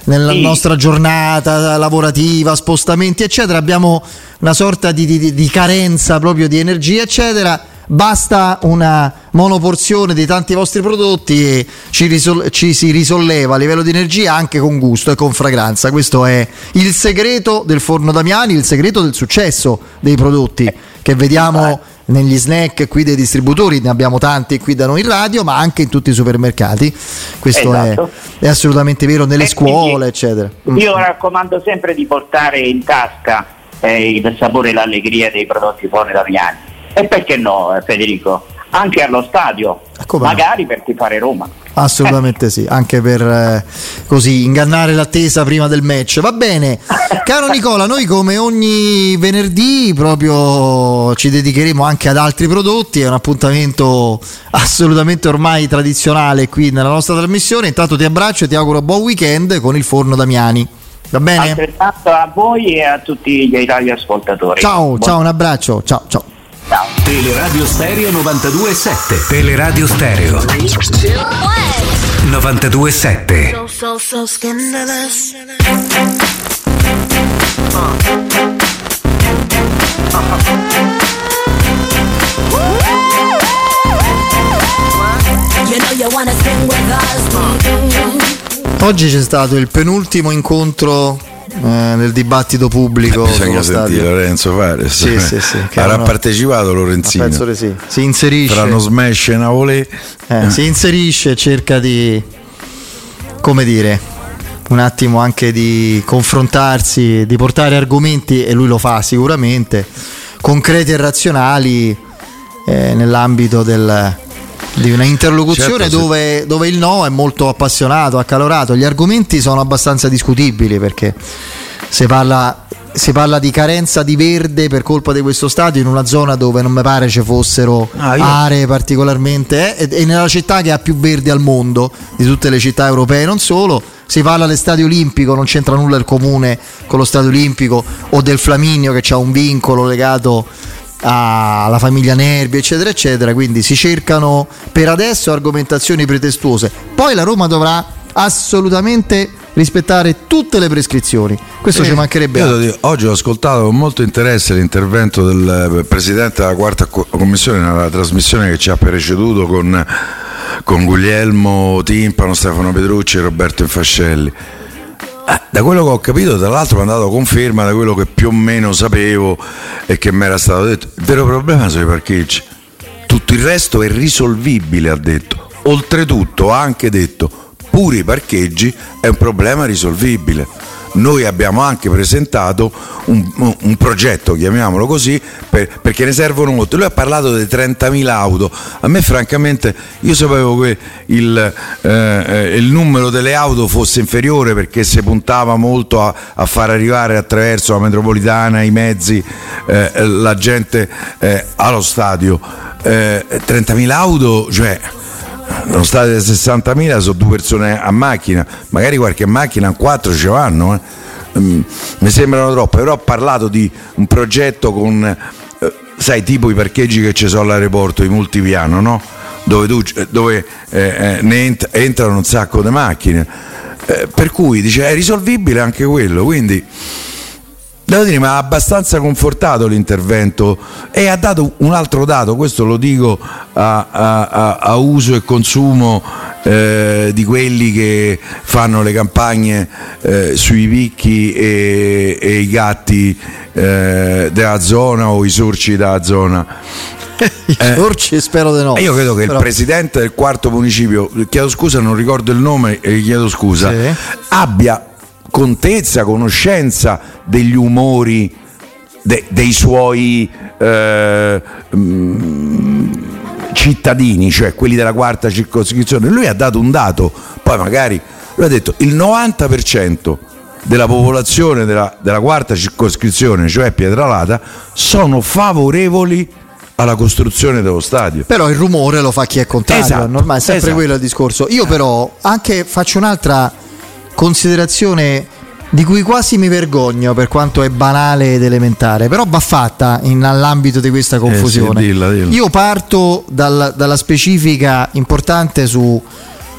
nella nostra giornata lavorativa, spostamenti eccetera, abbiamo una sorta di carenza proprio di energia eccetera. Basta una monoporzione di tanti vostri prodotti e ci si risolleva a livello di energia anche con gusto e con fragranza. Questo è il segreto del Forno Damiani, il segreto del successo dei prodotti che vediamo negli snack qui dei distributori, ne abbiamo tanti qui da noi in radio, ma anche in tutti i supermercati. Questo è assolutamente vero, nelle scuole eccetera. Io raccomando sempre di portare in tasca il sapore e l'allegria dei prodotti Forno Damiani. E perché no, Federico? Anche allo stadio, magari per tifare Roma. Assolutamente sì, anche per così ingannare l'attesa prima del match. Va bene, caro Nicola, noi come ogni venerdì proprio ci dedicheremo anche ad altri prodotti, è un appuntamento assolutamente ormai tradizionale qui nella nostra trasmissione. Intanto ti abbraccio e ti auguro buon weekend con il Forno Damiani. Va bene? Altrettanto a voi e a tutti gli radioascoltatori. Ciao, un abbraccio, ciao. Teleradio Stereo 92.7. Teleradio Stereo 92.7. So scandalous. Oggi c'è stato il penultimo incontro nel dibattito pubblico. Bisogna sentire Lorenzo fare. Sì, avrà partecipato Lorenzino. Penso che sì. Si inserisce. Faranno smash e Navolè. Si inserisce, cerca di, come dire, un attimo anche di confrontarsi, di portare argomenti, e lui lo fa sicuramente, concreti e razionali nell'ambito di una interlocuzione, certo, dove il no è molto appassionato, accalorato. Gli argomenti sono abbastanza discutibili, perché si parla di carenza di verde per colpa di questo stadio in una zona dove non mi pare ci fossero aree particolarmente e nella città che ha più verde al mondo di tutte le città europee, non solo. Si parla del stadio olimpico, non c'entra nulla il comune con lo stadio olimpico, o del Flaminio che ha un vincolo legato alla famiglia Nervi eccetera eccetera. Quindi si cercano per adesso argomentazioni pretestuose. Poi la Roma dovrà assolutamente rispettare tutte le prescrizioni, questo ci mancherebbe. Oggi ho ascoltato con molto interesse l'intervento del presidente della quarta commissione nella trasmissione che ci ha preceduto con Guglielmo Timpano, Stefano Petrucci e Roberto Infascelli. Da quello che ho capito, tra l'altro mi ha dato conferma da quello che più o meno sapevo e che mi era stato detto. Il vero problema sono i parcheggi, tutto il resto è risolvibile, ha detto. Oltretutto ha anche detto pure i parcheggi è un problema risolvibile. Noi abbiamo anche presentato un progetto, chiamiamolo così, perché ne servono molto. Lui ha parlato delle 30.000 auto. A me francamente, io sapevo che il numero delle auto fosse inferiore, perché si puntava molto a far arrivare attraverso la metropolitana, i mezzi, la gente allo stadio. 30.000 auto, cioè nello stadio di 60.000 sono 2 persone a macchina, magari qualche macchina, 4 ci vanno, mi sembrano troppe. Però ho parlato di un progetto con, sai, tipo i parcheggi che ci sono all'aeroporto, i multipiano, no? Dove entrano un sacco di macchine, per cui dice è risolvibile anche quello. Quindi devo dire, mi ha abbastanza confortato l'intervento, e ha dato un altro dato, questo lo dico a uso e consumo di quelli che fanno le campagne sui picchi e i gatti della zona, o i sorci della zona. I sorci spero di no. Io credo che il presidente del quarto municipio, chiedo scusa, non ricordo il nome e chiedo scusa, sì, abbia contezza, conoscenza degli umori dei suoi cittadini, cioè quelli della quarta circoscrizione. Lui ha dato un dato, poi magari lui ha detto il 90% della popolazione della quarta circoscrizione, cioè Pietralata, sono favorevoli alla costruzione dello stadio. Però il rumore lo fa chi è contrario, esatto, è normale, è sempre quello il discorso. Io però anche faccio un'altra considerazione di cui quasi mi vergogno, per quanto è banale ed elementare, però va fatta nell'ambito di questa confusione. Sì, dilla. Io parto dalla specifica importante su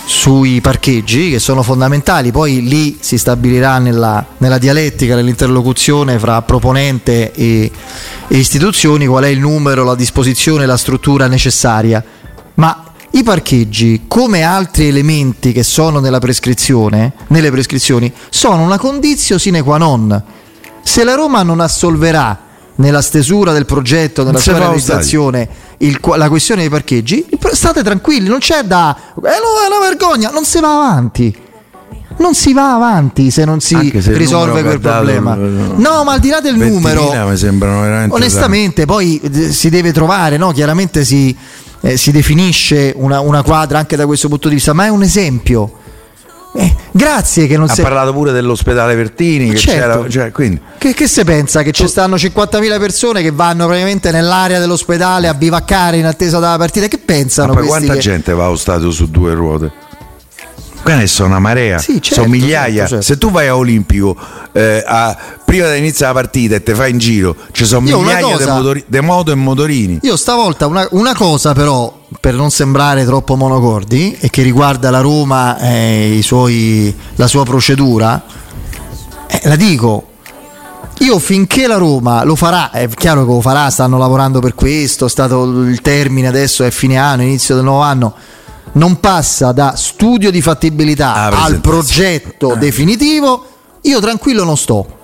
sui parcheggi, che sono fondamentali. Poi lì si stabilirà nella dialettica, nell'interlocuzione fra proponente e istituzioni, qual è il numero, la disposizione, la struttura necessaria. Ma i parcheggi, come altri elementi che sono nelle prescrizioni, sono una conditio sine qua non. Se la Roma non assolverà nella stesura del progetto, nella sua realizzazione, la questione dei parcheggi, state tranquilli, non c'è da è una vergogna, non si va avanti. Non si va avanti se non si risolve quel problema. No, ma al di là del numero, mi sembrano veramente onestamente poi si deve trovare, no? Chiaramente si definisce una quadra anche da questo punto di vista, ma è un esempio. Grazie che non ha parlato pure dell'ospedale Vertini, che certo. c'era, quindi che si pensa che ci stanno 50.000 persone che vanno praticamente nell'area dell'ospedale a bivaccare in attesa della partita? Che pensano? Ma poi quanta gente va allo stadio su 2 ruote? Qua ne sono una marea, sono migliaia. Certo. Se tu vai a Olimpico prima di iniziare la partita e te fai in giro, ci sono migliaia di moto e motorini. Io stavolta una cosa però, per non sembrare troppo monocordi, e che riguarda la Roma e la sua procedura, la dico. Io finché la Roma lo farà, è chiaro che lo farà, stanno lavorando per questo, è stato il termine, adesso è fine anno, inizio del nuovo anno, non passa da studio di fattibilità al progetto definitivo, io tranquillo non sto.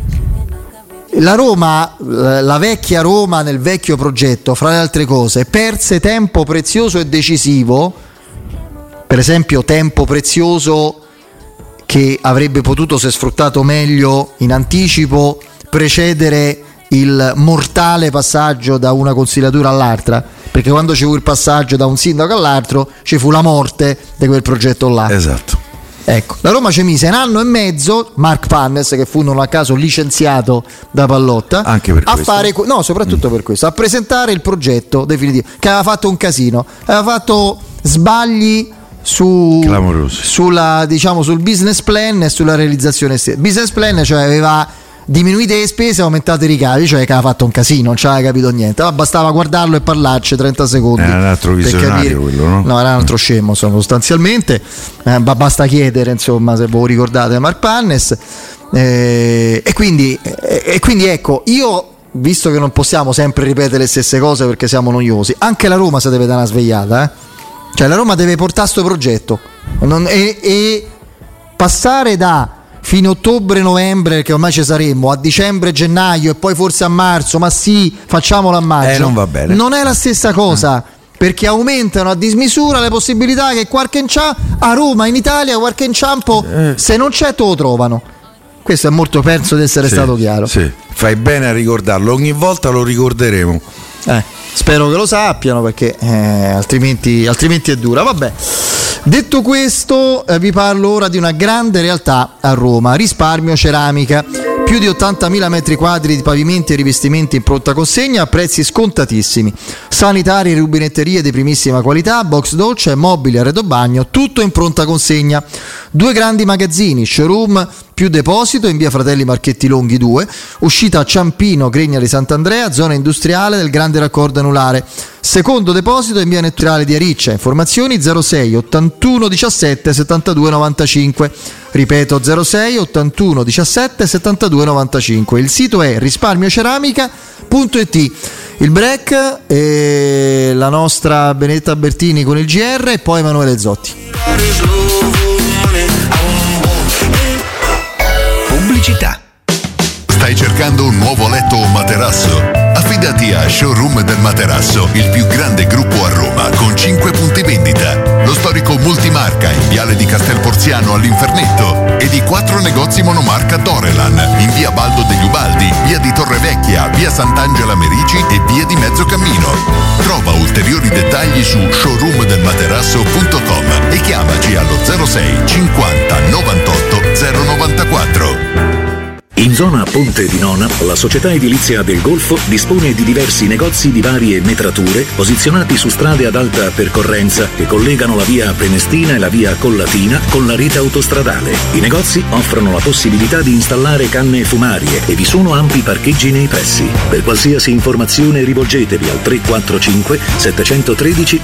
La Roma, la vecchia Roma nel vecchio progetto, fra le altre cose, perse tempo prezioso e decisivo, per esempio tempo prezioso che avrebbe potuto, se sfruttato meglio in anticipo, precedere il mortale passaggio da una consigliatura all'altra, perché quando ci fu il passaggio da un sindaco all'altro ci fu la morte di quel progetto là. Esatto. Ecco, la Roma ci mise 1 anno e mezzo, Mark Pannes, che fu non a caso licenziato da Pallotta, anche per questo. Fare soprattutto per questo, a presentare il progetto definitivo, che aveva fatto un casino, aveva fatto sbagli sulla, diciamo, sul business plan e sulla realizzazione stessa. Business plan, cioè aveva diminuite le spese e aumentate i ricavi, cioè che aveva fatto un casino, non ci aveva capito niente. Ma bastava guardarlo e parlarci 30 secondi. Era un altro visionario quello, no? No, era un altro scemo, sostanzialmente. Basta chiedere, insomma, se voi ricordate Mark Pannes. E quindi ecco, io, visto che non possiamo sempre ripetere le stesse cose perché siamo noiosi, anche la Roma si deve dare una svegliata, Cioè la Roma deve portare sto progetto e passare da fine ottobre-novembre, che ormai ci saremmo, a dicembre-gennaio e poi forse a marzo, ma sì, facciamolo a maggio, non va bene. Non è la stessa cosa, perché aumentano a dismisura le possibilità che a Roma, in Italia, qualche inciampo, se non c'è, te lo trovano. Questo è molto, penso di essere stato chiaro. Sì, fai bene a ricordarlo, ogni volta lo ricorderemo. Spero che lo sappiano, perché altrimenti è dura. Vabbè. Detto questo, vi parlo ora di una grande realtà a Roma, Risparmio Ceramica. Più di 80.000 metri quadri di pavimenti e rivestimenti in pronta consegna a prezzi scontatissimi. Sanitari e rubinetterie di primissima qualità, box doccia e mobili arredo bagno, tutto in pronta consegna. 2 grandi magazzini, showroom più deposito in via Fratelli Marchetti Longhi 2, uscita a Ciampino, Gregna di Sant'Andrea, zona industriale del grande raccordo anulare. Secondo deposito in via Naturale di Ariccia. Informazioni 06 81 17 72 95. Ripeto, 06 81 17 72 95. Il sito è risparmioceramica.it. Il break e la nostra Benedetta Bertini con il GR e poi Emanuele Zotti. Pubblicità. Stai cercando un nuovo letto o materasso? Affidati a Showroom del Materasso, il più grande gruppo a Roma con 5 punti vendita. Lo storico multimarca in Viale di Castel Porziano all'Infernetto e di 4 negozi monomarca Dorelan in via Baldo degli Ubaldi, via di Torrevecchia, via Sant'Angela Merici e via di Mezzocammino. Trova ulteriori dettagli su showroomdelmaterasso.com e chiamaci allo 06 50 98 094. In zona Ponte di Nona, la società edilizia del Golfo dispone di diversi negozi di varie metrature posizionati su strade ad alta percorrenza che collegano la via Prenestina e la via Collatina con la rete autostradale. I negozi offrono la possibilità di installare canne fumarie e vi sono ampi parcheggi nei pressi. Per qualsiasi informazione rivolgetevi al 345 713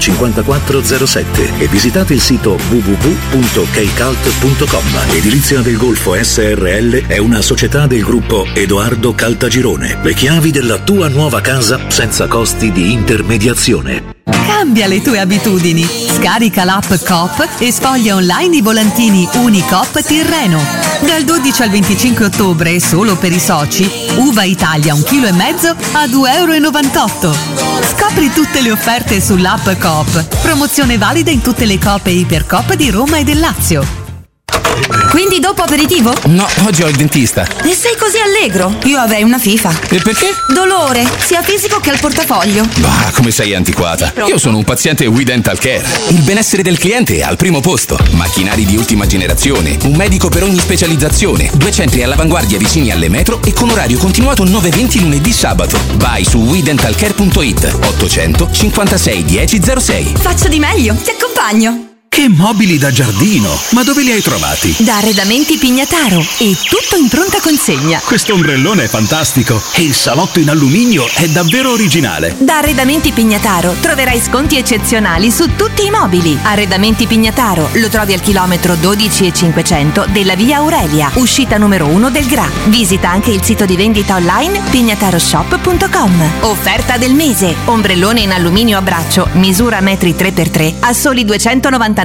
5407 e visitate il sito www.keicalt.com. Edilizia del Golfo SRL è una società del gruppo Edoardo Caltagirone. Le chiavi della tua nuova casa senza costi di intermediazione. Cambia le tue abitudini. Scarica l'app Coop e sfoglia online i volantini Unicoop Tirreno. Dal 12 al 25 ottobre, solo per i soci, uva Italia 1,5 kg a €2,98. Scopri tutte le offerte sull'app Coop. Promozione valida in tutte le Coop e Ipercoop di Roma e del Lazio. Quindi dopo aperitivo? No, oggi ho il dentista. E sei così allegro? Io avrei una FIFA. E perché? Dolore, sia fisico che al portafoglio. Bah, come sei antiquata. Io sono un paziente We Dental Care. Il benessere del cliente è al primo posto. Macchinari di ultima generazione, un medico per ogni specializzazione, 2 centri all'avanguardia vicini alle metro e con orario continuato 9-20 lunedì sabato. Vai su WeDentalCare.it 800 56 1006. Faccio di meglio, ti accompagno. Che mobili da giardino! Ma dove li hai trovati? Da Arredamenti Pignataro e tutto in pronta consegna. Questo ombrellone è fantastico e il salotto in alluminio è davvero originale. Da Arredamenti Pignataro troverai sconti eccezionali su tutti i mobili. Arredamenti Pignataro lo trovi al chilometro 12,500 della via Aurelia, uscita numero 1 del GRA. Visita anche il sito di vendita online pignataroshop.com. Offerta del mese: ombrellone in alluminio a braccio, misura metri 3x3 a soli €299.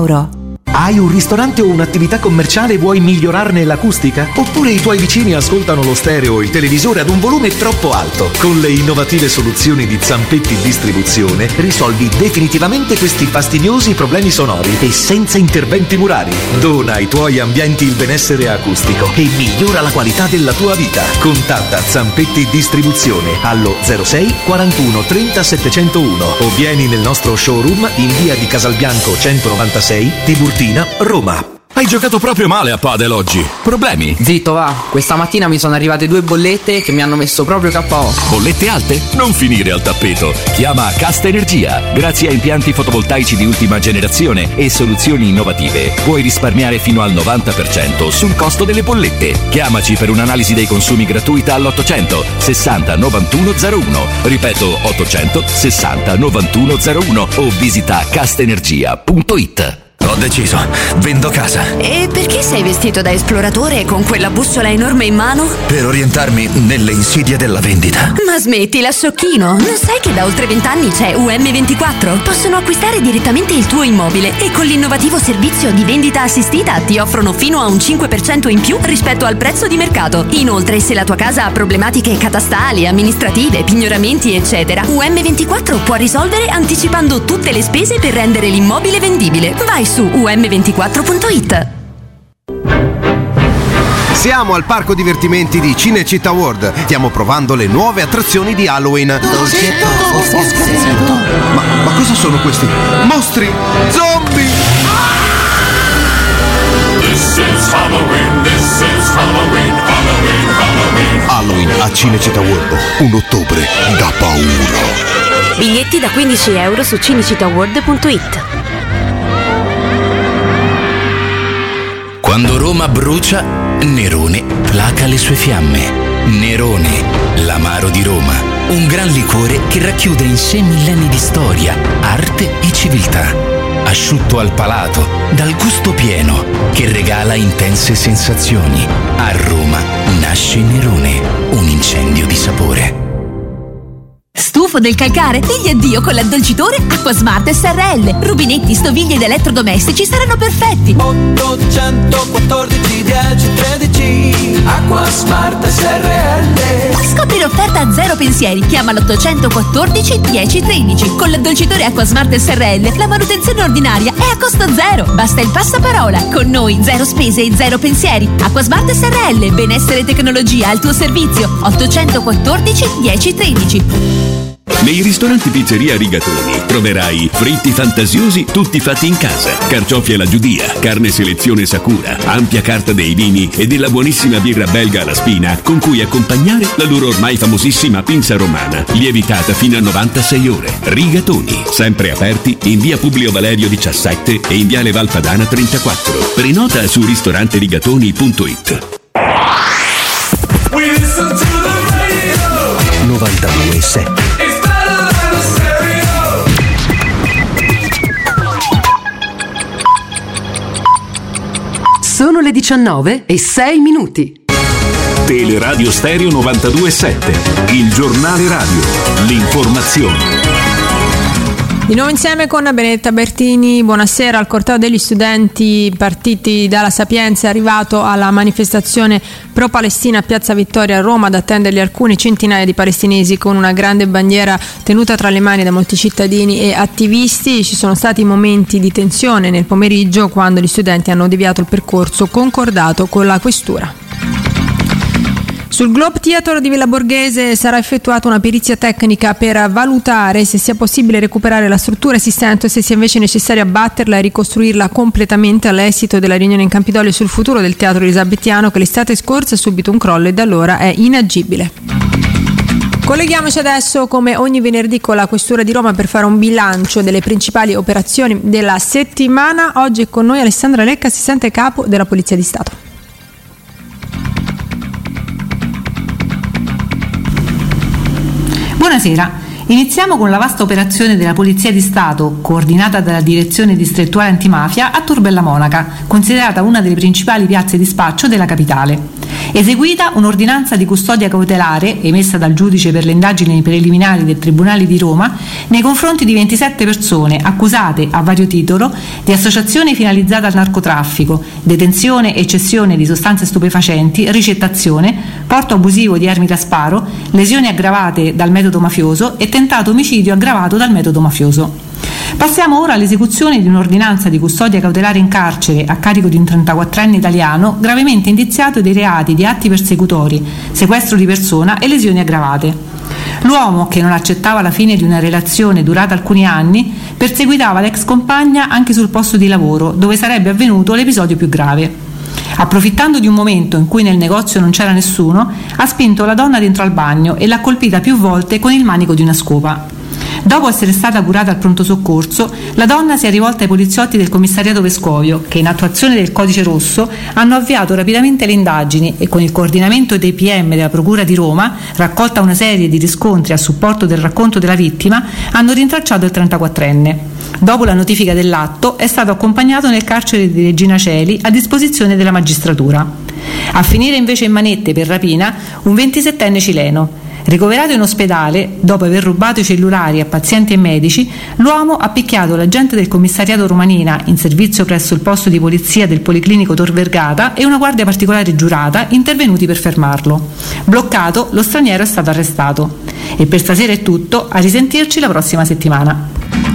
Hai un ristorante o un'attività commerciale e vuoi migliorarne l'acustica? Oppure i tuoi vicini ascoltano lo stereo o il televisore ad un volume troppo alto? Con le innovative soluzioni di Zampetti Distribuzione risolvi definitivamente questi fastidiosi problemi sonori e senza interventi murari. Dona ai tuoi ambienti il benessere acustico e migliora la qualità della tua vita. Contatta Zampetti Distribuzione allo 06 41 30 701 o vieni nel nostro showroom in via di Casalbianco 196 Tiburtina, Roma. Hai giocato proprio male a padel oggi. Problemi? Zitto va, questa mattina mi sono arrivate 2 bollette che mi hanno messo proprio KO. Bollette alte? Non finire al tappeto. Chiama Casta Energia. Grazie a impianti fotovoltaici di ultima generazione e soluzioni innovative puoi risparmiare fino al 90% sul costo delle bollette. Chiamaci per un'analisi dei consumi gratuita all'800 60 91 01. Ripeto, 800 60 91 01 o visita castenergia.it. Ho deciso, vendo casa. E perché sei vestito da esploratore con quella bussola enorme in mano? Per orientarmi nelle insidie della vendita. Ma smettila, sciocchino! Non sai che da oltre 20 anni c'è UM24? Possono acquistare direttamente il tuo immobile e con l'innovativo servizio di vendita assistita ti offrono fino a un 5% in più rispetto al prezzo di mercato. Inoltre, se la tua casa ha problematiche catastali, amministrative, pignoramenti, eccetera, UM24 può risolvere anticipando tutte le spese per rendere l'immobile vendibile. Vai su um24.it. Siamo al parco divertimenti di Cinecittà World. Stiamo provando le nuove attrazioni di Halloween. Ma cosa sono questi? Mostri? Zombie? This is Halloween, this is Halloween, Halloween, Halloween. Halloween a Cinecittà World, un ottobre da paura. Biglietti da €15 su cinecittàworld.it. Quando Roma brucia, Nerone placa le sue fiamme. Nerone, l'amaro di Roma. Un gran liquore che racchiude in sé millenni di storia, arte e civiltà. Asciutto al palato, dal gusto pieno, che regala intense sensazioni. A Roma nasce Nerone, un incendio di sapore. Stufo del calcare? Digli addio con l'addolcitore Acquasmart SRL. Rubinetti, stoviglie ed elettrodomestici saranno perfetti. 814 10 13 Acquasmart SRL. Scopri l'offerta a zero pensieri. Chiama l'814 10 13. Con l'addolcitore Acquasmart SRL la manutenzione ordinaria è a costo zero. Basta il passaparola. Con noi zero spese e zero pensieri. Acquasmart SRL, benessere e tecnologia al tuo servizio. 814 10 13. Nei ristoranti Pizzeria Rigatoni troverai fritti fantasiosi tutti fatti in casa, carciofi alla giudia, carne selezione Sakura, ampia carta dei vini e della buonissima birra belga alla spina con cui accompagnare la loro ormai famosissima pinza romana, lievitata fino a 96 ore. Rigatoni, sempre aperti in via Publio Valerio 17 e in viale Valpadana 34. Prenota su ristoranterigatoni.it. 92.7. Sono le 19:06. Teleradio Stereo 92.7, il giornale radio, l'informazione. Di nuovo insieme con Benedetta Bertini. Buonasera. Al corteo degli studenti partiti dalla Sapienza è arrivato alla manifestazione pro-Palestina a Piazza Vittoria a Roma ad attenderli alcune centinaia di palestinesi con una grande bandiera tenuta tra le mani da molti cittadini e attivisti. Ci sono stati momenti di tensione nel pomeriggio quando gli studenti hanno deviato il percorso concordato con la questura. Sul Globe Theatre di Villa Borghese sarà effettuata una perizia tecnica per valutare se sia possibile recuperare la struttura esistente o se sia invece necessario abbatterla e ricostruirla completamente all'esito della riunione in Campidoglio sul futuro del teatro elisabettiano che l'estate scorsa ha subito un crollo e da allora è inagibile. Colleghiamoci adesso come ogni venerdì con la Questura di Roma per fare un bilancio delle principali operazioni della settimana. Oggi è con noi Alessandra Lecca, assistente capo della Polizia di Stato. Buonasera. Iniziamo con la vasta operazione della Polizia di Stato, coordinata dalla Direzione Distrettuale Antimafia a Tor Bella Monaca, considerata una delle principali piazze di spaccio della capitale. Eseguita un'ordinanza di custodia cautelare, emessa dal giudice per le indagini preliminari del Tribunale di Roma, nei confronti di 27 persone accusate a vario titolo di associazione finalizzata al narcotraffico, detenzione e cessione di sostanze stupefacenti, ricettazione, porto abusivo di armi da sparo, lesioni aggravate dal metodo mafioso e tentato omicidio aggravato dal metodo mafioso. Passiamo ora all'esecuzione di un'ordinanza di custodia cautelare in carcere a carico di un 34enne italiano gravemente indiziato dei reati di atti persecutori, sequestro di persona e lesioni aggravate. L'uomo, che non accettava la fine di una relazione durata alcuni anni, perseguitava l'ex compagna anche sul posto di lavoro, dove sarebbe avvenuto l'episodio più grave. Approfittando di un momento in cui nel negozio non c'era nessuno, ha spinto la donna dentro al bagno e l'ha colpita più volte con il manico di una scopa. Dopo essere stata curata al pronto soccorso, la donna si è rivolta ai poliziotti del commissariato Vescovio, che in attuazione del codice rosso hanno avviato rapidamente le indagini e con il coordinamento dei PM della Procura di Roma, raccolta una serie di riscontri a supporto del racconto della vittima, hanno rintracciato il 34enne. Dopo la notifica dell'atto è stato accompagnato nel carcere di Regina Coeli a disposizione della magistratura. A finire invece in manette per rapina un 27enne cileno. Ricoverato in ospedale, dopo aver rubato i cellulari a pazienti e medici, l'uomo ha picchiato l'agente del commissariato Romanina in servizio presso il posto di polizia del Policlinico Tor Vergata e una guardia particolare giurata intervenuti per fermarlo. Bloccato, lo straniero è stato arrestato. E per stasera è tutto, a risentirci la prossima settimana.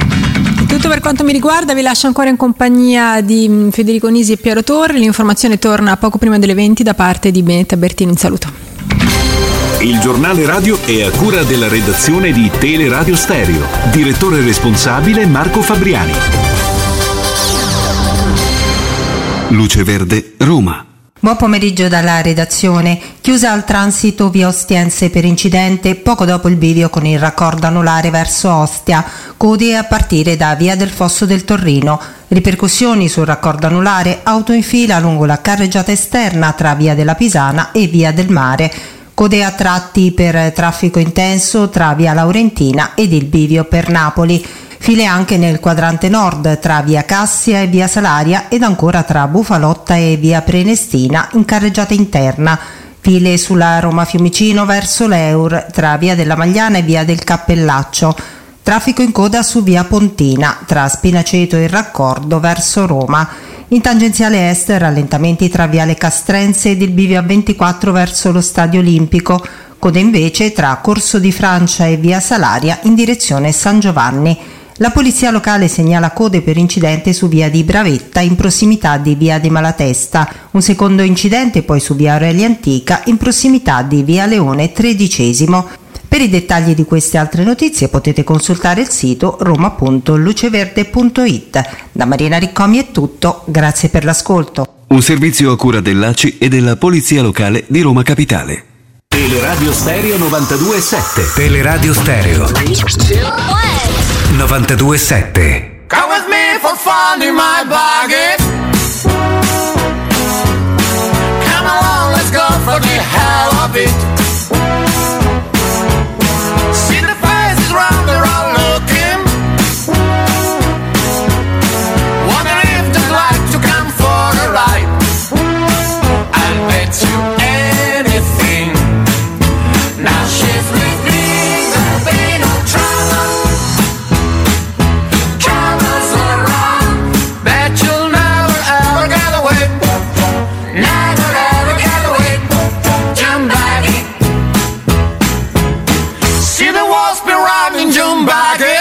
Tutto per quanto mi riguarda, vi lascio ancora in compagnia di Federico Nisi e Piero Torri. L'informazione torna poco prima delle 20 da parte di Benedetta Bertini. Un saluto. Il giornale radio è a cura della redazione di Teleradio Stereo. Direttore responsabile Marco Fabriani. Luce Verde, Roma. Buon pomeriggio dalla redazione. Chiusa al transito via Ostiense per incidente poco dopo il bivio con il raccordo anulare verso Ostia, code a partire da via del Fosso del Torrino. Ripercussioni sul raccordo anulare, auto in fila lungo la carreggiata esterna tra via della Pisana e via del Mare. Code a tratti per traffico intenso tra via Laurentina ed il bivio per Napoli. File anche nel quadrante nord tra via Cassia e via Salaria ed ancora tra Bufalotta e via Prenestina in carreggiata interna. File sulla Roma Fiumicino verso l'Eur tra via della Magliana e via del Cappellaccio. Traffico in coda su via Pontina tra Spinaceto e il raccordo verso Roma. In tangenziale est rallentamenti tra viale Castrense ed il bivio A24 verso lo Stadio Olimpico. Code invece tra Corso di Francia e via Salaria in direzione San Giovanni. La polizia locale segnala code per incidente su via di Bravetta in prossimità di via di Malatesta, un secondo incidente poi su via Aurelia Antica in prossimità di via Leone XIII. Per i dettagli di queste altre notizie potete consultare il sito roma.luceverde.it. Da Marina Riccomi è tutto, grazie per l'ascolto. Un servizio a cura dell'ACI e della Polizia Locale di Roma Capitale. Teleradio Stereo 92.7. Teleradio Stereo 92.7. Come with me for fun in my pocket. Come along, let's go for the hell of it. See the faces round, they're all looking. Wonder if they'd like to come for a ride. I'll bet you anything. Now she's with me, there'll be no trouble. Trouble's all around. Bet you'll never ever get away. Never ever get away. Jump back in. See the walls be running, jump back in.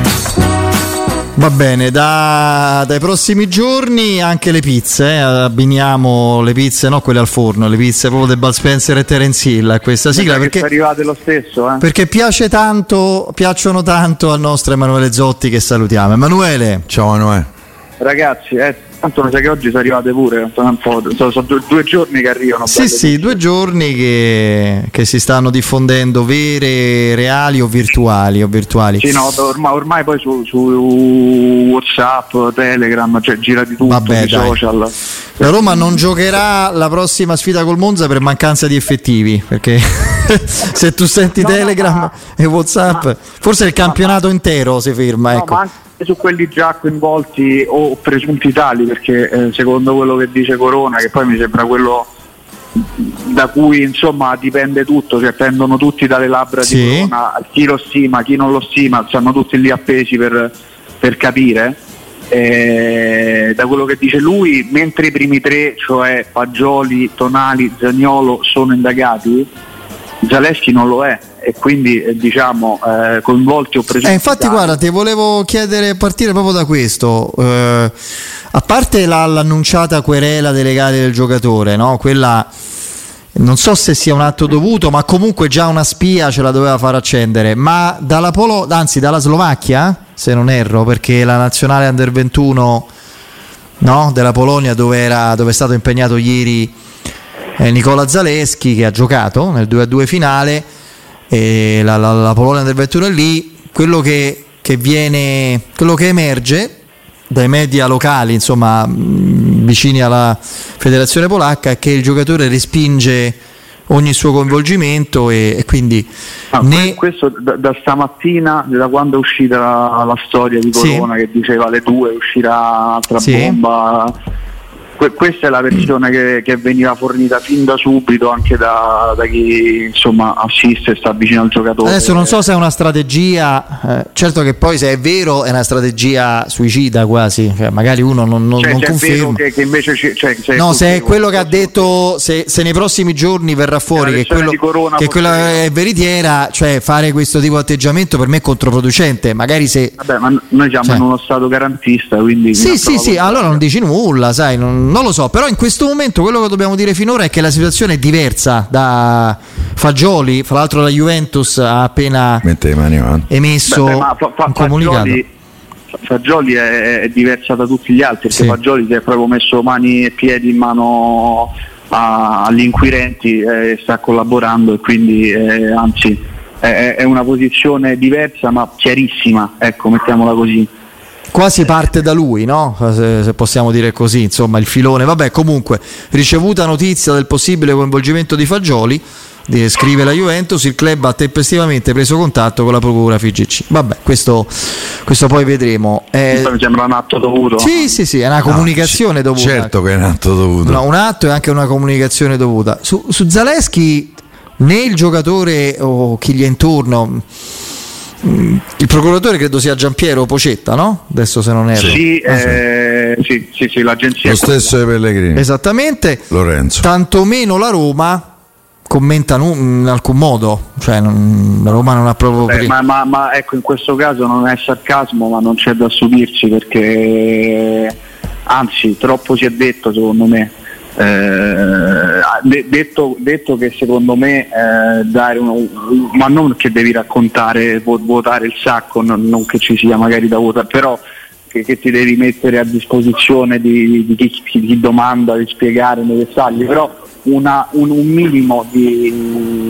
Va bene, dai prossimi giorni anche le pizze, abbiniamo le pizze, no quelle al forno, le pizze proprio del Bud Spencer e Terence Hill a questa sigla, perché arrivate lo stesso, perché piacciono tanto al nostro Emanuele Zotti, che salutiamo. Emanuele. Ciao Emanuele. Ragazzi, tanto mi sa che oggi sono arrivate pure, sono 2 giorni che arrivano. Sì, 2 giorni che si stanno diffondendo, vere, reali o virtuali. Sì, no, ormai poi su WhatsApp, Telegram, cioè gira di tutto, sui social. La Roma non giocherà la prossima sfida col Monza per mancanza di effettivi, perché se tu senti Telegram e WhatsApp, forse il campionato intero si ferma. No, ecco. ma anche su quelli già coinvolti o presunti tali, perché secondo quello che dice Corona, che poi mi sembra quello da cui insomma dipende tutto, cioè pendono tutti dalle labbra di Corona, chi lo stima, chi non lo stima, stanno tutti lì appesi per capire. Da quello che dice lui, mentre i primi 3, cioè Fagioli, Tonali, Zaniolo, sono indagati, Zalewski non lo è, e quindi diciamo coinvolti o presunti. Infatti guarda, ti volevo chiedere, partire proprio da questo, a parte l'annunciata querela dei legali del giocatore, no? Quella non so se sia un atto dovuto, ma comunque già una spia ce la doveva far accendere, ma dalla Slovacchia, se non erro, perché la nazionale Under 21, no, della Polonia, dove è stato impegnato ieri Nicola Zalewski, che ha giocato nel 2-2 finale, e la Polonia Under 21 è lì. Quello che emerge dai media locali, insomma vicini alla federazione polacca, è che il giocatore respinge ogni suo coinvolgimento e quindi questo da stamattina, da quando è uscita la storia di Corona, che diceva alle 2 uscirà altra bomba. Questa è la versione che veniva fornita fin da subito anche da chi insomma assiste e sta vicino al giocatore. Adesso non so se è una strategia, certo che poi se è vero è una strategia suicida quasi, cioè magari uno non conferma. Che invece se è quello che ha detto, se nei prossimi giorni verrà fuori che quella è veritiera, cioè fare questo tipo di atteggiamento per me è controproducente. Magari se ma noi siamo in uno stato garantista, quindi sì, allora non dici nulla, sai, non lo so, però in questo momento quello che dobbiamo dire finora è che la situazione è diversa da Fagioli. Fra l'altro la Juventus ha appena emesso un comunicato. Fagioli è diversa da tutti gli altri, perché Fagioli si è proprio messo mani e piedi in mano agli inquirenti e sta collaborando, e quindi anzi è una posizione diversa ma chiarissima, ecco, mettiamola così. Quasi parte da lui, no? Se possiamo dire così, insomma, il filone. Vabbè, comunque, ricevuta notizia del possibile coinvolgimento di Fagioli, scrive la Juventus, il club ha tempestivamente preso contatto con la procura FIGC. Vabbè, questo poi vedremo. Mi sembra un atto dovuto. Sì, è una comunicazione dovuta. Certo che è un atto dovuto. No, un atto e anche una comunicazione dovuta. Su Zalewski, né il giocatore o chi gli è intorno. Il procuratore credo sia Giampiero Pocetta, no? Adesso se non erro. Sì, l'agenzia. Lo stesso di Pellegrini. Esattamente. Lorenzo. Tantomeno la Roma commenta in alcun modo, cioè la Roma non ha proprio ma ecco, in questo caso non è sarcasmo, ma non c'è da stupirsi, perché anzi troppo si è detto, secondo me. detto che secondo me dare ma non che devi raccontare, vuotare il sacco, non che ci sia magari da vuotare, però che ti devi mettere a disposizione di chi domanda, di spiegare nei dettagli, però un minimo di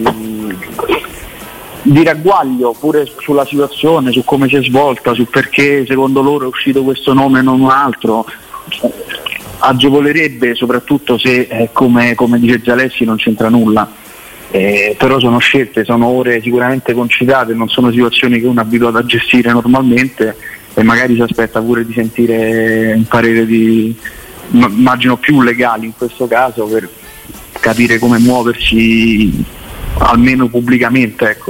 ragguaglio pure sulla situazione, su come si è svolta, su perché secondo loro è uscito questo nome e non un altro, agevolerebbe, soprattutto se come dice Zaleschi non c'entra nulla. Però sono scelte, sono ore sicuramente concitate, non sono situazioni che uno è abituato a gestire normalmente, e magari si aspetta pure di sentire un parere immagino più legali in questo caso, per capire come muoversi almeno pubblicamente, ecco.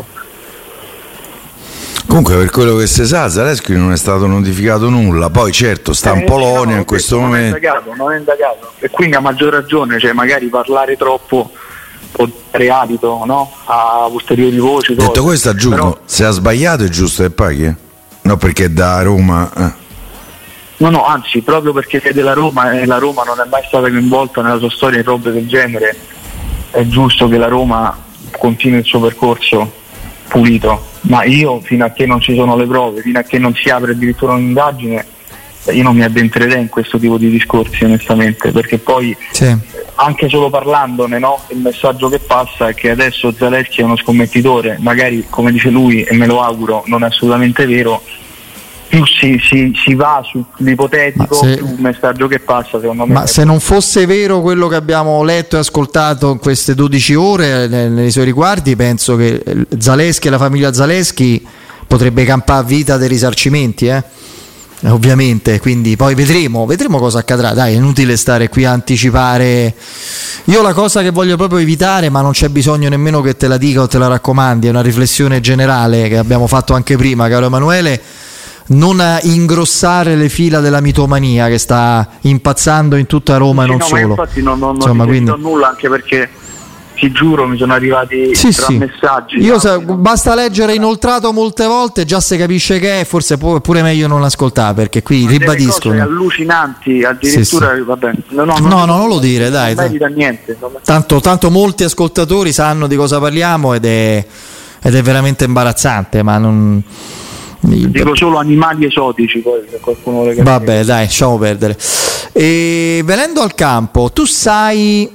Comunque, per quello che si sa, Zaleschi non è stato notificato nulla, poi certo sta in Polonia in questo momento. Non è indagato, e quindi a maggior ragione, cioè magari parlare troppo può dare adito, no? A ulteriori voci. Detto questo, aggiungo, se ha sbagliato è giusto che paghi? No, perché da Roma. No, anzi, proprio perché è della Roma e la Roma non è mai stata coinvolta nella sua storia in robe del genere, è giusto che la Roma continui il suo percorso pulito. Ma io, fino a che non ci sono le prove, fino a che non si apre addirittura un'indagine, io non mi addentrerei in questo tipo di discorsi, onestamente, perché poi anche solo parlandone, no, il messaggio che passa è che adesso Zaleschi è uno scommettitore, magari come dice lui, e me lo auguro, non è assolutamente vero. Più si va sull'ipotetico, più un messaggio che passa, secondo me. Ma se non fosse vero quello che abbiamo letto e ascoltato in queste 12 ore nei suoi riguardi, penso che Zaleschi e la famiglia Zaleschi potrebbe campare a vita dei risarcimenti, ovviamente, quindi poi vedremo cosa accadrà. Dai, è inutile stare qui a anticipare. Io la cosa che voglio proprio evitare, ma non c'è bisogno nemmeno che te la dica o te la raccomandi, è una riflessione generale che abbiamo fatto anche prima, caro Emanuele: non ingrossare le fila della mitomania che sta impazzando in tutta Roma e non solo. Ma infatti non nulla, anche perché ti giuro mi sono arrivati messaggi. Basta leggere inoltrato molte volte, già si capisce che è, forse pure meglio non ascoltare, perché qui ribadisco. Cose allucinanti, addirittura vabbè. Non lo dire, dai. Non merita niente. Tanto molti ascoltatori sanno di cosa parliamo ed è veramente imbarazzante, ma non. Dico solo animali esotici, poi se qualcuno le capisce. Vabbè, dai, lasciamo perdere. E venendo al campo, tu sai,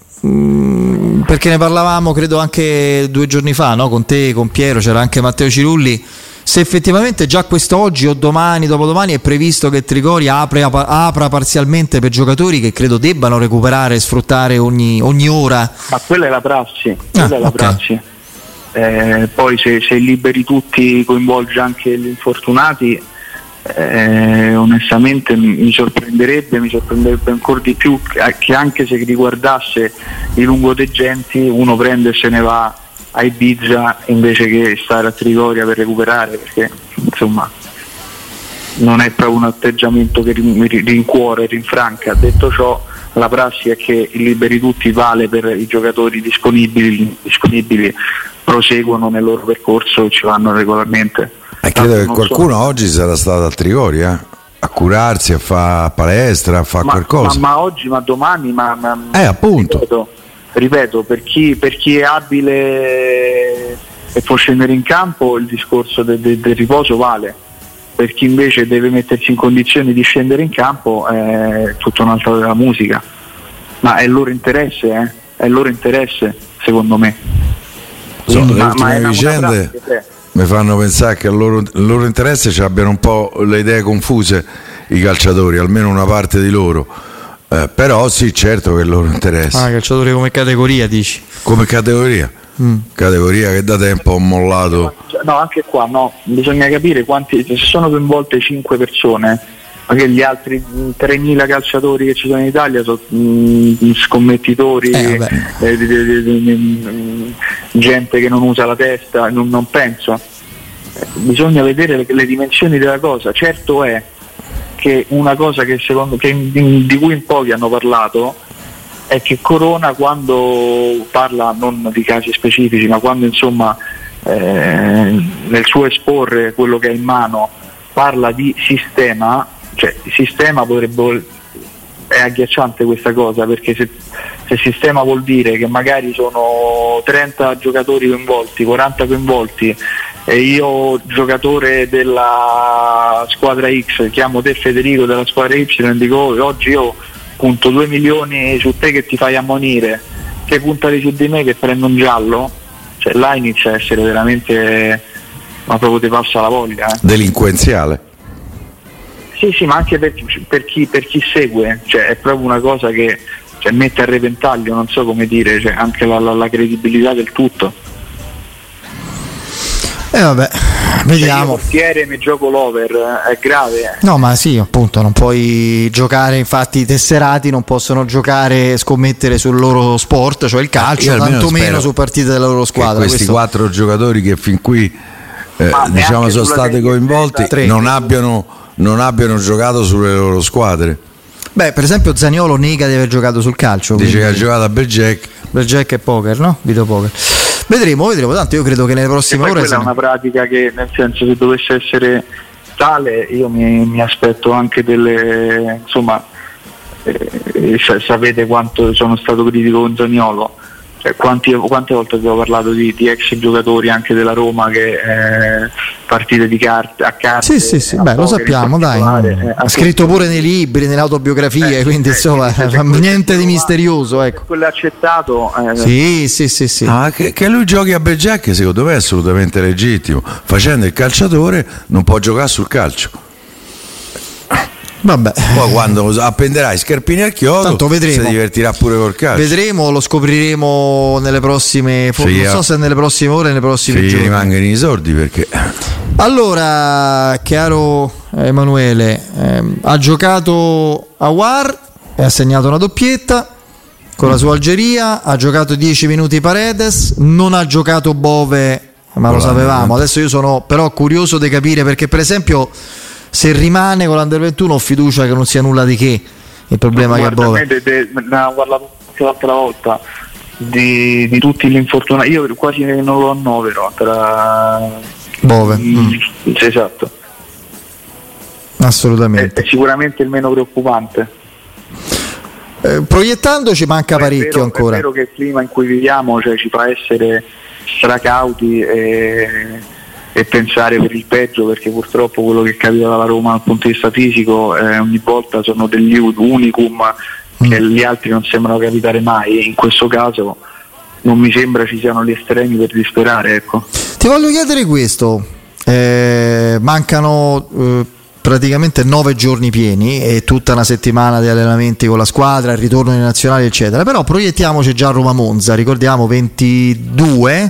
perché ne parlavamo credo anche 2 giorni fa, no? Con te, con Piero, c'era anche Matteo Cirulli, se effettivamente già quest'oggi o domani, dopodomani è previsto che Trigoria apra parzialmente per giocatori che credo debbano recuperare e sfruttare ogni ora. Ma quella è la prassi, prassi. Poi se liberi tutti, coinvolge anche gli infortunati, onestamente mi sorprenderebbe ancora di più che anche se riguardasse i lungotegenti uno prende e se ne va a Ibiza invece che stare a Trigoria per recuperare, perché insomma non è proprio un atteggiamento che rincuore, rinfranca. Detto ciò, la prassi è che il liberi tutti vale per i giocatori disponibili proseguono nel loro percorso e ci vanno regolarmente. Credo che qualcuno oggi sarà stato a Trigoria a curarsi, a fare palestra, a fare qualcosa. Ma oggi, ma domani, appunto. Ripeto, per chi è abile e può scendere in campo, il discorso del riposo vale. Per chi invece deve mettersi in condizioni di scendere in campo è tutta un'altra della musica. Ma è il loro interesse, secondo me. Le ultime vicende mi fanno pensare che il loro interesse ci abbiano un po' le idee confuse i calciatori, almeno una parte di loro. Però sì, certo che il loro interesse. Calciatori come categoria, dici? Come categoria? Categoria che da tempo ho mollato. No, anche qua bisogna capire se sono coinvolte 5 persone, perché gli altri 3.000 calciatori che ci sono in Italia sono scommettitori, gente che non usa la testa, non penso. Bisogna vedere le dimensioni della cosa. Certo è che una cosa che di cui in pochi hanno parlato è che Corona, quando parla non di casi specifici, ma quando insomma nel suo esporre quello che ha in mano parla di sistema, cioè il sistema è agghiacciante questa cosa, perché se sistema vuol dire che magari sono 30 giocatori coinvolti, 40 coinvolti, e io, giocatore della squadra X, chiamo te Federico della squadra Y e dico oggi io punto 2 milioni su te che ti fai ammonire, che puntare su di me che prendo un giallo, cioè là inizia a essere veramente, ma proprio ti passa la voglia. Delinquenziale. Sì, ma anche per chi segue, cioè è proprio una cosa che mette a repentaglio, non so come dire, cioè anche la credibilità del tutto. Vabbè, vediamo. Io portiere mi gioco l'over, è grave. No, ma sì, appunto, non puoi giocare, infatti i tesserati non possono giocare, scommettere sul loro sport, cioè il calcio, tantomeno su partite della loro squadra. Questi 4 giocatori che fin qui diciamo sono stati coinvolti non abbiano giocato sulle loro squadre. Beh, per esempio Zaniolo nega di aver giocato sul calcio. Dice che ha giocato a Blackjack e poker, no? Videopoker. Vedremo, tanto io credo che nelle prossime ore quella è una pratica che, nel senso, se dovesse essere tale, io mi aspetto anche delle, insomma, sapete quanto sono stato critico con Zaniolo, cioè, quante volte abbiamo parlato di ex giocatori anche della Roma che partite di carte a carte. Sì, beh, lo sappiamo, dai. Ha scritto pure nei libri, nelle autobiografie, quindi insomma niente di misterioso, ecco. Quello è accettato. Sì. Che lui giochi a Blackjack secondo me è assolutamente legittimo. Facendo il calciatore non può giocare sul calcio. Vabbè. Poi quando appenderai scarpini al chiodo, tanto vedremo. Si divertirà pure col calcio. Vedremo, lo scopriremo nelle prossime, non so se nelle prossime ore, nei prossimi giorni. Rimangono i sordi perché. Allora, caro Emanuele, ha giocato Aouar e ha segnato una doppietta con la sua Algeria, ha giocato 10 minuti Paredes, non ha giocato Bove, ma lo sapevamo. Adesso io sono però curioso di capire, perché per esempio se rimane con l'Under 21 ho fiducia che non sia nulla di che il problema che ha Bove. Ne abbiamo parlato anche l'altra volta di tutti gli infortunati, io quasi non lo annovero tra Bove. Sì, esatto, assolutamente. È sicuramente il meno preoccupante. Proiettandoci manca parecchio ancora. È vero che il clima in cui viviamo, cioè, ci fa essere stracauti e pensare per il peggio, perché purtroppo quello che capita dalla Roma dal punto di vista fisico ogni volta sono degli unicum che gli altri non sembrano capitare mai, e in questo caso non mi sembra ci siano gli estremi per disperare, ecco. Ti voglio chiedere questo, mancano praticamente 9 giorni pieni e tutta una settimana di allenamenti con la squadra, il ritorno nei nazionali eccetera, però proiettiamoci già a Roma-Monza, ricordiamo 22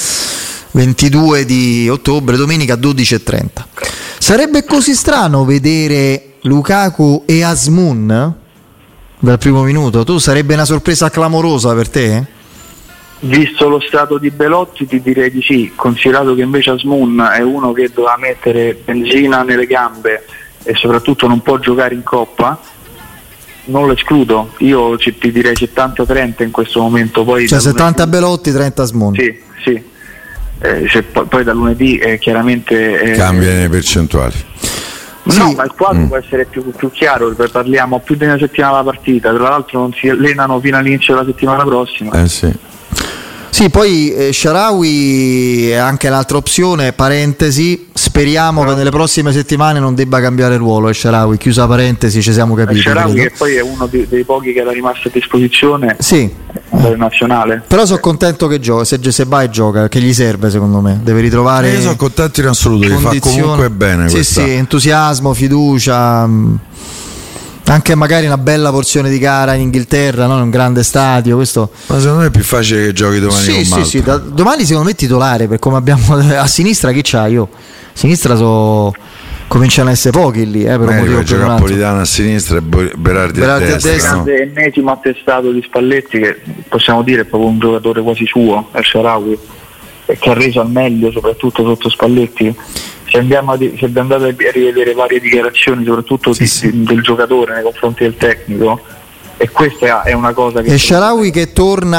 di ottobre, domenica 12:30. Sarebbe così strano vedere Lukaku e Azmoun dal primo minuto? Sarebbe una sorpresa clamorosa per te? Visto lo stato di Belotti ti direi di sì, considerato che invece Azmoun è uno che doveva mettere benzina nelle gambe e soprattutto non può giocare in Coppa, non lo escludo. Io ti direi 70-30 in questo momento. Poi cioè 70 Belotti, 30 Azmoun. Sì. Poi da lunedì chiaramente cambiano le percentuali. No, ma il quadro può essere più chiaro, parliamo più di una settimana dalla partita, tra l'altro non si allenano fino all'inizio della settimana prossima. Sì, poi Shaarawy è anche l'altra opzione, parentesi, speriamo che nelle prossime settimane non debba cambiare ruolo. Shaarawy, chiusa parentesi, ci siamo capiti. Shaarawy che poi è uno dei pochi che era rimasto a disposizione del nazionale. Però sono contento che gioca, se va e gioca, che gli serve secondo me, deve ritrovare. Io sono contento in assoluto, gli fa comunque bene. Sì, entusiasmo, fiducia. Anche magari una bella porzione di gara in Inghilterra, no? In un grande stadio, questo. Ma secondo me è più facile che giochi domani con Malta. Sì, domani secondo me titolare, per come abbiamo a sinistra chi c'ha io? A sinistra cominciano a essere pochi lì, per un motivo gioca Napolitano a sinistra e Berardi a destra. No? Ennesimo attestato di Spalletti, che possiamo dire è proprio un giocatore quasi suo, El Shaarawy, che ha reso al meglio soprattutto sotto Spalletti. Se andate a rivedere varie dichiarazioni soprattutto del giocatore nei confronti del tecnico, e questa è una cosa che... E Shaarawy che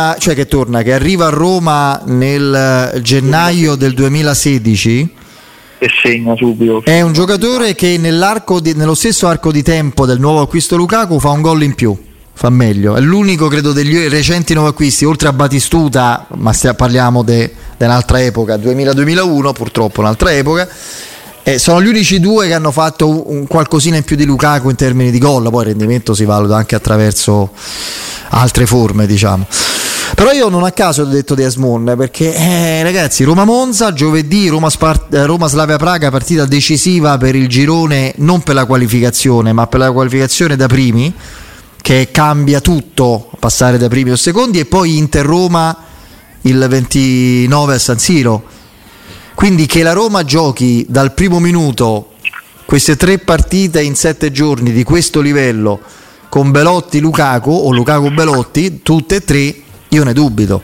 arriva a Roma nel gennaio del 2016, e segna subito. È un giocatore che nello stesso arco di tempo del nuovo acquisto Lukaku fa un gol in più, fa meglio, è l'unico credo degli recenti nuovi acquisti, oltre a Batistuta, ma parliamo di un'altra epoca, 2000-2001, purtroppo un'altra epoca. Sono gli unici due che hanno fatto un qualcosina in più di Lukaku in termini di gol, poi il rendimento si valuta anche attraverso altre forme, diciamo. Però io non a caso ho detto di Azmoun, perché ragazzi, Roma-Monza, giovedì Roma-Slavia Praga, partita decisiva per il girone, non per la qualificazione ma per la qualificazione da primi, che cambia tutto, passare da primi o secondi, e poi Inter-Roma il 29 a San Siro. Quindi che la Roma giochi dal primo minuto queste 3 partite in 7 giorni di questo livello con Belotti Lukaku o Lukaku Belotti, tutte e 3, io ne dubito.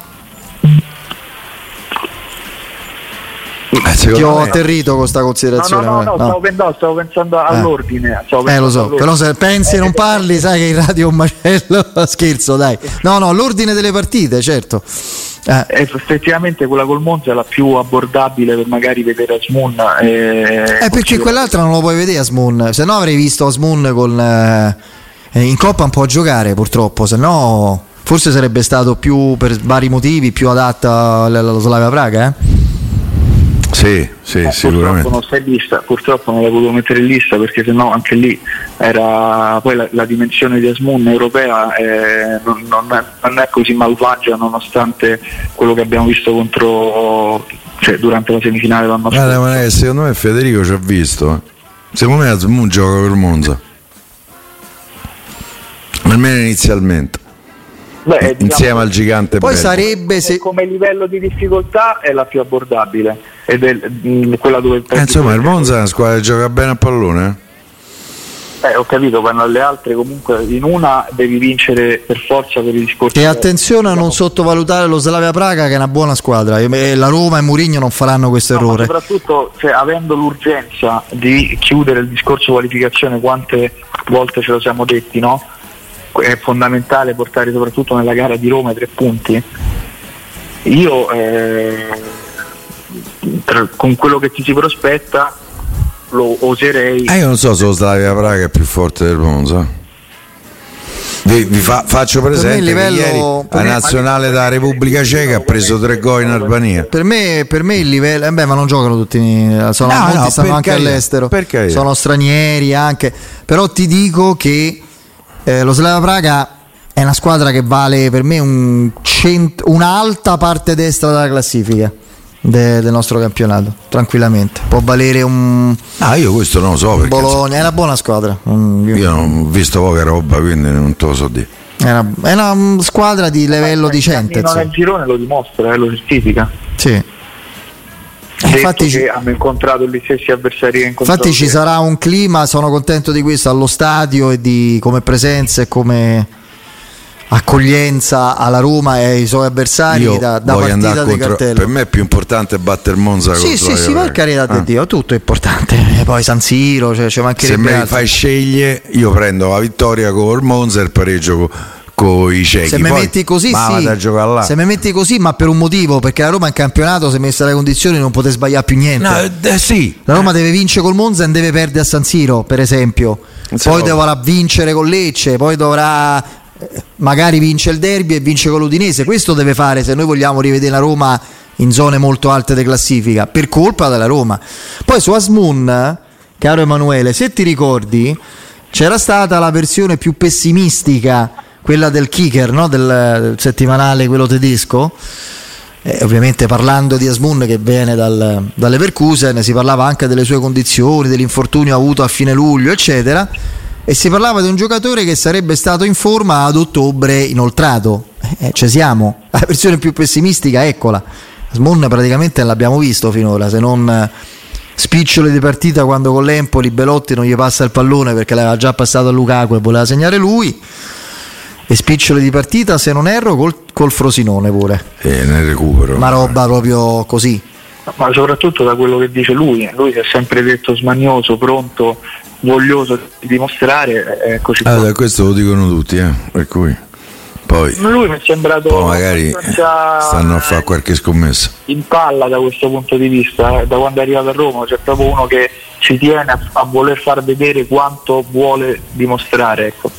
Ti ho atterrito con questa considerazione. No, stavo pensando all'ordine. Lo so, però se pensi e non parli, sai che in radio è un macello. Scherzo, dai. No, l'ordine delle partite, certo. Effettivamente quella col Monza è la più abbordabile per magari vedere Azmoun. Perché quell'altra non lo puoi vedere Azmoun, se no avrei visto Azmoun in Coppa un po' a giocare, purtroppo, se no forse sarebbe stato più, per vari motivi, più adatta allo Slavia Praga, Sì, sicuramente. Purtroppo non l'ho potuto mettere in lista, perché sennò anche lì era poi la dimensione di Azmoun europea non è così malvagia, nonostante quello che abbiamo visto durante la semifinale l'anno scorso. Ma secondo me Federico ci ha visto. Secondo me Azmoun gioca per Monza, almeno inizialmente. Insieme al gigante poi bello. Sarebbe come livello di difficoltà è la più abbordabile ed è quella dove insomma il Monza è una squadra che gioca bene a pallone. Ho capito, quando alle altre comunque in una devi vincere per forza per i discorsi. E attenzione a non sottovalutare lo Slavia Praga, che è una buona squadra. La Roma e Mourinho non faranno questo errore. Soprattutto avendo l'urgenza di chiudere il discorso qualificazione, quante volte ce lo siamo detti, no? È fondamentale portare soprattutto nella gara di Roma 3 punti. Io con quello che ti si prospetta lo oserei. Io non so se lo Slavia Praga è più forte del Monza. Faccio presente che ieri la nazionale da Repubblica Ceca ha preso 3 gol in Albania. Per me il livello, ma non giocano tutti, molti stanno anche all'estero, sono stranieri anche, però ti dico che lo Slavia Praga è una squadra che vale per me un'alta parte destra della classifica del nostro campionato, tranquillamente. Può valere io questo non lo so, perché Bologna è una buona squadra. Io non ho visto poca roba, quindi non te lo so dire. È una squadra di livello decente. Non il girone lo dimostra, lo certifica. Sì. Infatti hanno incontrato gli stessi avversari che infatti ci sarà un clima, sono contento di questo, allo stadio, e come presenza e come accoglienza alla Roma e ai suoi avversari. Io da partita di cartello. Per me è più importante battere Monza. Sì, per carità di Dio, tutto è importante. E poi San Siro, ci mancherebbe. Se mi fai scegliere, io prendo la vittoria con il Monza e il pareggio con i cechi. Se mi metti così, se mi metti così, ma per un motivo, perché la Roma in campionato si è messa alle condizioni, non poter sbagliare più niente. La Roma deve vincere col Monza e deve perdere a San Siro, per esempio. Poi dovrà vincere con Lecce, poi dovrà magari vince il derby e vince con l'Udinese. Questo deve fare se noi vogliamo rivedere la Roma in zone molto alte di classifica, per colpa della Roma. Poi su Azmoun, caro Emanuele, se ti ricordi, c'era stata la versione più pessimistica, quella del Kicker, no? del settimanale, quello tedesco, ovviamente parlando di Azmoun che viene dalle Leverkusen, si parlava anche delle sue condizioni, dell'infortunio avuto a fine luglio, eccetera, e si parlava di un giocatore che sarebbe stato in forma ad ottobre inoltrato. Ci siamo, la versione più pessimistica, eccola. Azmoun praticamente non l'abbiamo visto finora, se non spiccioli di partita quando con l'Empoli Belotti non gli passa il pallone perché l'aveva già passato a Lukaku e voleva segnare lui, e spiccioli di partita, se non erro, col Frosinone pure, nel recupero, una roba proprio così. Ma soprattutto da quello che dice lui si è sempre detto smanioso, pronto, voglioso di dimostrare, così. Questo lo dicono tutti, per cui Poi lui mi è sembrato magari stanno a fare qualche scommessa in palla da questo punto di vista, da quando è arrivato a Roma. C'è proprio uno che ci tiene a voler far vedere quanto vuole dimostrare, ecco.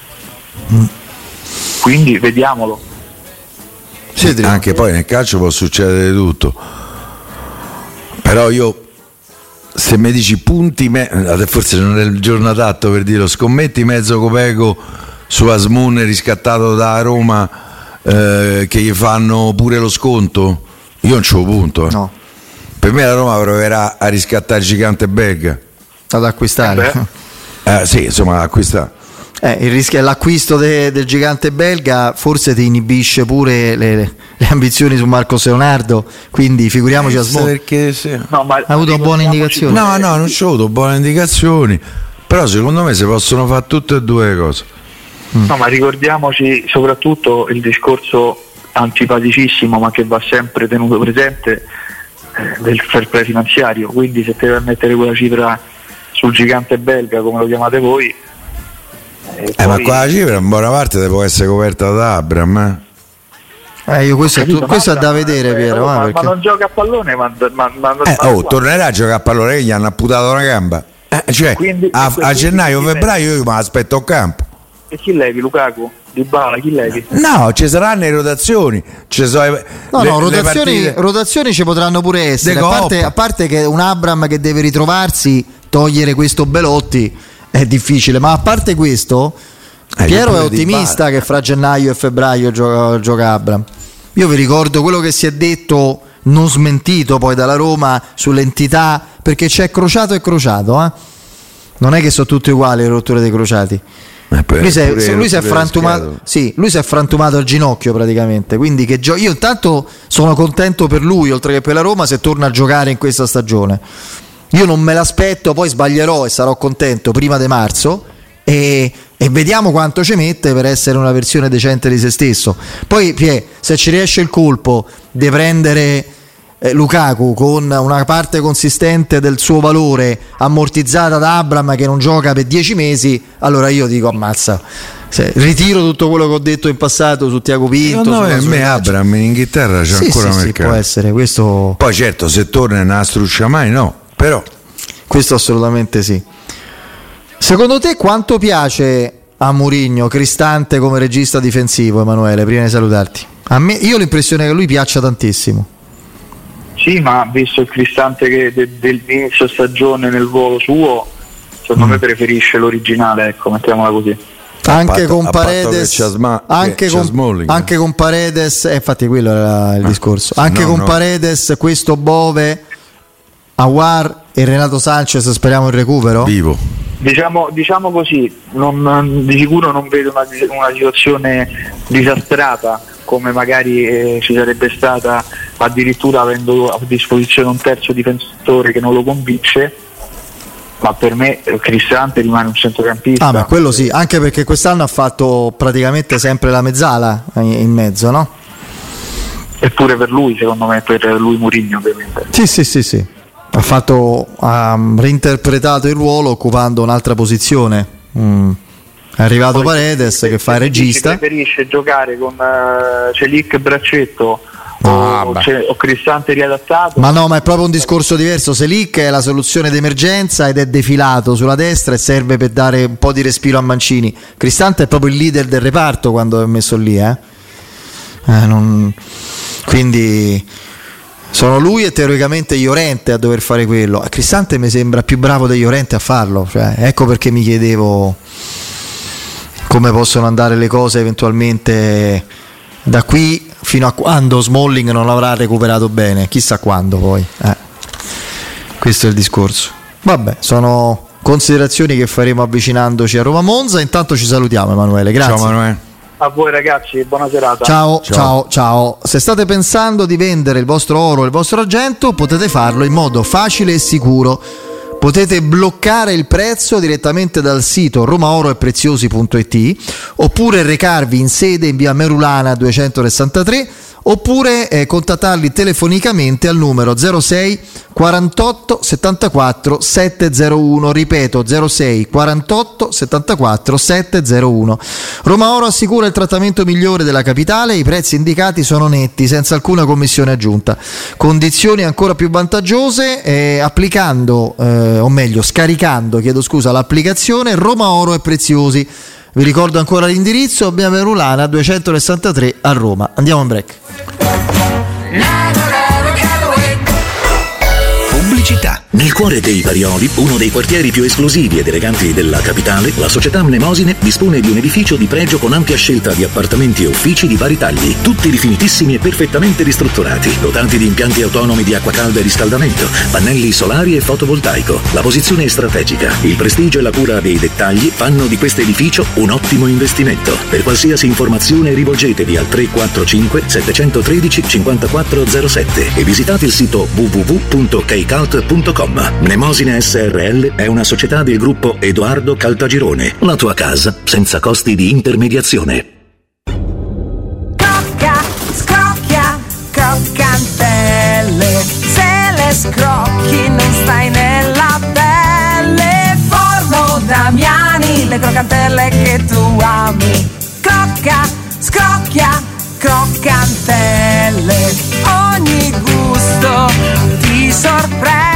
Quindi vediamolo. Sì, anche poi nel calcio può succedere tutto, però io, se mi dici punti, forse non è il giorno adatto per dirlo, scommetti mezzo copeco su Asmun riscattato da Roma, che gli fanno pure lo sconto, io non c'ho punto. No. Per me la Roma proverà a riscattare il gigante belga, ad acquistare. Sì, insomma, acquistare. Il rischio è l'acquisto del gigante belga, forse ti inibisce pure le ambizioni su Marcos Leonardo, quindi figuriamoci a perché sì. Ha avuto buone indicazioni. No, non ci ho avuto buone indicazioni, però secondo me si possono fare tutte e due le cose. No, ma ricordiamoci soprattutto il discorso antipaticissimo, ma che va sempre tenuto presente, del fair play finanziario. Quindi se te vai a mettere quella cifra sul gigante belga, come lo chiamate voi, poi... ma qua la cifra in buona parte può essere coperta da Abram. Questo è da vedere, Piero. Ma non gioca a pallone, tornerà a giocare a pallone, che gli hanno amputato una gamba. Quindi, a gennaio, febbraio io mi aspetto a campo. E chi levi? Lukaku? Dybala, chi levi? No, ci saranno le rotazioni. Rotazioni ci potranno pure essere. A parte che un Abram che deve ritrovarsi, togliere questo Belotti è difficile, ma a parte questo, Piero è ottimista che fra gennaio e febbraio gioca Abram. Io vi ricordo quello che si è detto, non smentito poi dalla Roma, sull'entità, perché c'è crociato e crociato, non è che sono tutti uguali le rotture dei crociati. Lui si è frantumato al ginocchio praticamente, quindi io intanto sono contento per lui oltre che per la Roma se torna a giocare in questa stagione. Io non me l'aspetto, poi sbaglierò e sarò contento prima di marzo e vediamo quanto ci mette per essere una versione decente di se stesso. Poi se ci riesce il colpo di prendere Lukaku con una parte consistente del suo valore ammortizzata da Abram che non gioca per 10 mesi, allora io dico ammazza, ritiro tutto quello che ho detto in passato su Tiago Pinto. Per me Abram in Inghilterra c'è ancora mercato. Sì, può essere questo. Poi certo, se torna non la struscia mai, no, però questo assolutamente sì. Secondo te quanto piace a Mourinho Cristante come regista difensivo, Emanuele, prima di salutarti? Io ho l'impressione che lui piaccia tantissimo. Sì, ma visto il Cristante che dell'inizio stagione nel volo suo, secondo me preferisce l'originale, ecco, mettiamola così. Anche con Paredes, anche con Paredes, infatti quello era il discorso. Anche con Paredes, questo Bove, Aouar e Renato Sanchez, speriamo il recupero. Vivo. Diciamo così, di sicuro non vedo una situazione disastrata come magari ci sarebbe stata addirittura avendo a disposizione un terzo difensore che non lo convince, ma per me Cristante rimane un centrocampista. Ma quello sì, anche perché quest'anno ha fatto praticamente sempre la mezzala in mezzo, no? Eppure per lui, secondo me, per lui Mourinho ovviamente. Sì. Ha reinterpretato il ruolo occupando un'altra posizione. È arrivato poi, Paredes che fa il regista. Preferisce giocare con Celic e Braccetto o Cristante riadattato? Ma no, ma è proprio un discorso diverso. Celic è la soluzione d'emergenza ed è defilato sulla destra e serve per dare un po' di respiro a Mancini. Cristante è proprio il leader del reparto quando è messo lì, quindi sono lui e teoricamente Llorente a dover fare quello. Cristante mi sembra più bravo di Llorente a farlo, ecco perché mi chiedevo come possono andare le cose eventualmente da qui fino a quando Smalling non l'avrà recuperato bene, chissà quando poi. Questo è il discorso. Vabbè, sono considerazioni che faremo avvicinandoci a Roma Monza. Intanto ci salutiamo, Emanuele, grazie. Ciao Emanuele. A voi ragazzi, buona serata. Ciao. Se state pensando di vendere il vostro oro e il vostro argento, potete farlo in modo facile e sicuro. Potete bloccare il prezzo direttamente dal sito romaoroepreziosi.it oppure recarvi in sede in via Merulana 263 oppure contattarli telefonicamente al numero 06 48 74 701, ripeto 06 48 74 701. Roma Oro assicura il trattamento migliore della capitale, i prezzi indicati sono netti, senza alcuna commissione aggiunta. Condizioni ancora più vantaggiose applicando, o meglio scaricando, l'applicazione Roma Oro e Preziosi. Vi ricordo ancora l'indirizzo: Via Merulana 263 a Roma. Andiamo in break. Pubblicità. Nel cuore dei Parioli, uno dei quartieri più esclusivi ed eleganti della capitale, la società Mnemosine dispone di un edificio di pregio con ampia scelta di appartamenti e uffici di vari tagli, tutti rifinitissimi e perfettamente ristrutturati, dotati di impianti autonomi di acqua calda e riscaldamento, pannelli solari e fotovoltaico. La posizione è strategica, il prestigio e la cura dei dettagli fanno di questo edificio un ottimo investimento. Per qualsiasi informazione rivolgetevi al 345 713 5407 e visitate il sito www.kcalt.com. Mnemosine SRL è una società del gruppo Edoardo Caltagirone. La tua casa senza costi di intermediazione. Crocca, scrocchia, croccantelle. Se le scrocchi non stai nella pelle. Forno Damiani, le croccantelle che tu ami. Crocca, scrocchia, croccantelle. Ogni gusto ti sorprende.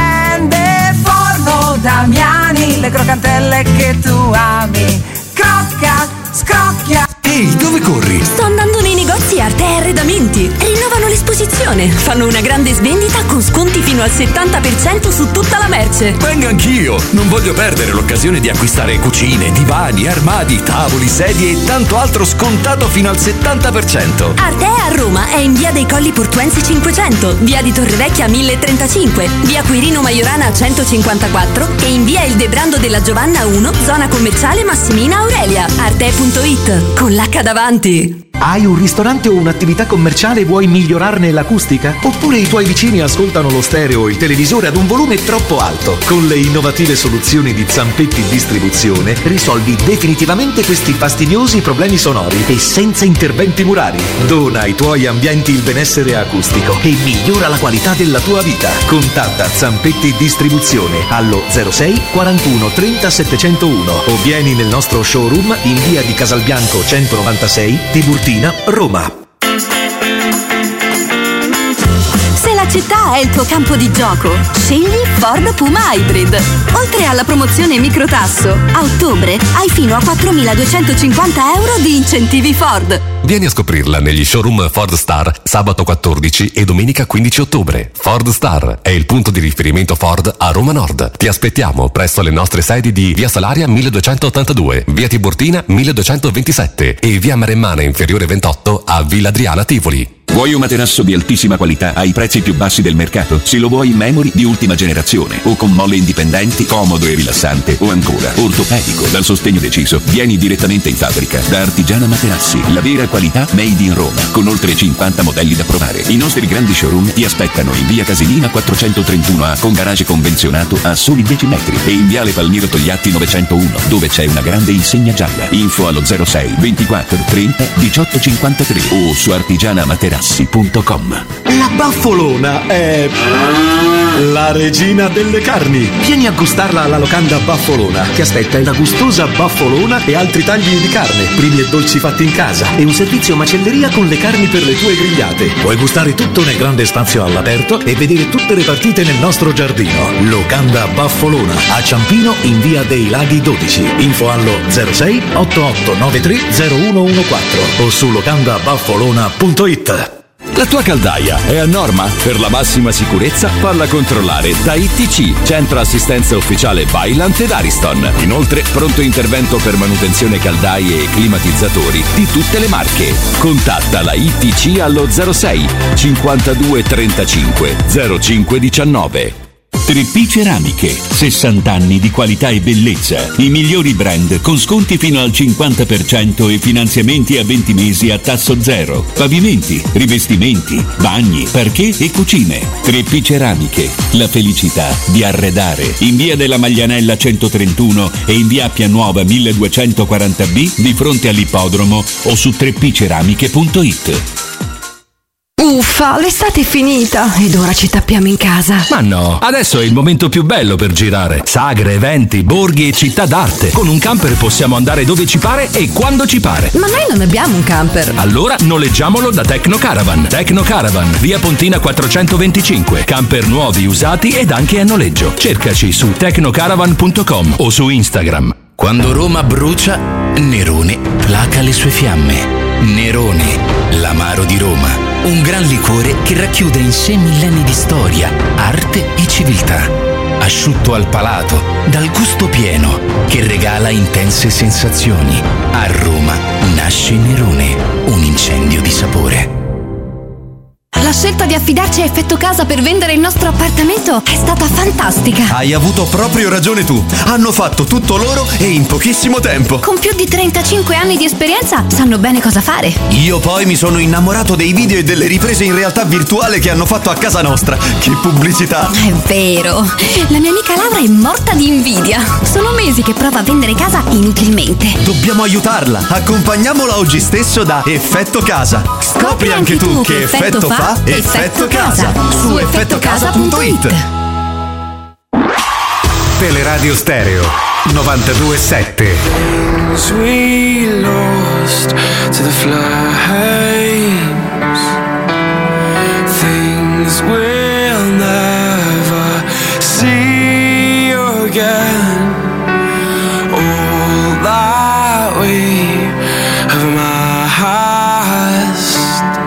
Forno Damiani, le croccantelle che tu ami. Crocca, scrocchia. Ehi, dove corri? Sto andando nei negozi Arte e Arredamenti. Rinnovano l'esposizione. Fanno una grande svendita con sconti fino al 70% su tutta la merce. Vengo anch'io. Non voglio perdere l'occasione di acquistare cucine, divani, armadi, tavoli, sedie e tanto altro scontato fino al 70%. Arte a Roma è in via dei Colli Portuensi 500, via di Torrevecchia 1035, via Quirino Maiorana 154 e in via Il Debrando della Giovanna 1, zona commerciale Massimina Aurelia. Arte.it con l'H davanti. Hai un ristorante o un'attività commerciale e vuoi migliorarne l'acustica? Oppure i tuoi vicini ascoltano lo stereo o il televisore ad un volume troppo alto? Con le innovative soluzioni di Zampetti Distribuzione risolvi definitivamente questi fastidiosi problemi sonori e senza interventi murari. Dona ai tuoi ambienti il benessere acustico e migliora la qualità della tua vita. Contatta Zampetti Distribuzione allo 06 41 30 701 o vieni nel nostro showroom in via di Casalbianco 196 Tiburtina, Roma. Se la città è il tuo campo di gioco, scegli Ford Puma Hybrid. Oltre alla promozione microtasso, a ottobre hai fino a 4.250 euro di incentivi Ford. Vieni a scoprirla negli showroom Ford Star sabato 14 e domenica 15 ottobre. Ford Star è il punto di riferimento Ford a Roma Nord. Ti aspettiamo presso le nostre sedi di via Salaria 1282, via Tiburtina 1227 e via Maremmana Inferiore 28 a Villa Adriana Tivoli. Vuoi un materasso di altissima qualità ai prezzi più bassi del mercato? Se lo vuoi in memory di ultima generazione o con molle indipendenti, comodo e rilassante o ancora ortopedico dal sostegno deciso, vieni direttamente in fabbrica da Artigiana Materassi, la vera qualità made in Roma, con oltre 50 modelli da provare. I nostri grandi showroom ti aspettano in via Casilina 431A con garage convenzionato a soli 10 metri e in viale Palmiro Togliatti 901 dove c'è una grande insegna gialla. Info allo 06 24 30 18 53 o su artigianamaterassi.com. La Baffolona è la regina delle carni. Vieni a gustarla alla locanda Baffolona. Ti aspetta una gustosa baffolona e altri tagli di carne, primi e dolci fatti in casa e un servizio macelleria con le carni per le tue grigliate. Puoi gustare tutto nel grande spazio all'aperto e vedere tutte le partite nel nostro giardino. Locanda Baffolona a Ciampino in via dei Laghi 12. Info allo 06 8893 0114 o su locandabaffolona.it. La tua caldaia è a norma? Per la massima sicurezza falla controllare da ITC, Centro Assistenza Ufficiale Vaillant ed Ariston. Inoltre pronto intervento per manutenzione caldaie e climatizzatori di tutte le marche. Contatta la ITC allo 06 52 35 05 19. 3P Ceramiche, 60 anni di qualità e bellezza. I migliori brand con sconti fino al 50% e finanziamenti a 20 mesi a tasso zero. Pavimenti, rivestimenti, bagni, parquet e cucine. 3P Ceramiche, la felicità di arredare. In via della Maglianella 131 e in via Appia Nuova 1240B di fronte all'ippodromo o su 3pceramiche.it. Uffa, l'estate è finita ed ora ci tappiamo in casa. Ma no, adesso è il momento più bello per girare. Sagre, eventi, borghi e città d'arte. Con un camper possiamo andare dove ci pare e quando ci pare. Ma noi non abbiamo un camper. Allora noleggiamolo da Tecno Caravan. Tecno Caravan, via Pontina 425. Camper nuovi, usati ed anche a noleggio. Cercaci su tecnocaravan.com o su Instagram. Quando Roma brucia, Nerone placa le sue fiamme. Nerone, l'amaro di Roma. Un gran liquore che racchiude in sé millenni di storia, arte e civiltà. Asciutto al palato, dal gusto pieno, che regala intense sensazioni. A Roma nasce Nerone, un incendio di sapore. La scelta di affidarci a Effetto Casa per vendere il nostro appartamento è stata fantastica. Hai avuto proprio ragione tu. Hanno fatto tutto loro e in pochissimo tempo. Con più di 35 anni di esperienza sanno bene cosa fare. Io poi mi sono innamorato dei video e delle riprese in realtà virtuale che hanno fatto a casa nostra. Che pubblicità! È vero. La mia amica Laura è morta di invidia. Sono mesi che prova a vendere casa inutilmente. Dobbiamo aiutarla. Accompagniamola oggi stesso da Effetto Casa. Scopri anche tu che effetto fa Effetto Casa su effettocasa.it. Teleradio Stereo 92.7. We lost to the flames. Things we'll never see again. All that we have amassed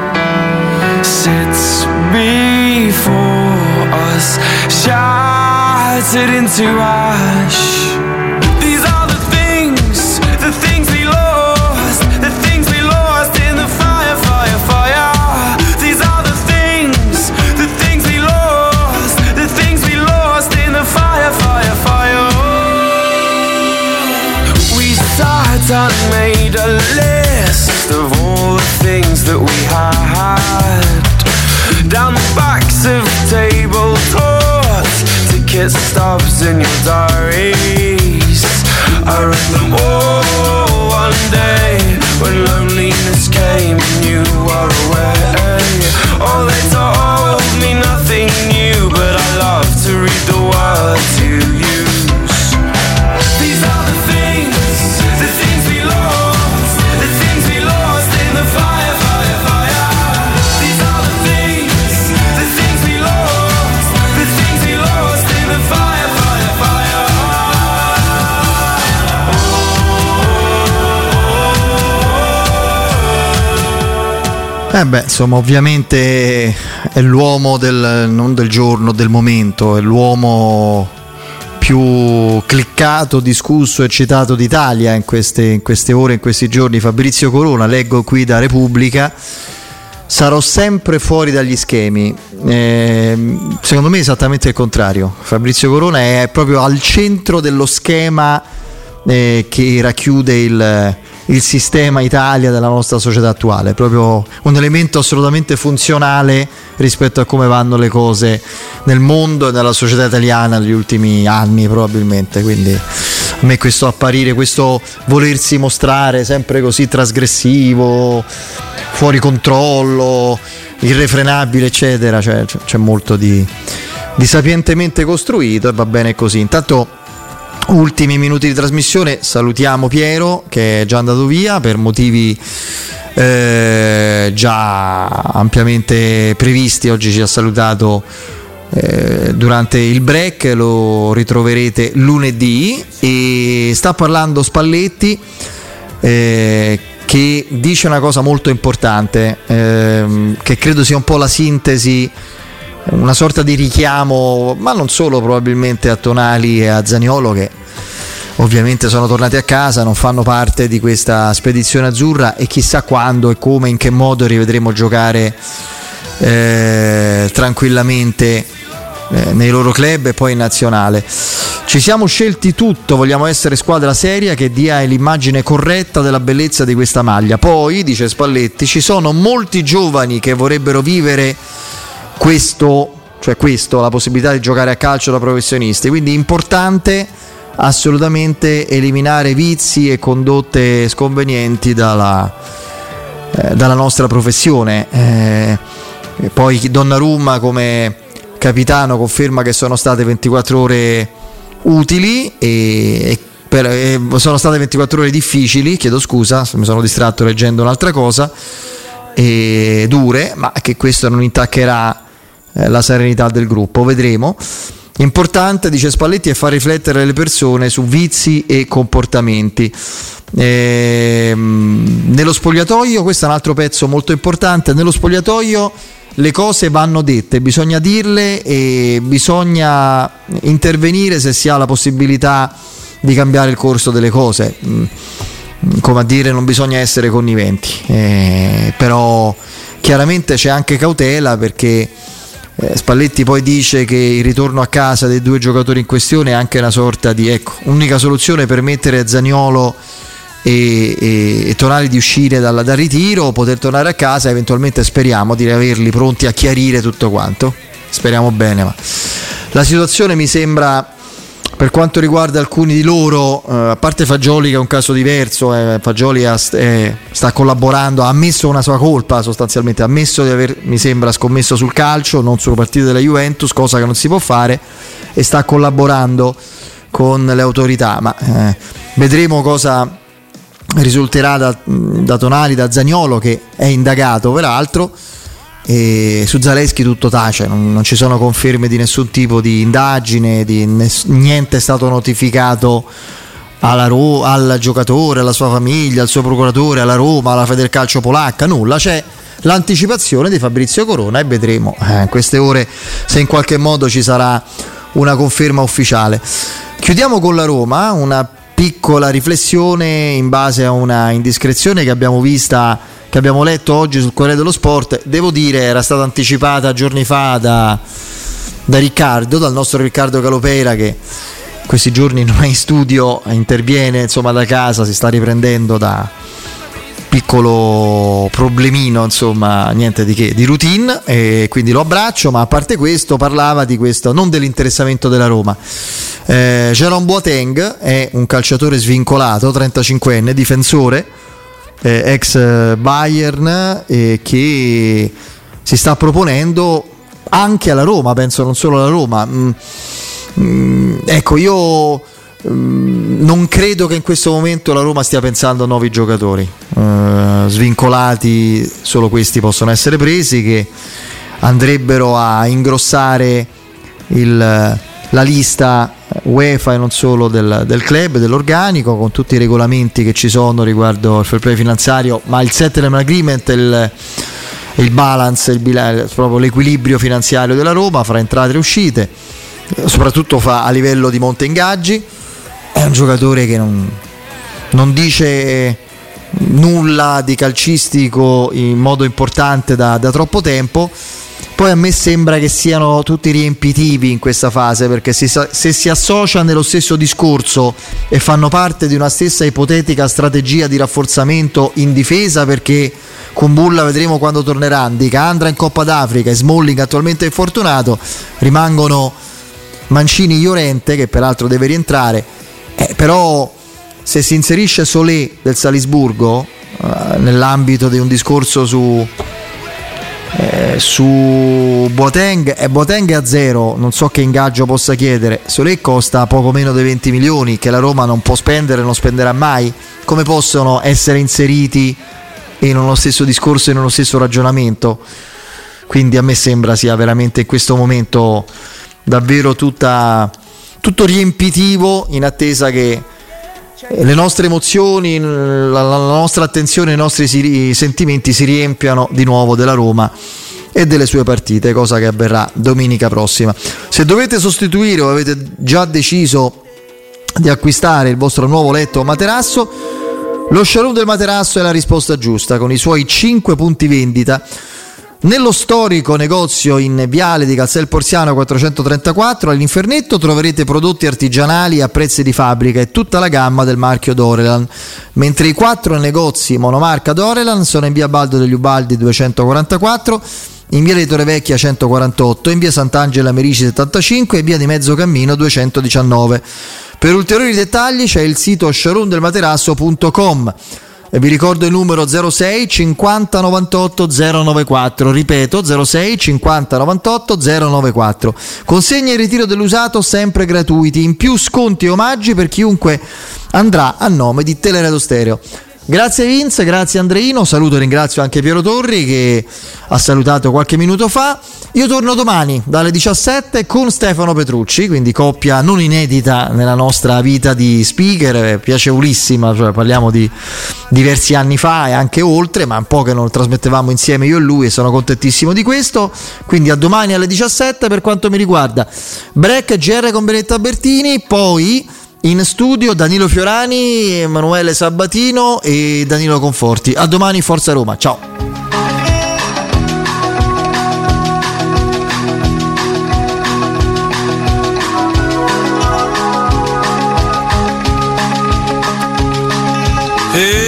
sits before us, shattered into ash. These are the things we lost, the things we lost in the fire, fire, fire. These are the things we lost, the things we lost in the fire, fire, fire. We sat and made a list of all the things that we had down the backs of tabletops, ticket stubs in your diaries. I read them all one day when loneliness came and you were away. Oh, they told me nothing new, but I love to read the words you use. These are the things we lost, the things we lost in the fire, fire, fire. These are the things we lost, the things we lost in the fire, fire, fire. Insomma, ovviamente è l'uomo non del giorno, del momento, è l'uomo più cliccato, discusso e citato d'Italia in queste ore, in questi giorni, Fabrizio Corona. Leggo qui da Repubblica: sarò sempre fuori dagli schemi. Secondo me è esattamente il contrario. Fabrizio Corona è proprio al centro dello schema che racchiude il sistema Italia della nostra società attuale, proprio un elemento assolutamente funzionale rispetto a come vanno le cose nel mondo e nella società italiana negli ultimi anni probabilmente. Quindi a me questo apparire, questo volersi mostrare sempre così trasgressivo, fuori controllo, irrefrenabile eccetera, cioè c'è molto di sapientemente costruito e va bene così. Intanto ultimi minuti di trasmissione, salutiamo Piero che è già andato via per motivi già ampiamente previsti. Oggi ci ha salutato durante il break, lo ritroverete lunedì. E sta parlando Spalletti che dice una cosa molto importante, che credo sia un po' la sintesi, una sorta di richiamo, ma non solo, probabilmente a Tonali e a Zaniolo, che ovviamente sono tornati a casa, non fanno parte di questa spedizione azzurra e chissà quando e come, in che modo rivedremo giocare tranquillamente nei loro club e poi in nazionale. Ci siamo scelti tutto, vogliamo essere squadra seria che dia l'immagine corretta della bellezza di questa maglia. Poi, dice Spalletti, ci sono molti giovani che vorrebbero vivere questo, la possibilità di giocare a calcio da professionisti, quindi è importante assolutamente eliminare vizi e condotte sconvenienti dalla nostra professione. Poi Donnarumma come capitano conferma che sono state 24 ore utili e sono state 24 ore difficili, chiedo scusa, mi sono distratto leggendo un'altra cosa, e dure, ma che questo non intaccherà la serenità del gruppo, vedremo. Importante, dice Spalletti, è far riflettere le persone su vizi e comportamenti. Nello spogliatoio, questo è un altro pezzo molto importante, nello spogliatoio le cose vanno dette, bisogna dirle e bisogna intervenire se si ha la possibilità di cambiare il corso delle cose, come a dire, non bisogna essere conniventi, però chiaramente c'è anche cautela, perché Spalletti poi dice che il ritorno a casa dei due giocatori in questione è anche una sorta di unica soluzione per mettere a Zaniolo e Tonali di uscire dal ritiro, poter tornare a casa, eventualmente speriamo di averli pronti a chiarire tutto quanto, speriamo bene, ma la situazione mi sembra, per quanto riguarda alcuni di loro, a parte Fagioli che è un caso diverso, Fagioli sta collaborando, ha ammesso una sua colpa sostanzialmente, ha ammesso di aver, mi sembra, scommesso sul calcio, non sulle partite della Juventus, cosa che non si può fare, e sta collaborando con le autorità, ma vedremo cosa risulterà da Tonali, da Zaniolo, che è indagato peraltro, e su Zalewski tutto tace, non ci sono conferme di nessun tipo di indagine, niente è stato notificato al giocatore, alla sua famiglia, al suo procuratore, alla Roma, alla Federcalcio polacca, nulla. C'è l'anticipazione di Fabrizio Corona e vedremo in queste ore se in qualche modo ci sarà una conferma ufficiale. Chiudiamo con la Roma, una piccola riflessione in base a una indiscrezione che abbiamo letto oggi sul Corriere dello Sport. Devo dire, era stata anticipata giorni fa da Riccardo, dal nostro Riccardo Calopera, che questi giorni non è in studio, interviene insomma da casa, si sta riprendendo da piccolo problemino, insomma niente di che, di routine, e quindi lo abbraccio. Ma a parte questo, parlava di questo, non dell'interessamento della Roma. Jérôme Boateng è un calciatore svincolato, 35enne, difensore, ex Bayern, che si sta proponendo anche alla Roma, penso non solo alla Roma. Ecco, io non credo che in questo momento la Roma stia pensando a nuovi giocatori svincolati, solo questi possono essere presi, che andrebbero a ingrossare la lista UEFA e non solo del club, dell'organico, con tutti i regolamenti che ci sono riguardo il fair play finanziario, ma il settlement agreement, il balance, proprio l'equilibrio finanziario della Roma fra entrate e uscite, soprattutto a livello di monte ingaggi. È un giocatore che non dice nulla di calcistico in modo importante da troppo tempo. Poi a me sembra che siano tutti riempitivi in questa fase, perché se si associa nello stesso discorso e fanno parte di una stessa ipotetica strategia di rafforzamento in difesa, perché con Bulla vedremo quando tornerà, Indica andrà in Coppa d'Africa e Smalling attualmente infortunato, rimangono Mancini, Llorente, che peraltro deve rientrare, però se si inserisce Solé del Salisburgo nell'ambito di un discorso su Boateng è a zero, non so che ingaggio possa chiedere. Solé costa poco meno di 20 milioni che la Roma non può spendere, non spenderà mai. Come possono essere inseriti in uno stesso discorso, in uno stesso ragionamento? Quindi a me sembra sia veramente in questo momento davvero tutto riempitivo, in attesa che le nostre emozioni, la nostra attenzione, i nostri sentimenti si riempiano di nuovo della Roma e delle sue partite, cosa che avverrà domenica prossima. Se dovete sostituire o avete già deciso di acquistare il vostro nuovo letto o materasso, lo showroom del materasso è la risposta giusta, con i suoi 5 punti vendita nello storico negozio in Viale di Castel Porziano 434. All'Infernetto troverete prodotti artigianali a prezzi di fabbrica e tutta la gamma del marchio Dorelan, mentre i 4 negozi monomarca Dorelan sono in via Baldo degli Ubaldi 244, in via dei Torrevecchia 148, in via Sant'Angela Merici 75 e via di Mezzocammino 219. Per ulteriori dettagli c'è il sito showroomdelmaterasso.com. e vi ricordo il numero 06 50 98 094, ripeto 06 50 98 094. Consegna e ritiro dell'usato sempre gratuiti, in più sconti e omaggi per chiunque andrà a nome di Teleradio Stereo. Grazie Vince, grazie Andreino, saluto e ringrazio anche Piero Torri che ha salutato qualche minuto fa. Io torno domani dalle 17 con Stefano Petrucci, quindi coppia non inedita nella nostra vita di speaker, piacevolissima, cioè parliamo di diversi anni fa e anche oltre, ma un po' che non trasmettevamo insieme io e lui e sono contentissimo di questo. Quindi a domani alle 17 per quanto mi riguarda. Break GR con Benetta Bertini, poi in studio Danilo Fiorani, Emanuele Sabatino e Danilo Conforti. A domani, Forza Roma, ciao. Hey.